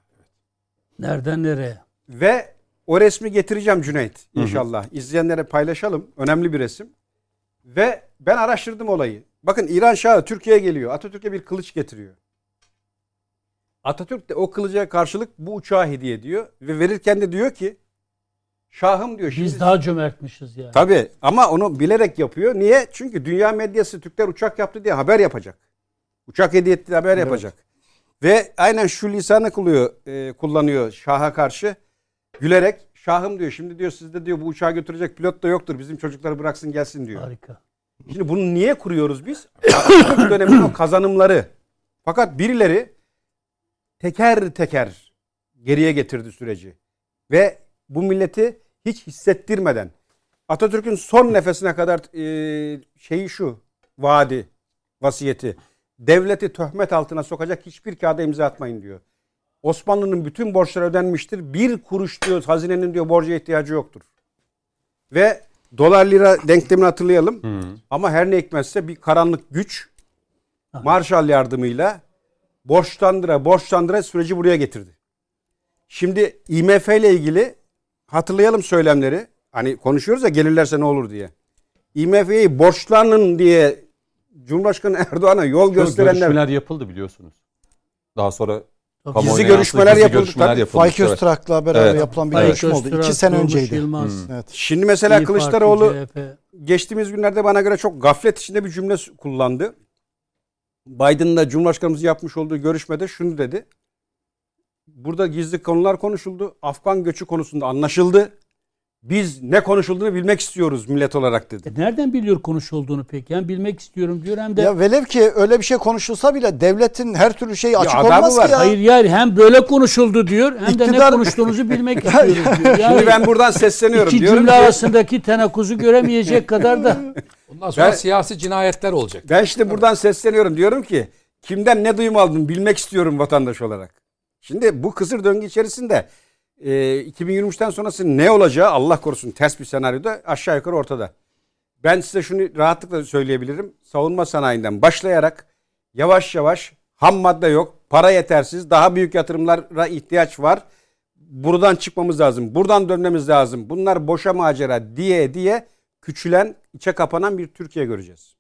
Nereden nereye? Ve o resmi getireceğim Cüneyt inşallah. İzleyenlere paylaşalım. Önemli bir resim. Ve ben araştırdım olayı. Bakın İran Şahı Türkiye'ye geliyor. Atatürk'e bir kılıç getiriyor. Atatürk de o kılıca karşılık bu uçağı hediye ediyor. Ve verirken de diyor ki Şahım diyor. Biz daha cömertmişiz yani. Tabii ama onu bilerek yapıyor. Niye? Çünkü dünya medyası Türkler uçak yaptı diye haber yapacak. Uçak hediye etti diye haber yapacak. Ve aynen şu lisanı kullanıyor Şah'a karşı. Gülerek Şahım diyor. Şimdi diyor sizde diyor bu uçağı götürecek pilot da yoktur. Bizim çocukları bıraksın gelsin diyor. Harika. Şimdi bunu niye kuruyoruz biz? Atatürk döneminin o kazanımları. Fakat birileri teker teker geriye getirdi süreci. Ve bu milleti hiç hissettirmeden Atatürk'ün son nefesine kadar şeyi şu vaadi, vasiyeti. Devleti töhmet altına sokacak hiçbir kağıda imza atmayın diyor. Osmanlı'nın bütün borçları ödenmiştir. Bir kuruş diyor hazinenin diyor borca ihtiyacı yoktur. Ve dolar lira denklemini hatırlayalım. Ama her ne hikmetse bir karanlık güç Marshall yardımıyla borçlandıra süreci buraya getirdi. Şimdi IMF ile ilgili hatırlayalım söylemleri. Hani konuşuyoruz ya gelirlerse ne olur diye. IMF'yi borçlanın diye Cumhurbaşkanı Erdoğan'a yol gösterenler. Görüşmeler yapıldı biliyorsunuz. Daha sonra gizli görüşmeler yapıldı. Faik Öztürk'la beraber yapılan bir görüşme oldu. 2 sene önceydi. Evet. Şimdi mesela Kılıçdaroğlu CHP. geçtiğimiz günlerde bana göre çok gaflet içinde bir cümle kullandı. Biden'la Cumhurbaşkanımızın yapmış olduğu görüşmede şunu dedi. Burada gizli konular konuşuldu. Afgan göçü konusunda anlaşıldı. Biz ne konuşulduğunu bilmek istiyoruz millet olarak dedi. Nereden biliyor konuşulduğunu peki? Yani bilmek istiyorum diyor hem de... Ya velev ki öyle bir şey konuşulsa bile devletin her türlü şeyi açık olmaz ki ya. Hayır yani hem böyle konuşuldu diyor hem de ne konuştuğunuzu bilmek istiyoruz diyor. Yani şimdi ben buradan sesleniyorum. İki cümle arasındaki tenakkuzu göremeyecek kadar da... Ondan sonra siyasi cinayetler olacak. Ben işte buradan sesleniyorum. Diyorum ki kimden ne duyum aldın bilmek istiyorum vatandaş olarak. Şimdi bu kısır döngü içerisinde 2023'ten sonrası ne olacağı Allah korusun ters bir senaryoda aşağı yukarı ortada. Ben size şunu rahatlıkla söyleyebilirim. Savunma sanayinden başlayarak yavaş yavaş ham madde yok, para yetersiz, daha büyük yatırımlara ihtiyaç var. Buradan çıkmamız lazım, buradan dönmemiz lazım. Bunlar boşa macera diye küçülen, içe kapanan bir Türkiye göreceğiz.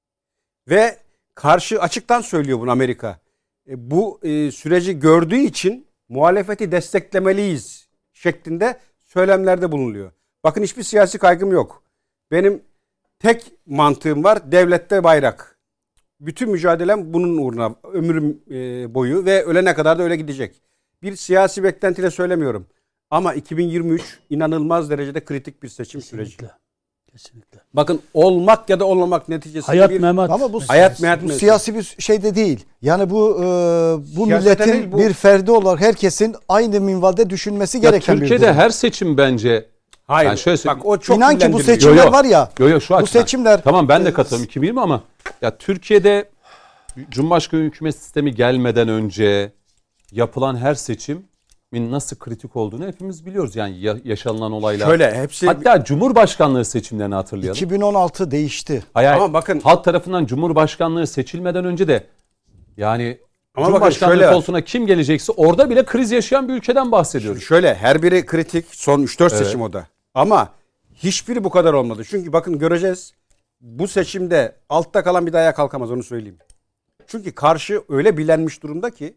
Ve karşı açıktan söylüyor bunu Amerika. Bu süreci gördüğü için muhalefeti desteklemeliyiz şeklinde söylemlerde bulunuyor. Bakın hiçbir siyasi kaygım yok. Benim tek mantığım var. Devlette bayrak. Bütün mücadelem bunun uğruna ömrüm boyu ve ölene kadar da öyle gidecek. Bir siyasi beklentiyle söylemiyorum. Ama 2023 inanılmaz derecede kritik bir seçim süreci. Kesinlikle. Bakın olmak ya da olmamak neticesinde hayat memat. Ama bu hayat siyasi bir şey de değil. Yani bu milletin değil, bir ferdi olarak herkesin aynı minvalde düşünmesi gereken bir durum. Türkiye'de her seçim bence hayır. Yani şöyle bak o çok İnan ki bu seçimler var ya. Şu bu seçimler tamam ben de katılıyorum 2020 ama ya Türkiye'de Cumhurbaşkanı hükümet sistemi gelmeden önce yapılan her seçimin nasıl kritik olduğunu hepimiz biliyoruz. Yani yaşanılan olaylar. Şöyle hepsi hatta Cumhurbaşkanlığı seçimlerini hatırlayalım. 2016 değişti. Hayır, ama bakın halk tarafından Cumhurbaşkanlığı seçilmeden önce de yani ama Cumhurbaşkanlığı koltuğuna kim gelecekse orada bile kriz yaşayan bir ülkeden bahsediyoruz. Şöyle her biri kritik son 3-4 seçim o da. Ama hiçbiri bu kadar olmadı. Çünkü bakın göreceğiz bu seçimde altta kalan bir daha ayağa kalkamaz onu söyleyeyim. Çünkü karşı öyle bilenmiş durumda ki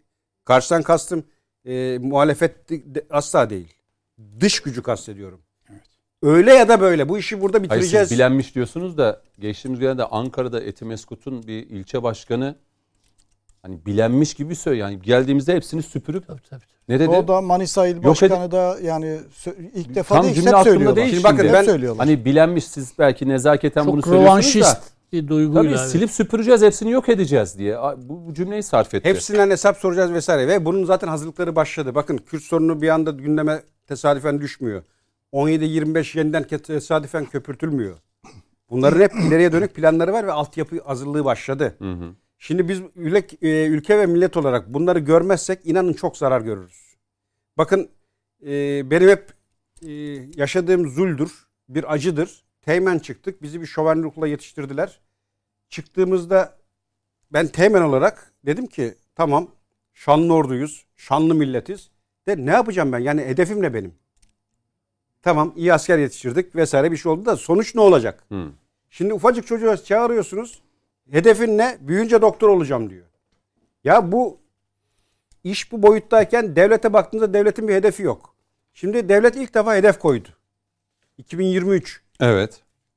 Karşıdan kastım muhalefet asla değil. Dış gücü kastediyorum. Evet. Öyle ya da böyle. Bu işi burada bitireceğiz. Hayır, siz bilenmiş diyorsunuz da geçtiğimiz günlerde Ankara'da Etimeskut'un bir ilçe başkanı hani bilenmiş gibi söylüyor. Yani geldiğimizde hepsini süpürüp tabii. ne dedi? O da Manisa İl Başkanı da yani ilk defa tam değil, cümle hep aklımda söylüyorlar. değil. Şimdi bakın ben söylüyorlar. hani bilenmiş, siz belki nezaketen bunu Çok söylüyorsunuz rövanşist da bir duyguyla. tabii silip süpüreceğiz, hepsini yok edeceğiz diye bu cümleyi sarf etti. Hepsinden hesap soracağız vesaire ve bunun zaten hazırlıkları başladı. Bakın Kürt sorunu bir anda gündeme tesadüfen düşmüyor. 17-25 yeniden tesadüfen köpürtülmüyor. Bunların hep ileriye dönük planları var ve altyapı hazırlığı başladı. Hı hı. Şimdi biz ülke ve millet olarak bunları görmezsek inanın çok zarar görürüz. Bakın benim hep yaşadığım zuldür, bir acıdır. Teğmen çıktık, bizi bir şoförlük okula yetiştirdiler. Çıktığımızda ben teğmen olarak dedim ki tamam şanlı orduyuz, şanlı milletiz. De ne yapacağım ben? Yani hedefim ne benim? Tamam iyi asker yetiştirdik vesaire bir şey oldu da sonuç ne olacak? Şimdi ufacık çocuğa çağırıyorsunuz. Hedefin ne? Büyüyünce doktor olacağım diyor. Ya bu iş bu boyuttayken devlete baktığınızda devletin bir hedefi yok. Şimdi devlet ilk defa hedef koydu. 2023. Evet.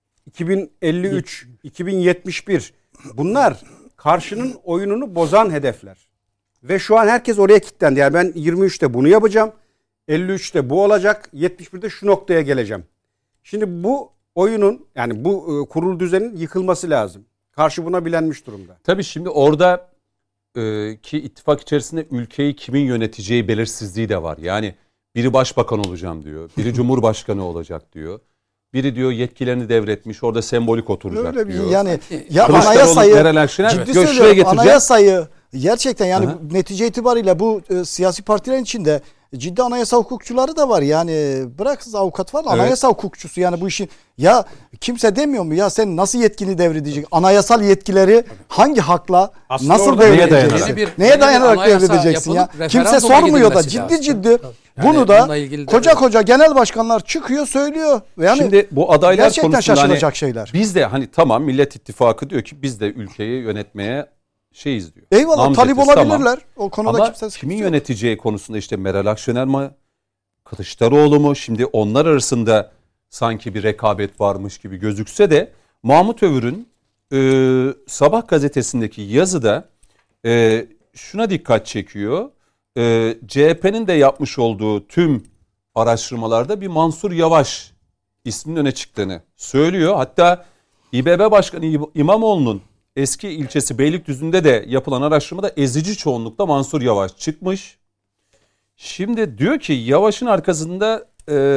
2053, 2071. Bunlar karşının oyununu bozan hedefler. Ve şu an herkes oraya kilitlendi. Yani ben 23'te bunu yapacağım. 53'te bu olacak. 71'de şu noktaya geleceğim. Şimdi bu oyunun yani bu kurulu düzenin yıkılması lazım. Karşı buna bilenmiş durumda. Tabii şimdi orada ki ittifak içerisinde ülkeyi kimin yöneteceği belirsizliği de var. Yani biri başbakan olacağım diyor. Biri cumhurbaşkanı olacak diyor. Biri diyor yetkilerini devretmiş, orada sembolik oturacak öyle diyor. Yani ya anayasayı ciddi söylüyorum, anayasayı gerçekten yani netice itibariyle bu siyasi partilerin içinde ciddi anayasa hukukçuları da var. Yani bırak avukat var, anayasa hukukçusu yani bu işin ya kimse demiyor mu ya sen nasıl yetkini devredecek? Anayasal yetkileri hangi hakla aslında nasıl devredeceksin? Neye dayanarak devredeceksin ya? Kimse sormuyor da ciddi bunu da koca genel başkanlar çıkıyor söylüyor. Yani şimdi bu adaylar gerçekten konusunda şaşılacak hani, şeyler. Biz de hani tamam Millet İttifakı diyor ki biz de ülkeyi yönetmeye şeyiz diyor. Eyvallah talip olabilirler. Tamam. O konuda ama kimse kimin yöneteceği konusunda işte Meral Akşener mi, Kılıçdaroğlu mu? Şimdi onlar arasında sanki bir rekabet varmış gibi gözükse de Mahmut Övür'ün Sabah gazetesindeki yazıda şuna dikkat çekiyor. CHP'nin de yapmış olduğu tüm araştırmalarda bir Mansur Yavaş isminin öne çıktığını söylüyor. Hatta İBB Başkanı İmamoğlu'nun eski ilçesi Beylikdüzü'nde de yapılan araştırmada ezici çoğunlukla Mansur Yavaş çıkmış. Şimdi diyor ki Yavaş'ın arkasında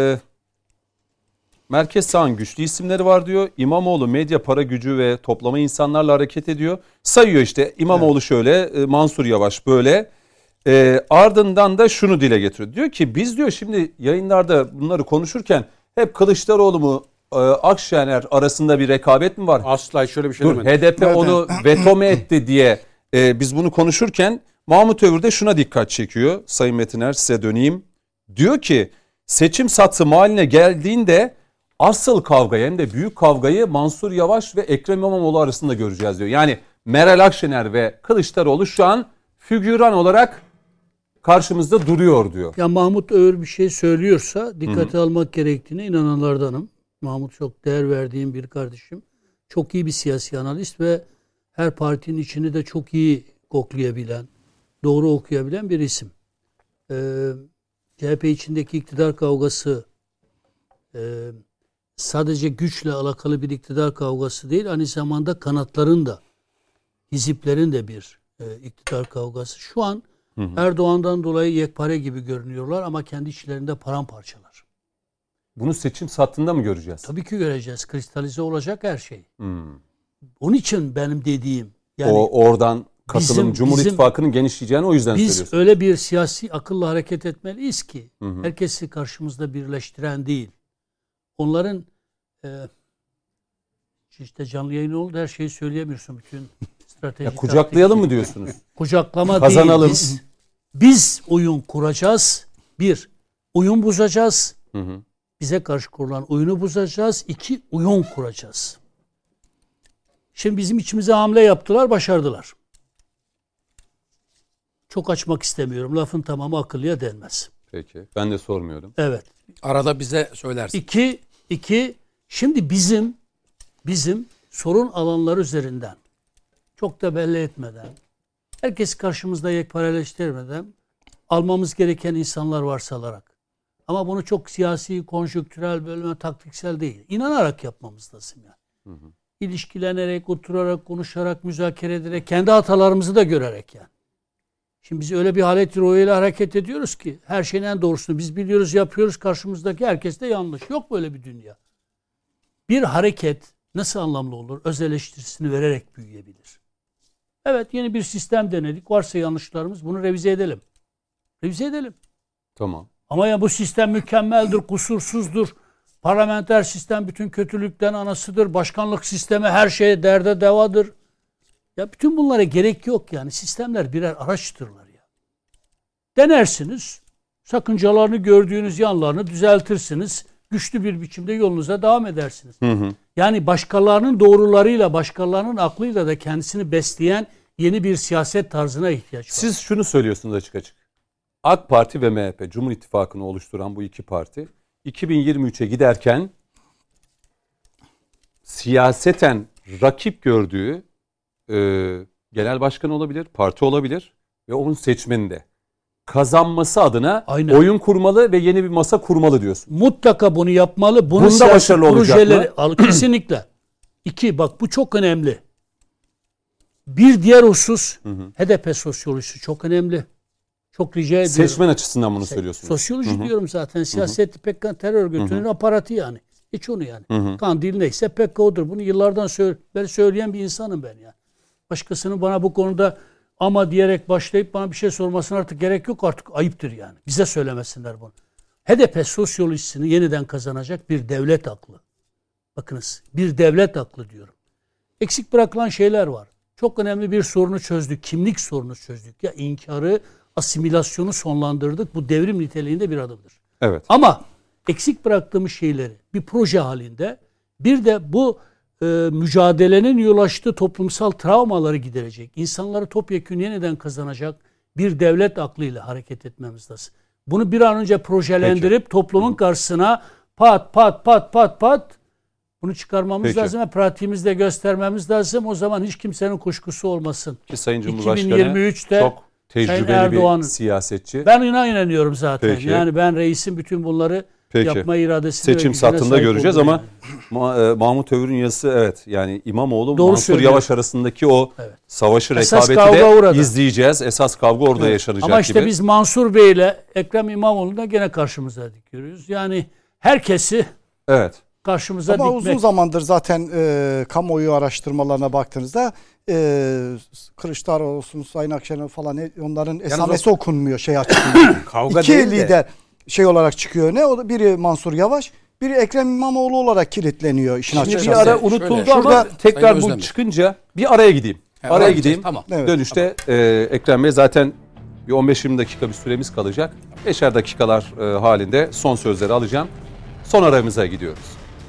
merkez sağın güçlü isimleri var diyor. İmamoğlu medya, para gücü ve toplama insanlarla hareket ediyor. Sayıyor işte İmamoğlu şöyle, Mansur Yavaş böyle. Ardından da şunu dile getiriyor. Diyor ki biz diyor şimdi yayınlarda bunları konuşurken hep Kılıçdaroğlu mu Akşener arasında bir rekabet mi var? Asla şöyle bir şey demedim. HDP onu veto mu etti diye biz bunu konuşurken Mahmut Övür de şuna dikkat çekiyor. Sayın Metiner size döneyim. Diyor ki seçim satımı haline geldiğinde asıl kavgayı hem de büyük kavgayı Mansur Yavaş ve Ekrem İmamoğlu arasında göreceğiz diyor. Yani Meral Akşener ve Kılıçdaroğlu şu an figüran olarak karşımızda duruyor diyor. Ya Mahmut Övür bir şey söylüyorsa dikkate almak gerektiğine inananlardanım. Mahmut çok değer verdiğim bir kardeşim. Çok iyi bir siyasi analist ve her partinin içini de çok iyi koklayabilen, doğru okuyabilen bir isim. CHP içindeki iktidar kavgası sadece güçle alakalı bir iktidar kavgası değil, aynı zamanda kanatların da, hiziplerin de bir iktidar kavgası. Şu an Erdoğan'dan dolayı yekpare gibi görünüyorlar ama kendi içlerinde paramparçalar. Bunu seçim sattığında mı göreceğiz? Tabii ki göreceğiz. Kristalize olacak her şey. Onun için benim dediğim yani oradan katılım Cumhur İttifakı'nın genişleyeceğini o yüzden söylüyorsun. Biz öyle bir siyasi akılla hareket etmeliyiz ki herkesi karşımızda birleştiren değil. Onların işte canlı yayın oldu her şeyi söyleyemiyorsun bütün strateji. Kucaklayalım mı diyorsunuz? Kucaklama kazanalım. Değil. Biz oyun kuracağız. Bir, oyun bozacağız. Bize karşı kurulan oyunu bozacağız. İki, uyum kuracağız. Şimdi bizim içimize hamle yaptılar, başardılar. Çok açmak istemiyorum. Lafın tamamı akıllıya denmez. Peki. Ben de sormuyordum. Evet. Arada bize söylersin. İki, şimdi bizim sorun alanları üzerinden çok da belli etmeden, herkesi karşımızda yekpareleştirmeden almamız gereken insanlar varsalarak. Ama bunu çok siyasi, konjonktürel, bölme, taktiksel değil. İnanarak yapmamız lazım yani. İlişkilenerek, oturarak, konuşarak, müzakere ederek, kendi hatalarımızı da görerek yani. Şimdi biz öyle bir halet-i ruhiyyle hareket ediyoruz ki her şeyin en doğrusunu biz biliyoruz, yapıyoruz. Karşımızdaki herkes de yanlış. Yok böyle bir dünya. Bir hareket nasıl anlamlı olur? Öz eleştirisini vererek büyüyebilir. Evet, yeni bir sistem denedik. Varsa yanlışlarımız, bunu revize edelim. Revize edelim. Tamam. Ama ya bu sistem mükemmeldir, kusursuzdur. Parlamenter sistem bütün kötülükten anasıdır. Başkanlık sistemi her şeye derde devadır. Ya bütün bunlara gerek yok yani. Sistemler birer araçtırlar ya. Denersiniz. Sakıncalarını gördüğünüz yanlarını düzeltirsiniz. Güçlü bir biçimde yolunuza devam edersiniz. Yani başkalarının doğrularıyla, başkalarının aklıyla da kendisini besleyen yeni bir siyaset tarzına ihtiyaç var. Siz şunu söylüyorsunuz açık açık. AK Parti ve MHP, Cumhur İttifakı'nı oluşturan bu iki parti 2023'e giderken siyaseten rakip gördüğü genel başkan olabilir, parti olabilir ve onun seçmeni de kazanması adına Aynen. oyun kurmalı ve yeni bir masa kurmalı diyorsun. Mutlaka bunu yapmalı. Bunun Bunda başarılı olacak mı? Kesinlikle. İki, bak bu çok önemli. Bir diğer husus, HDP sosyolojisi çok önemli. Çok rica ediyorum. Seçmen açısından bunu söylüyorsunuz. Sosyoloji diyorum zaten. Siyaset PKK terör örgütünün aparatı yani. Hiç onu yani. Kandil neyse PKK odur. Bunu yıllardan beri söyleyen bir insanım ben yani. Başkasının bana bu konuda ama diyerek başlayıp bana bir şey sormasına artık gerek yok, artık ayıptır yani. Bize söylemesinler bunu. HDP sosyolojisini yeniden kazanacak bir devlet aklı. Bakınız, bir devlet aklı diyorum. Eksik bırakılan şeyler var. Çok önemli bir sorunu çözdük. Kimlik sorunu çözdük. Ya inkarı, asimilasyonu sonlandırdık. Bu devrim niteliğinde bir adımdır. Evet. Ama eksik bıraktığımız şeyleri bir proje halinde, bir de bu mücadelenin yol açtığı toplumsal travmaları giderecek, insanları topyekün yeniden kazanacak bir devlet aklıyla hareket etmemiz lazım. Bunu bir an önce projelendirip toplumun karşısına pat pat bunu çıkarmamız lazım ve pratiğimizde göstermemiz lazım. O zaman hiç kimsenin kuşkusu olmasın. Ki Sayın Cumhurbaşkanı 2023'te çok tecrübeli bir siyasetçi. Ben inanıyorum zaten. Peki. Yani ben reisin bütün bunları yapma iradesini seçim sattığında göreceğiz ama Mahmut Övür'ün yazısı evet yani İmamoğlu Doğru Mansur söylüyor. Yavaş arasındaki o savaşı, Esas rekabeti de orada izleyeceğiz. Esas kavga orada yaşanacak ama işte gibi. biz Mansur Bey ile Ekrem İmamoğlu'nu da gene karşımıza dikiyoruz. Yani herkesi karşımıza ama dikmek. uzun zamandır zaten kamuoyu araştırmalarına baktığınızda Kılıçdaroğlu olsun, Sayın Akşener falan onların esamesi okunmuyor şey açısından. Kavga İki değil de. lider şey olarak çıkıyor ne? O da biri Mansur Yavaş, biri Ekrem İmamoğlu olarak kilitleniyor işin Şimdi açıkçası. bir ara unutuldu Şöyle, ama tekrar bu Özdemir. çıkınca bir araya gideyim. Araya gideyim. Tamam. Evet. Dönüşte Ekrem Bey zaten bir 15-20 dakika bir süremiz kalacak. 5'er dakikalar halinde son sözleri alacağım. Son aramıza gidiyoruz.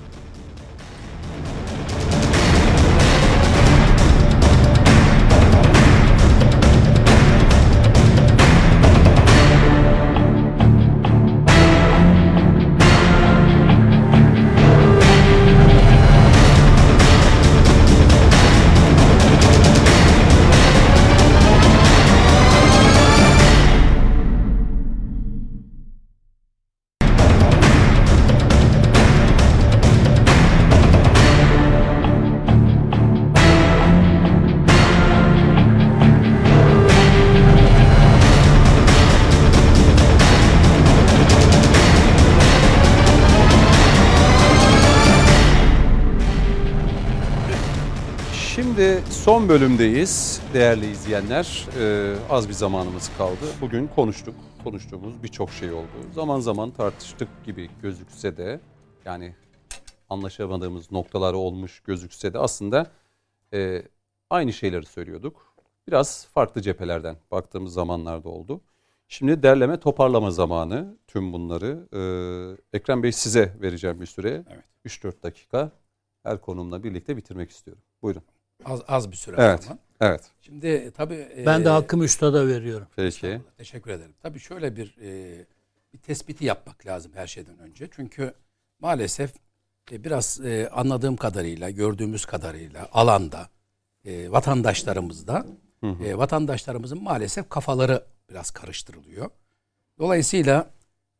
Şimdi son bölümdeyiz değerli izleyenler. Az bir zamanımız kaldı. Bugün konuştuğumuz birçok şey oldu. Zaman zaman tartıştık gibi gözükse de yani anlaşamadığımız noktalar olmuş gözükse de aslında aynı şeyleri söylüyorduk. Biraz farklı cephelerden baktığımız zamanlarda oldu. Şimdi derleme toparlama zamanı tüm bunları. Ekrem Bey size vereceğim bir süre. Evet. 3-4 dakika her konumla birlikte bitirmek istiyorum. Buyurun. Az bir süre. Evet. Zaman. Evet. Şimdi tabii... Ben de hakkımı üstada veriyorum. Peki. Teşekkür ederim. Tabii şöyle bir tespiti yapmak lazım her şeyden önce. Çünkü maalesef biraz anladığım kadarıyla, gördüğümüz kadarıyla alanda vatandaşlarımızda vatandaşlarımızın maalesef kafaları biraz karıştırılıyor. Dolayısıyla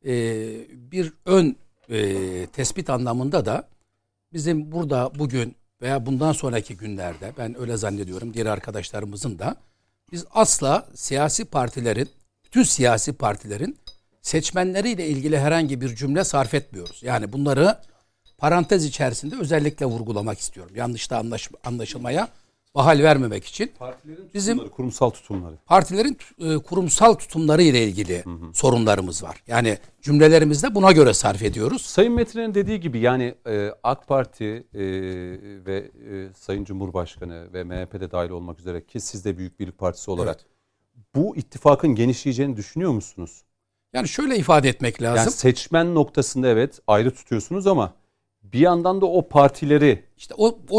bir ön tespit anlamında da bizim burada bugün veya bundan sonraki günlerde, ben öyle zannediyorum, diğer arkadaşlarımızın da, biz asla bütün siyasi partilerin seçmenleriyle ilgili herhangi bir cümle sarf etmiyoruz. Yani bunları parantez içerisinde özellikle vurgulamak istiyorum. Yanlış da anlaşılmaya mahal vermemek için. Bizim kurumsal tutumları. Partilerin kurumsal tutumları ile ilgili sorunlarımız var. Yani cümlelerimizde buna göre sarf ediyoruz. Sayın Metin'in dediği gibi yani AK Parti ve Sayın Cumhurbaşkanı ve MHP'de dahil olmak üzere ki siz de Büyük Birlik Partisi olarak bu ittifakın genişleyeceğini düşünüyor musunuz? Yani şöyle ifade etmek lazım. Yani seçmen noktasında evet ayrı tutuyorsunuz ama bir yandan da o partileri işte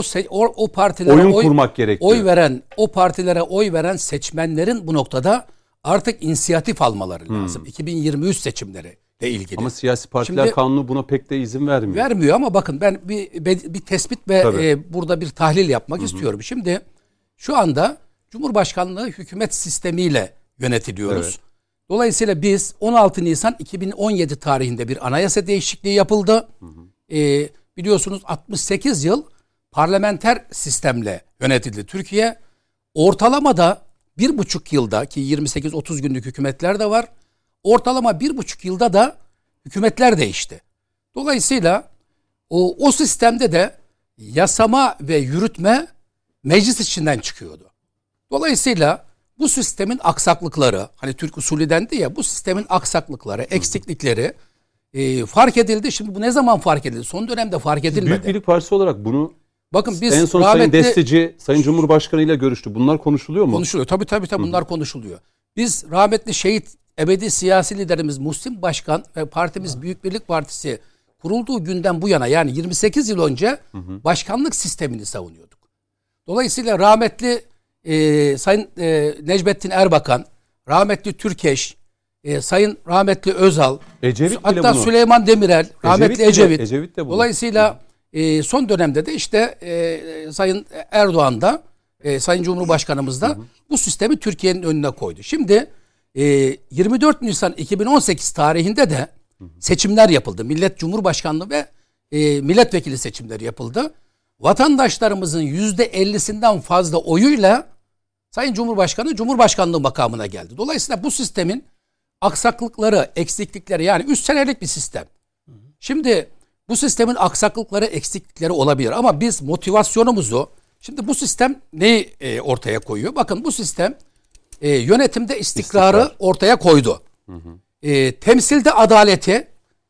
o partilere oyun kurmak gerekiyor. O partilere oy veren seçmenlerin bu noktada artık inisiyatif almaları lazım. 2023 seçimleri ile ilgili. Ama siyasi partiler kanunu buna pek de izin vermiyor. Vermiyor ama bakın ben bir tespit ve burada bir tahlil yapmak istiyorum. Şimdi şu anda Cumhurbaşkanlığı hükümet sistemiyle yönetiliyoruz. Evet. Dolayısıyla biz 16 Nisan 2017 tarihinde bir anayasa değişikliği yapıldı. Biliyorsunuz 68 yıl parlamenter sistemle yönetildi Türkiye. Ortalamada 1,5 yılda, ki 28-30 günlük hükümetler de var, ortalama 1,5 yılda da hükümetler değişti. Dolayısıyla o sistemde de yasama ve yürütme meclis içinden çıkıyordu. Dolayısıyla bu sistemin aksaklıkları, hani Türk usulü dendi ya, bu sistemin aksaklıkları, eksiklikleri fark edildi. Şimdi bu ne zaman fark edildi? Son dönemde fark edilmedi. Büyük Birlik Partisi olarak bunu bakın biz en son Sayın Destici, Sayın Cumhurbaşkanı ile görüştü. Bunlar konuşuluyor mu? Konuşuluyor. Tabii bunlar konuşuluyor. Biz rahmetli şehit ebedi siyasi liderimiz Muhsin Başkan ve partimiz Büyük Birlik Partisi kurulduğu günden bu yana, yani 28 yıl önce başkanlık sistemini savunuyorduk. Dolayısıyla rahmetli Sayın Necmettin Erbakan, rahmetli Türkeş, Sayın rahmetli Özal, hatta Süleyman Demirel, rahmetli Ecevit de dolayısıyla son dönemde de işte Sayın Erdoğan da Sayın Cumhurbaşkanımız da bu sistemi Türkiye'nin önüne koydu. Şimdi 24 Nisan 2018 tarihinde de seçimler yapıldı. Millet Cumhurbaşkanlığı ve milletvekili seçimleri yapıldı. Vatandaşlarımızın %50'sinden fazla oyuyla Sayın Cumhurbaşkanı Cumhurbaşkanlığı makamına geldi. Dolayısıyla bu sistemin aksaklıkları, eksiklikleri, yani 3 senelik bir sistem. Şimdi bu sistemin aksaklıkları, eksiklikleri olabilir ama biz motivasyonumuzu, şimdi bu sistem neyi ortaya koyuyor? Bakın bu sistem yönetimde istikrarı ortaya koydu. Temsilde adaleti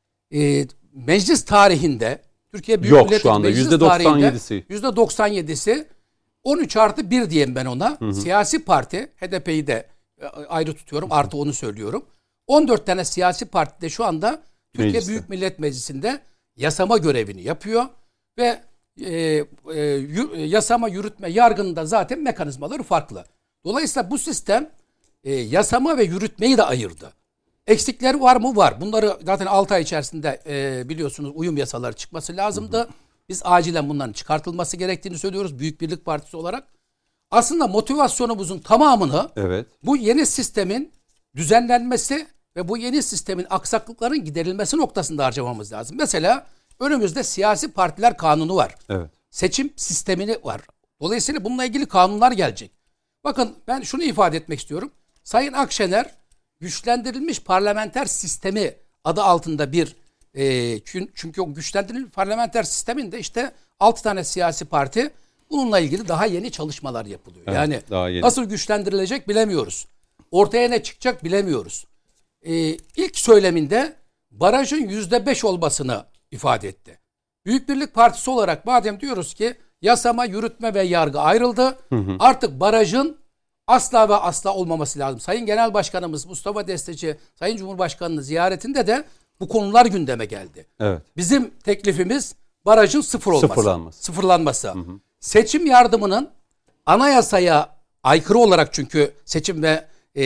meclis tarihinde, Türkiye Büyük Millet Meclisi tarihinde %97'si 13+1 diyeyim ben ona. Siyasi parti, HDP'yi de ayrı tutuyorum, artı onu söylüyorum. 14 tane siyasi parti de şu anda Türkiye Büyük Millet Meclisi'nde yasama görevini yapıyor ve yasama, yürütme, yargının da zaten mekanizmaları farklı. Dolayısıyla bu sistem yasama ve yürütmeyi de ayırdı. Eksikleri var mı? Var. Bunları zaten 6 ay içerisinde biliyorsunuz uyum yasaları çıkması lazımdı. Biz acilen bunların çıkartılması gerektiğini söylüyoruz Büyük Birlik Partisi olarak. Aslında motivasyonumuzun tamamını bu yeni sistemin düzenlenmesi ve bu yeni sistemin aksaklıkların giderilmesi noktasında harcamamız lazım. Mesela önümüzde siyasi partiler kanunu var. Seçim sistemini var. Dolayısıyla bununla ilgili kanunlar gelecek. Bakın ben şunu ifade etmek istiyorum. Sayın Akşener güçlendirilmiş parlamenter sistemi adı altında bir çünkü o güçlendirilmiş parlamenter sisteminde işte 6 tane siyasi parti, bununla ilgili daha yeni çalışmalar yapılıyor. Yani nasıl güçlendirilecek bilemiyoruz. Ortaya ne çıkacak bilemiyoruz. İlk söyleminde barajın %5 olmasını ifade etti. Büyük Birlik Partisi olarak madem diyoruz ki yasama, yürütme ve yargı ayrıldı, artık barajın asla ve asla olmaması lazım. Sayın Genel Başkanımız Mustafa Destici, Sayın Cumhurbaşkanı'nın ziyaretinde de bu konular gündeme geldi. Bizim teklifimiz barajın sıfırlanması. Seçim yardımının anayasaya aykırı olarak çünkü seçim ve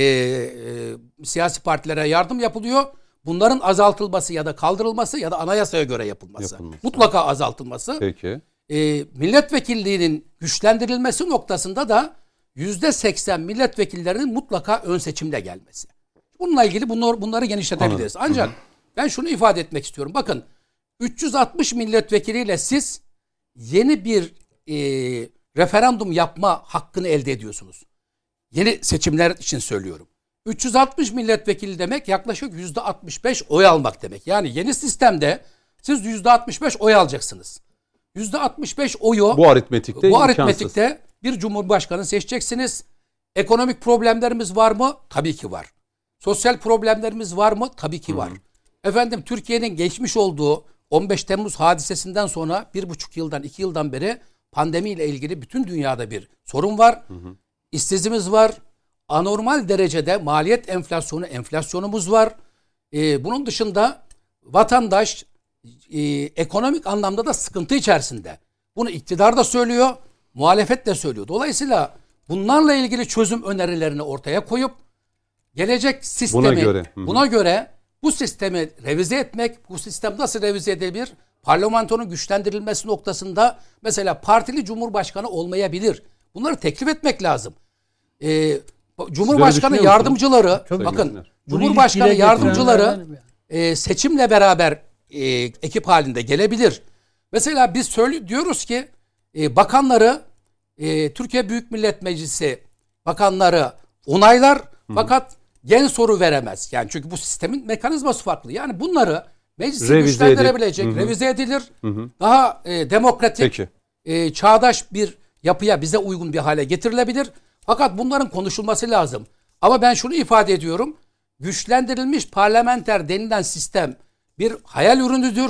siyasi partilere yardım yapılıyor. Bunların azaltılması ya da kaldırılması ya da anayasaya göre yapılması. Mutlaka azaltılması. Peki. Milletvekilliğinin güçlendirilmesi noktasında da %80 milletvekillerinin mutlaka ön seçimle gelmesi. Bununla ilgili bunları genişletebiliriz. Ancak ben şunu ifade etmek istiyorum. Bakın 360 milletvekiliyle siz yeni bir referandum yapma hakkını elde ediyorsunuz. Yeni seçimler için söylüyorum. 360 milletvekili demek yaklaşık %65 oy almak demek. Yani yeni sistemde siz %65 oy alacaksınız. %65 oyu bu aritmetikte bir cumhurbaşkanı seçeceksiniz. Ekonomik problemlerimiz var mı? Tabii ki var. Sosyal problemlerimiz var mı? Tabii ki var. Efendim Türkiye'nin geçmiş olduğu 15 Temmuz hadisesinden sonra 1,5 yıldan 2 yıldan beri pandemiyle ilgili bütün dünyada bir sorun var. İşsizliğimiz var. Anormal derecede maliyet enflasyonumuz var. Bunun dışında vatandaş ekonomik anlamda da sıkıntı içerisinde. Bunu iktidar da söylüyor, muhalefet de söylüyor. Dolayısıyla bunlarla ilgili çözüm önerilerini ortaya koyup gelecek sistemi buna göre bu sistemi revize etmek, bu sistem nasıl revize edilebilir? Parlamentonun güçlendirilmesi noktasında mesela partili cumhurbaşkanı olmayabilir. Bunları teklif etmek lazım. Cumhurbaşkanı yardımcıları, bakın Cumhurbaşkanı yardımcıları seçimle beraber ekip halinde gelebilir. Mesela biz diyoruz ki bakanları Türkiye Büyük Millet Meclisi bakanları onaylar fakat gen soru veremez. Yani çünkü bu sistemin mekanizması farklı. Yani bunları meclisi güçlendirebilecek, revize edilir. Daha demokratik, çağdaş bir yapıya bize uygun bir hale getirilebilir. Fakat bunların konuşulması lazım. Ama ben şunu ifade ediyorum. Güçlendirilmiş parlamenter denilen sistem bir hayal ürünüdür.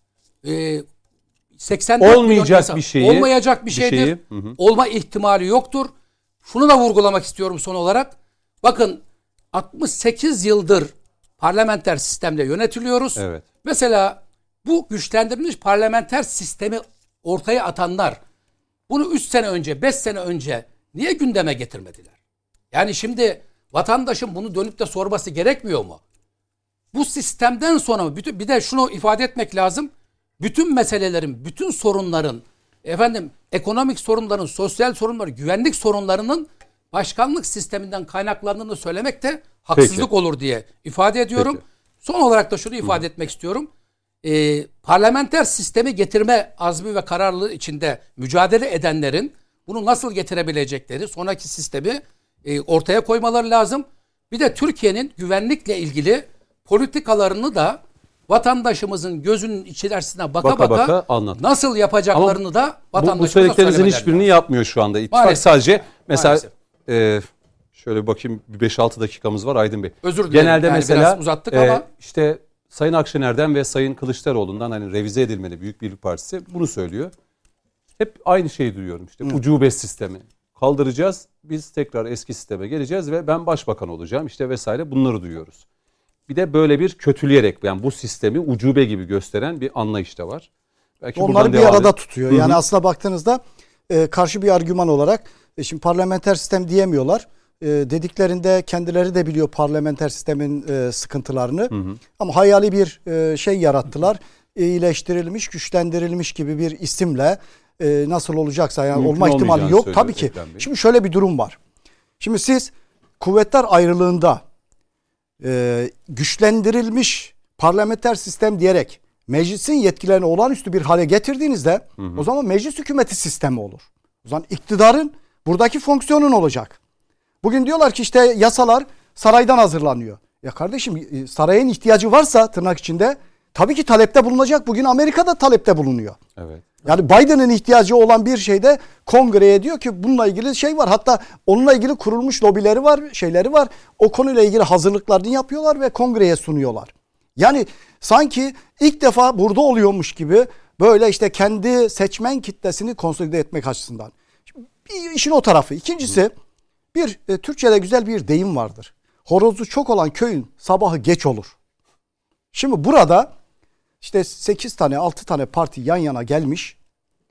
84 olmayacak bir şeydir. Olma ihtimali yoktur. Şunu da vurgulamak istiyorum son olarak. Bakın 68 yıldır parlamenter sistemle yönetiliyoruz. Evet. Mesela bu güçlendirilmiş parlamenter sistemi ortaya atanlar bunu 3 sene önce, 5 sene önce niye gündeme getirmediler? Yani şimdi vatandaşın bunu dönüp de sorması gerekmiyor mu? Bu sistemden sonra bir de şunu ifade etmek lazım. Bütün meselelerin, bütün sorunların, ekonomik sorunların, sosyal sorunların, güvenlik sorunlarının başkanlık sisteminden kaynaklandığını söylemek de haksızlık olur diye ifade ediyorum. Son olarak da şunu ifade etmek istiyorum. Parlamenter sistemi getirme azmi ve kararlılığı içinde mücadele edenlerin bunu nasıl getirebilecekleri, sonraki sistemi ortaya koymaları lazım. Bir de Türkiye'nin güvenlikle ilgili politikalarını da vatandaşımızın gözünün içerisine baka nasıl yapacaklarını da vatandaşımıza bu söylediklerinizin hiçbirini yapmıyor şu anda. İttifak maalesef. Sadece mesela şöyle bakayım 5-6 dakikamız var Aydın Bey. Özür dilerim. Genelde yani mesela biraz uzattık ama işte Sayın Akşener'den ve Sayın Kılıçdaroğlu'ndan hani revize edilmeli Büyük Birlik Partisi bunu söylüyor. Hep aynı şeyi duyuyorum işte ucube sistemi. Kaldıracağız, biz tekrar eski sisteme geleceğiz ve ben başbakan olacağım işte vesaire bunları duyuyoruz. Bir de böyle bir kötüleyerek yani bu sistemi ucube gibi gösteren bir anlayış da var. Belki onları bir arada tutuyor. Yani aslına baktığınızda karşı bir argüman olarak şimdi parlamenter sistem diyemiyorlar. Dediklerinde kendileri de biliyor parlamenter sistemin sıkıntılarını. Ama hayali bir şey yarattılar. İyileştirilmiş, güçlendirilmiş gibi bir isimle nasıl olacaksa yani mümkün olma ihtimali yok. Tabii ki. Şimdi şöyle bir durum var. Şimdi siz kuvvetler ayrılığında güçlendirilmiş parlamenter sistem diyerek meclisin yetkilerini olağanüstü bir hale getirdiğinizde o zaman meclis hükümeti sistemi olur. O zaman iktidarın buradaki fonksiyonun olacak. Bugün diyorlar ki işte yasalar saraydan hazırlanıyor. Ya kardeşim sarayın ihtiyacı varsa tırnak içinde tabii ki talepte bulunacak. Bugün Amerika'da talepte bulunuyor. Evet. Yani Biden'ın ihtiyacı olan bir şeyde kongreye diyor ki bununla ilgili şey var. Hatta onunla ilgili kurulmuş lobileri var, şeyleri var. O konuyla ilgili hazırlıklarını yapıyorlar ve kongreye sunuyorlar. Yani sanki ilk defa burada oluyormuş gibi böyle işte kendi seçmen kitlesini konsolide etmek açısından. Bir işin o tarafı. İkincisi Türkçe'de güzel bir deyim vardır. Horozu çok olan köyün sabahı geç olur. Şimdi burada işte 8 tane 6 tane parti yan yana gelmiş.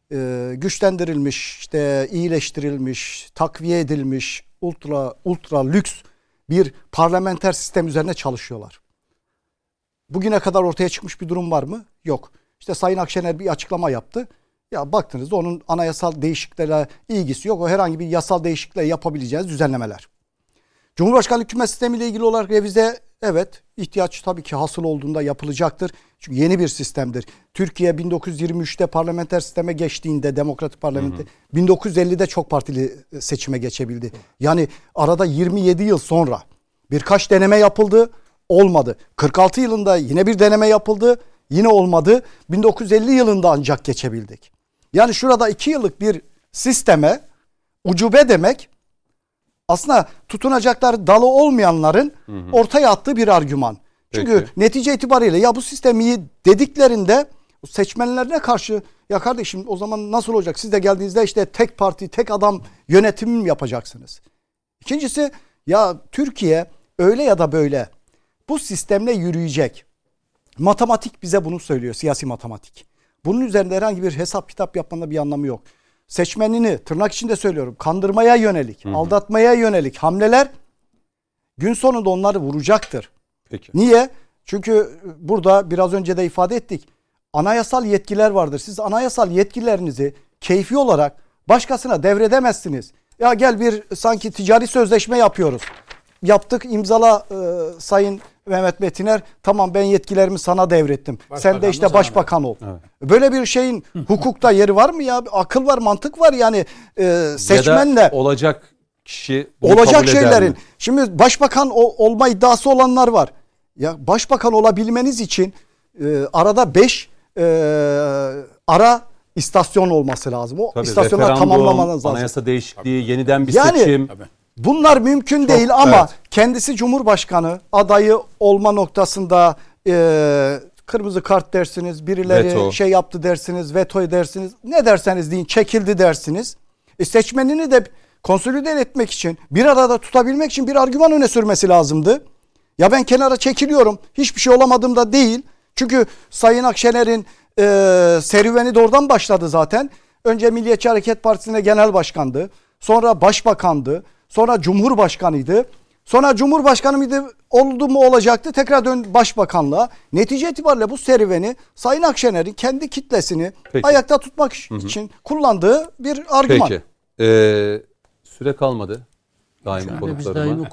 güçlendirilmiş, işte iyileştirilmiş, takviye edilmiş, ultra lüks bir parlamenter sistem üzerine çalışıyorlar. Bugüne kadar ortaya çıkmış bir durum var mı? Yok. İşte Sayın Akşener bir açıklama yaptı. Ya baktığınızda onun anayasal değişikliklerle ilgisi yok. O herhangi bir yasal değişiklikle yapabileceğiniz düzenlemeler. Cumhurbaşkanlığı hükümet sistemiyle ilgili olarak revize, evet, ihtiyaç tabii ki hasıl olduğunda yapılacaktır. Çünkü yeni bir sistemdir. Türkiye 1923'te parlamenter sisteme geçtiğinde, demokratik parlamenter, 1950'de çok partili seçime geçebildi. Yani arada 27 yıl sonra birkaç deneme yapıldı, olmadı. 46 yılında yine bir deneme yapıldı, yine olmadı. 1950 yılında ancak geçebildik. Yani şurada 2 yıllık bir sisteme ucube demek, aslında tutunacakları dalı olmayanların ortaya attığı bir argüman. Çünkü netice itibariyle ya bu sistem iyi dediklerinde seçmenlerine karşı, ya kardeşim o zaman nasıl olacak? Siz de geldiğinizde işte tek parti, tek adam yönetimi mi yapacaksınız? İkincisi, ya Türkiye öyle ya da böyle bu sistemle yürüyecek. Matematik bize bunu söylüyor, siyasi matematik. Bunun üzerinde herhangi bir hesap kitap yapmanın bir anlamı yok. Seçmenini, tırnak içinde söylüyorum, kandırmaya yönelik, aldatmaya yönelik hamleler gün sonunda onları vuracaktır. Peki. Niye? Çünkü burada biraz önce de ifade ettik. Anayasal yetkiler vardır. Siz anayasal yetkilerinizi keyfi olarak başkasına devredemezsiniz. Ya gel bir sanki ticari sözleşme yapıyoruz. Yaptık, imzala Sayın Mehmet Metiner. Tamam, ben yetkilerimi sana devrettim. Sen de işte başbakan ol. Evet. Böyle bir şeyin hukukta yeri var mı ya? Akıl var, mantık var yani. Seçmenle ya da olacak kişi olacak şeylerin. Şimdi başbakan olma iddiası olanlar var. Ya başbakan olabilmeniz için arada 5 ara istasyon olması lazım. O istasyonlar tamamlamanız lazım. Anayasa değişikliği, yeniden bir seçim. Bunlar mümkün değil ama kendisi Cumhurbaşkanı adayı olma noktasında kırmızı kart dersiniz, birileri şey yaptı dersiniz, veto edersiniz, ne derseniz deyin, çekildi dersiniz. Seçmenini de konsolide etmek için, bir arada tutabilmek için bir argüman öne sürmesi lazımdı. Ya ben kenara çekiliyorum, hiçbir şey olamadığımda değil. Çünkü Sayın Akşener'in serüveni de oradan başladı zaten. Önce Milliyetçi Hareket Partisi'ne genel başkandı, sonra başbakandı, sonra cumhurbaşkanıydı. Sonra cumhurbaşkanı mıydı, oldu mu olacaktı, tekrar dön başbakanlığa. Netice itibariyle bu serüveni Sayın Akşener'in kendi kitlesini ayakta tutmak için kullandığı bir argüman. Peki. Süre kalmadı. Daimi konuklarıma.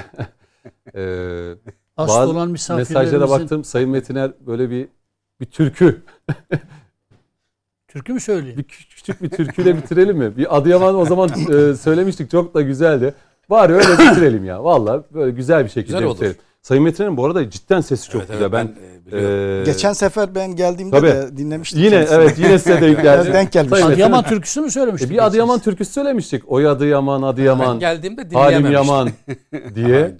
Asıl olan misafirlerimizin... Mesajlara baktım. Sayın Metiner böyle bir türkü. Türkü mü söyleyeyim? Küçük bir türküyle bitirelim mi? Bir Adıyaman o zaman söylemiştik. Çok da güzeldi. Bari öyle bitirelim ya. Vallahi böyle güzel bir şekilde güzel bitirelim. Sayın Metiner'in bu arada cidden sesi çok güzel. Ben geçen sefer ben geldiğimde de dinlemiştim. Yine size denk gelmiş. Adıyaman türküsü mü söylemiştik? Bir Adıyaman türküsü söylemiştik. Oy Adıyaman, Adıyaman. Ben geldiğimde dinleyememiştim. Halim Yaman diye.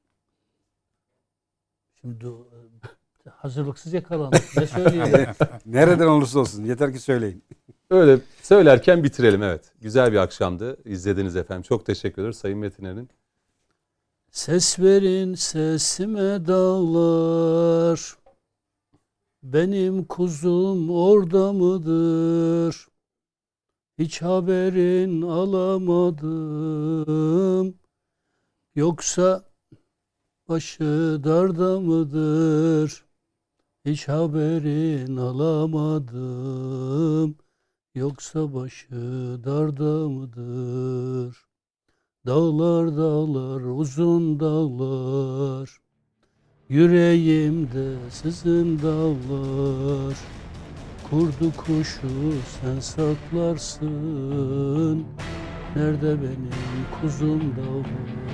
Şimdi hazırlıksız yakalandık. Ne söyleyeyim? Nereden olursa olsun yeter ki söyleyin. Öyle söylerken bitirelim, evet. Güzel bir akşamdı. İzlediniz efendim. Çok teşekkür ederiz Sayın Metiner'in. Ses verin sesime dağlar, benim kuzum orada mıdır? Hiç haberin alamadım, yoksa başı darda mıdır? Hiç haberin alamadım, yoksa başı darda mıdır? Dağlar dağlar uzun dağlar, yüreğimde sizin dağlar. Kurdu kuşu sen saklarsın, nerede benim kuzum dağlar?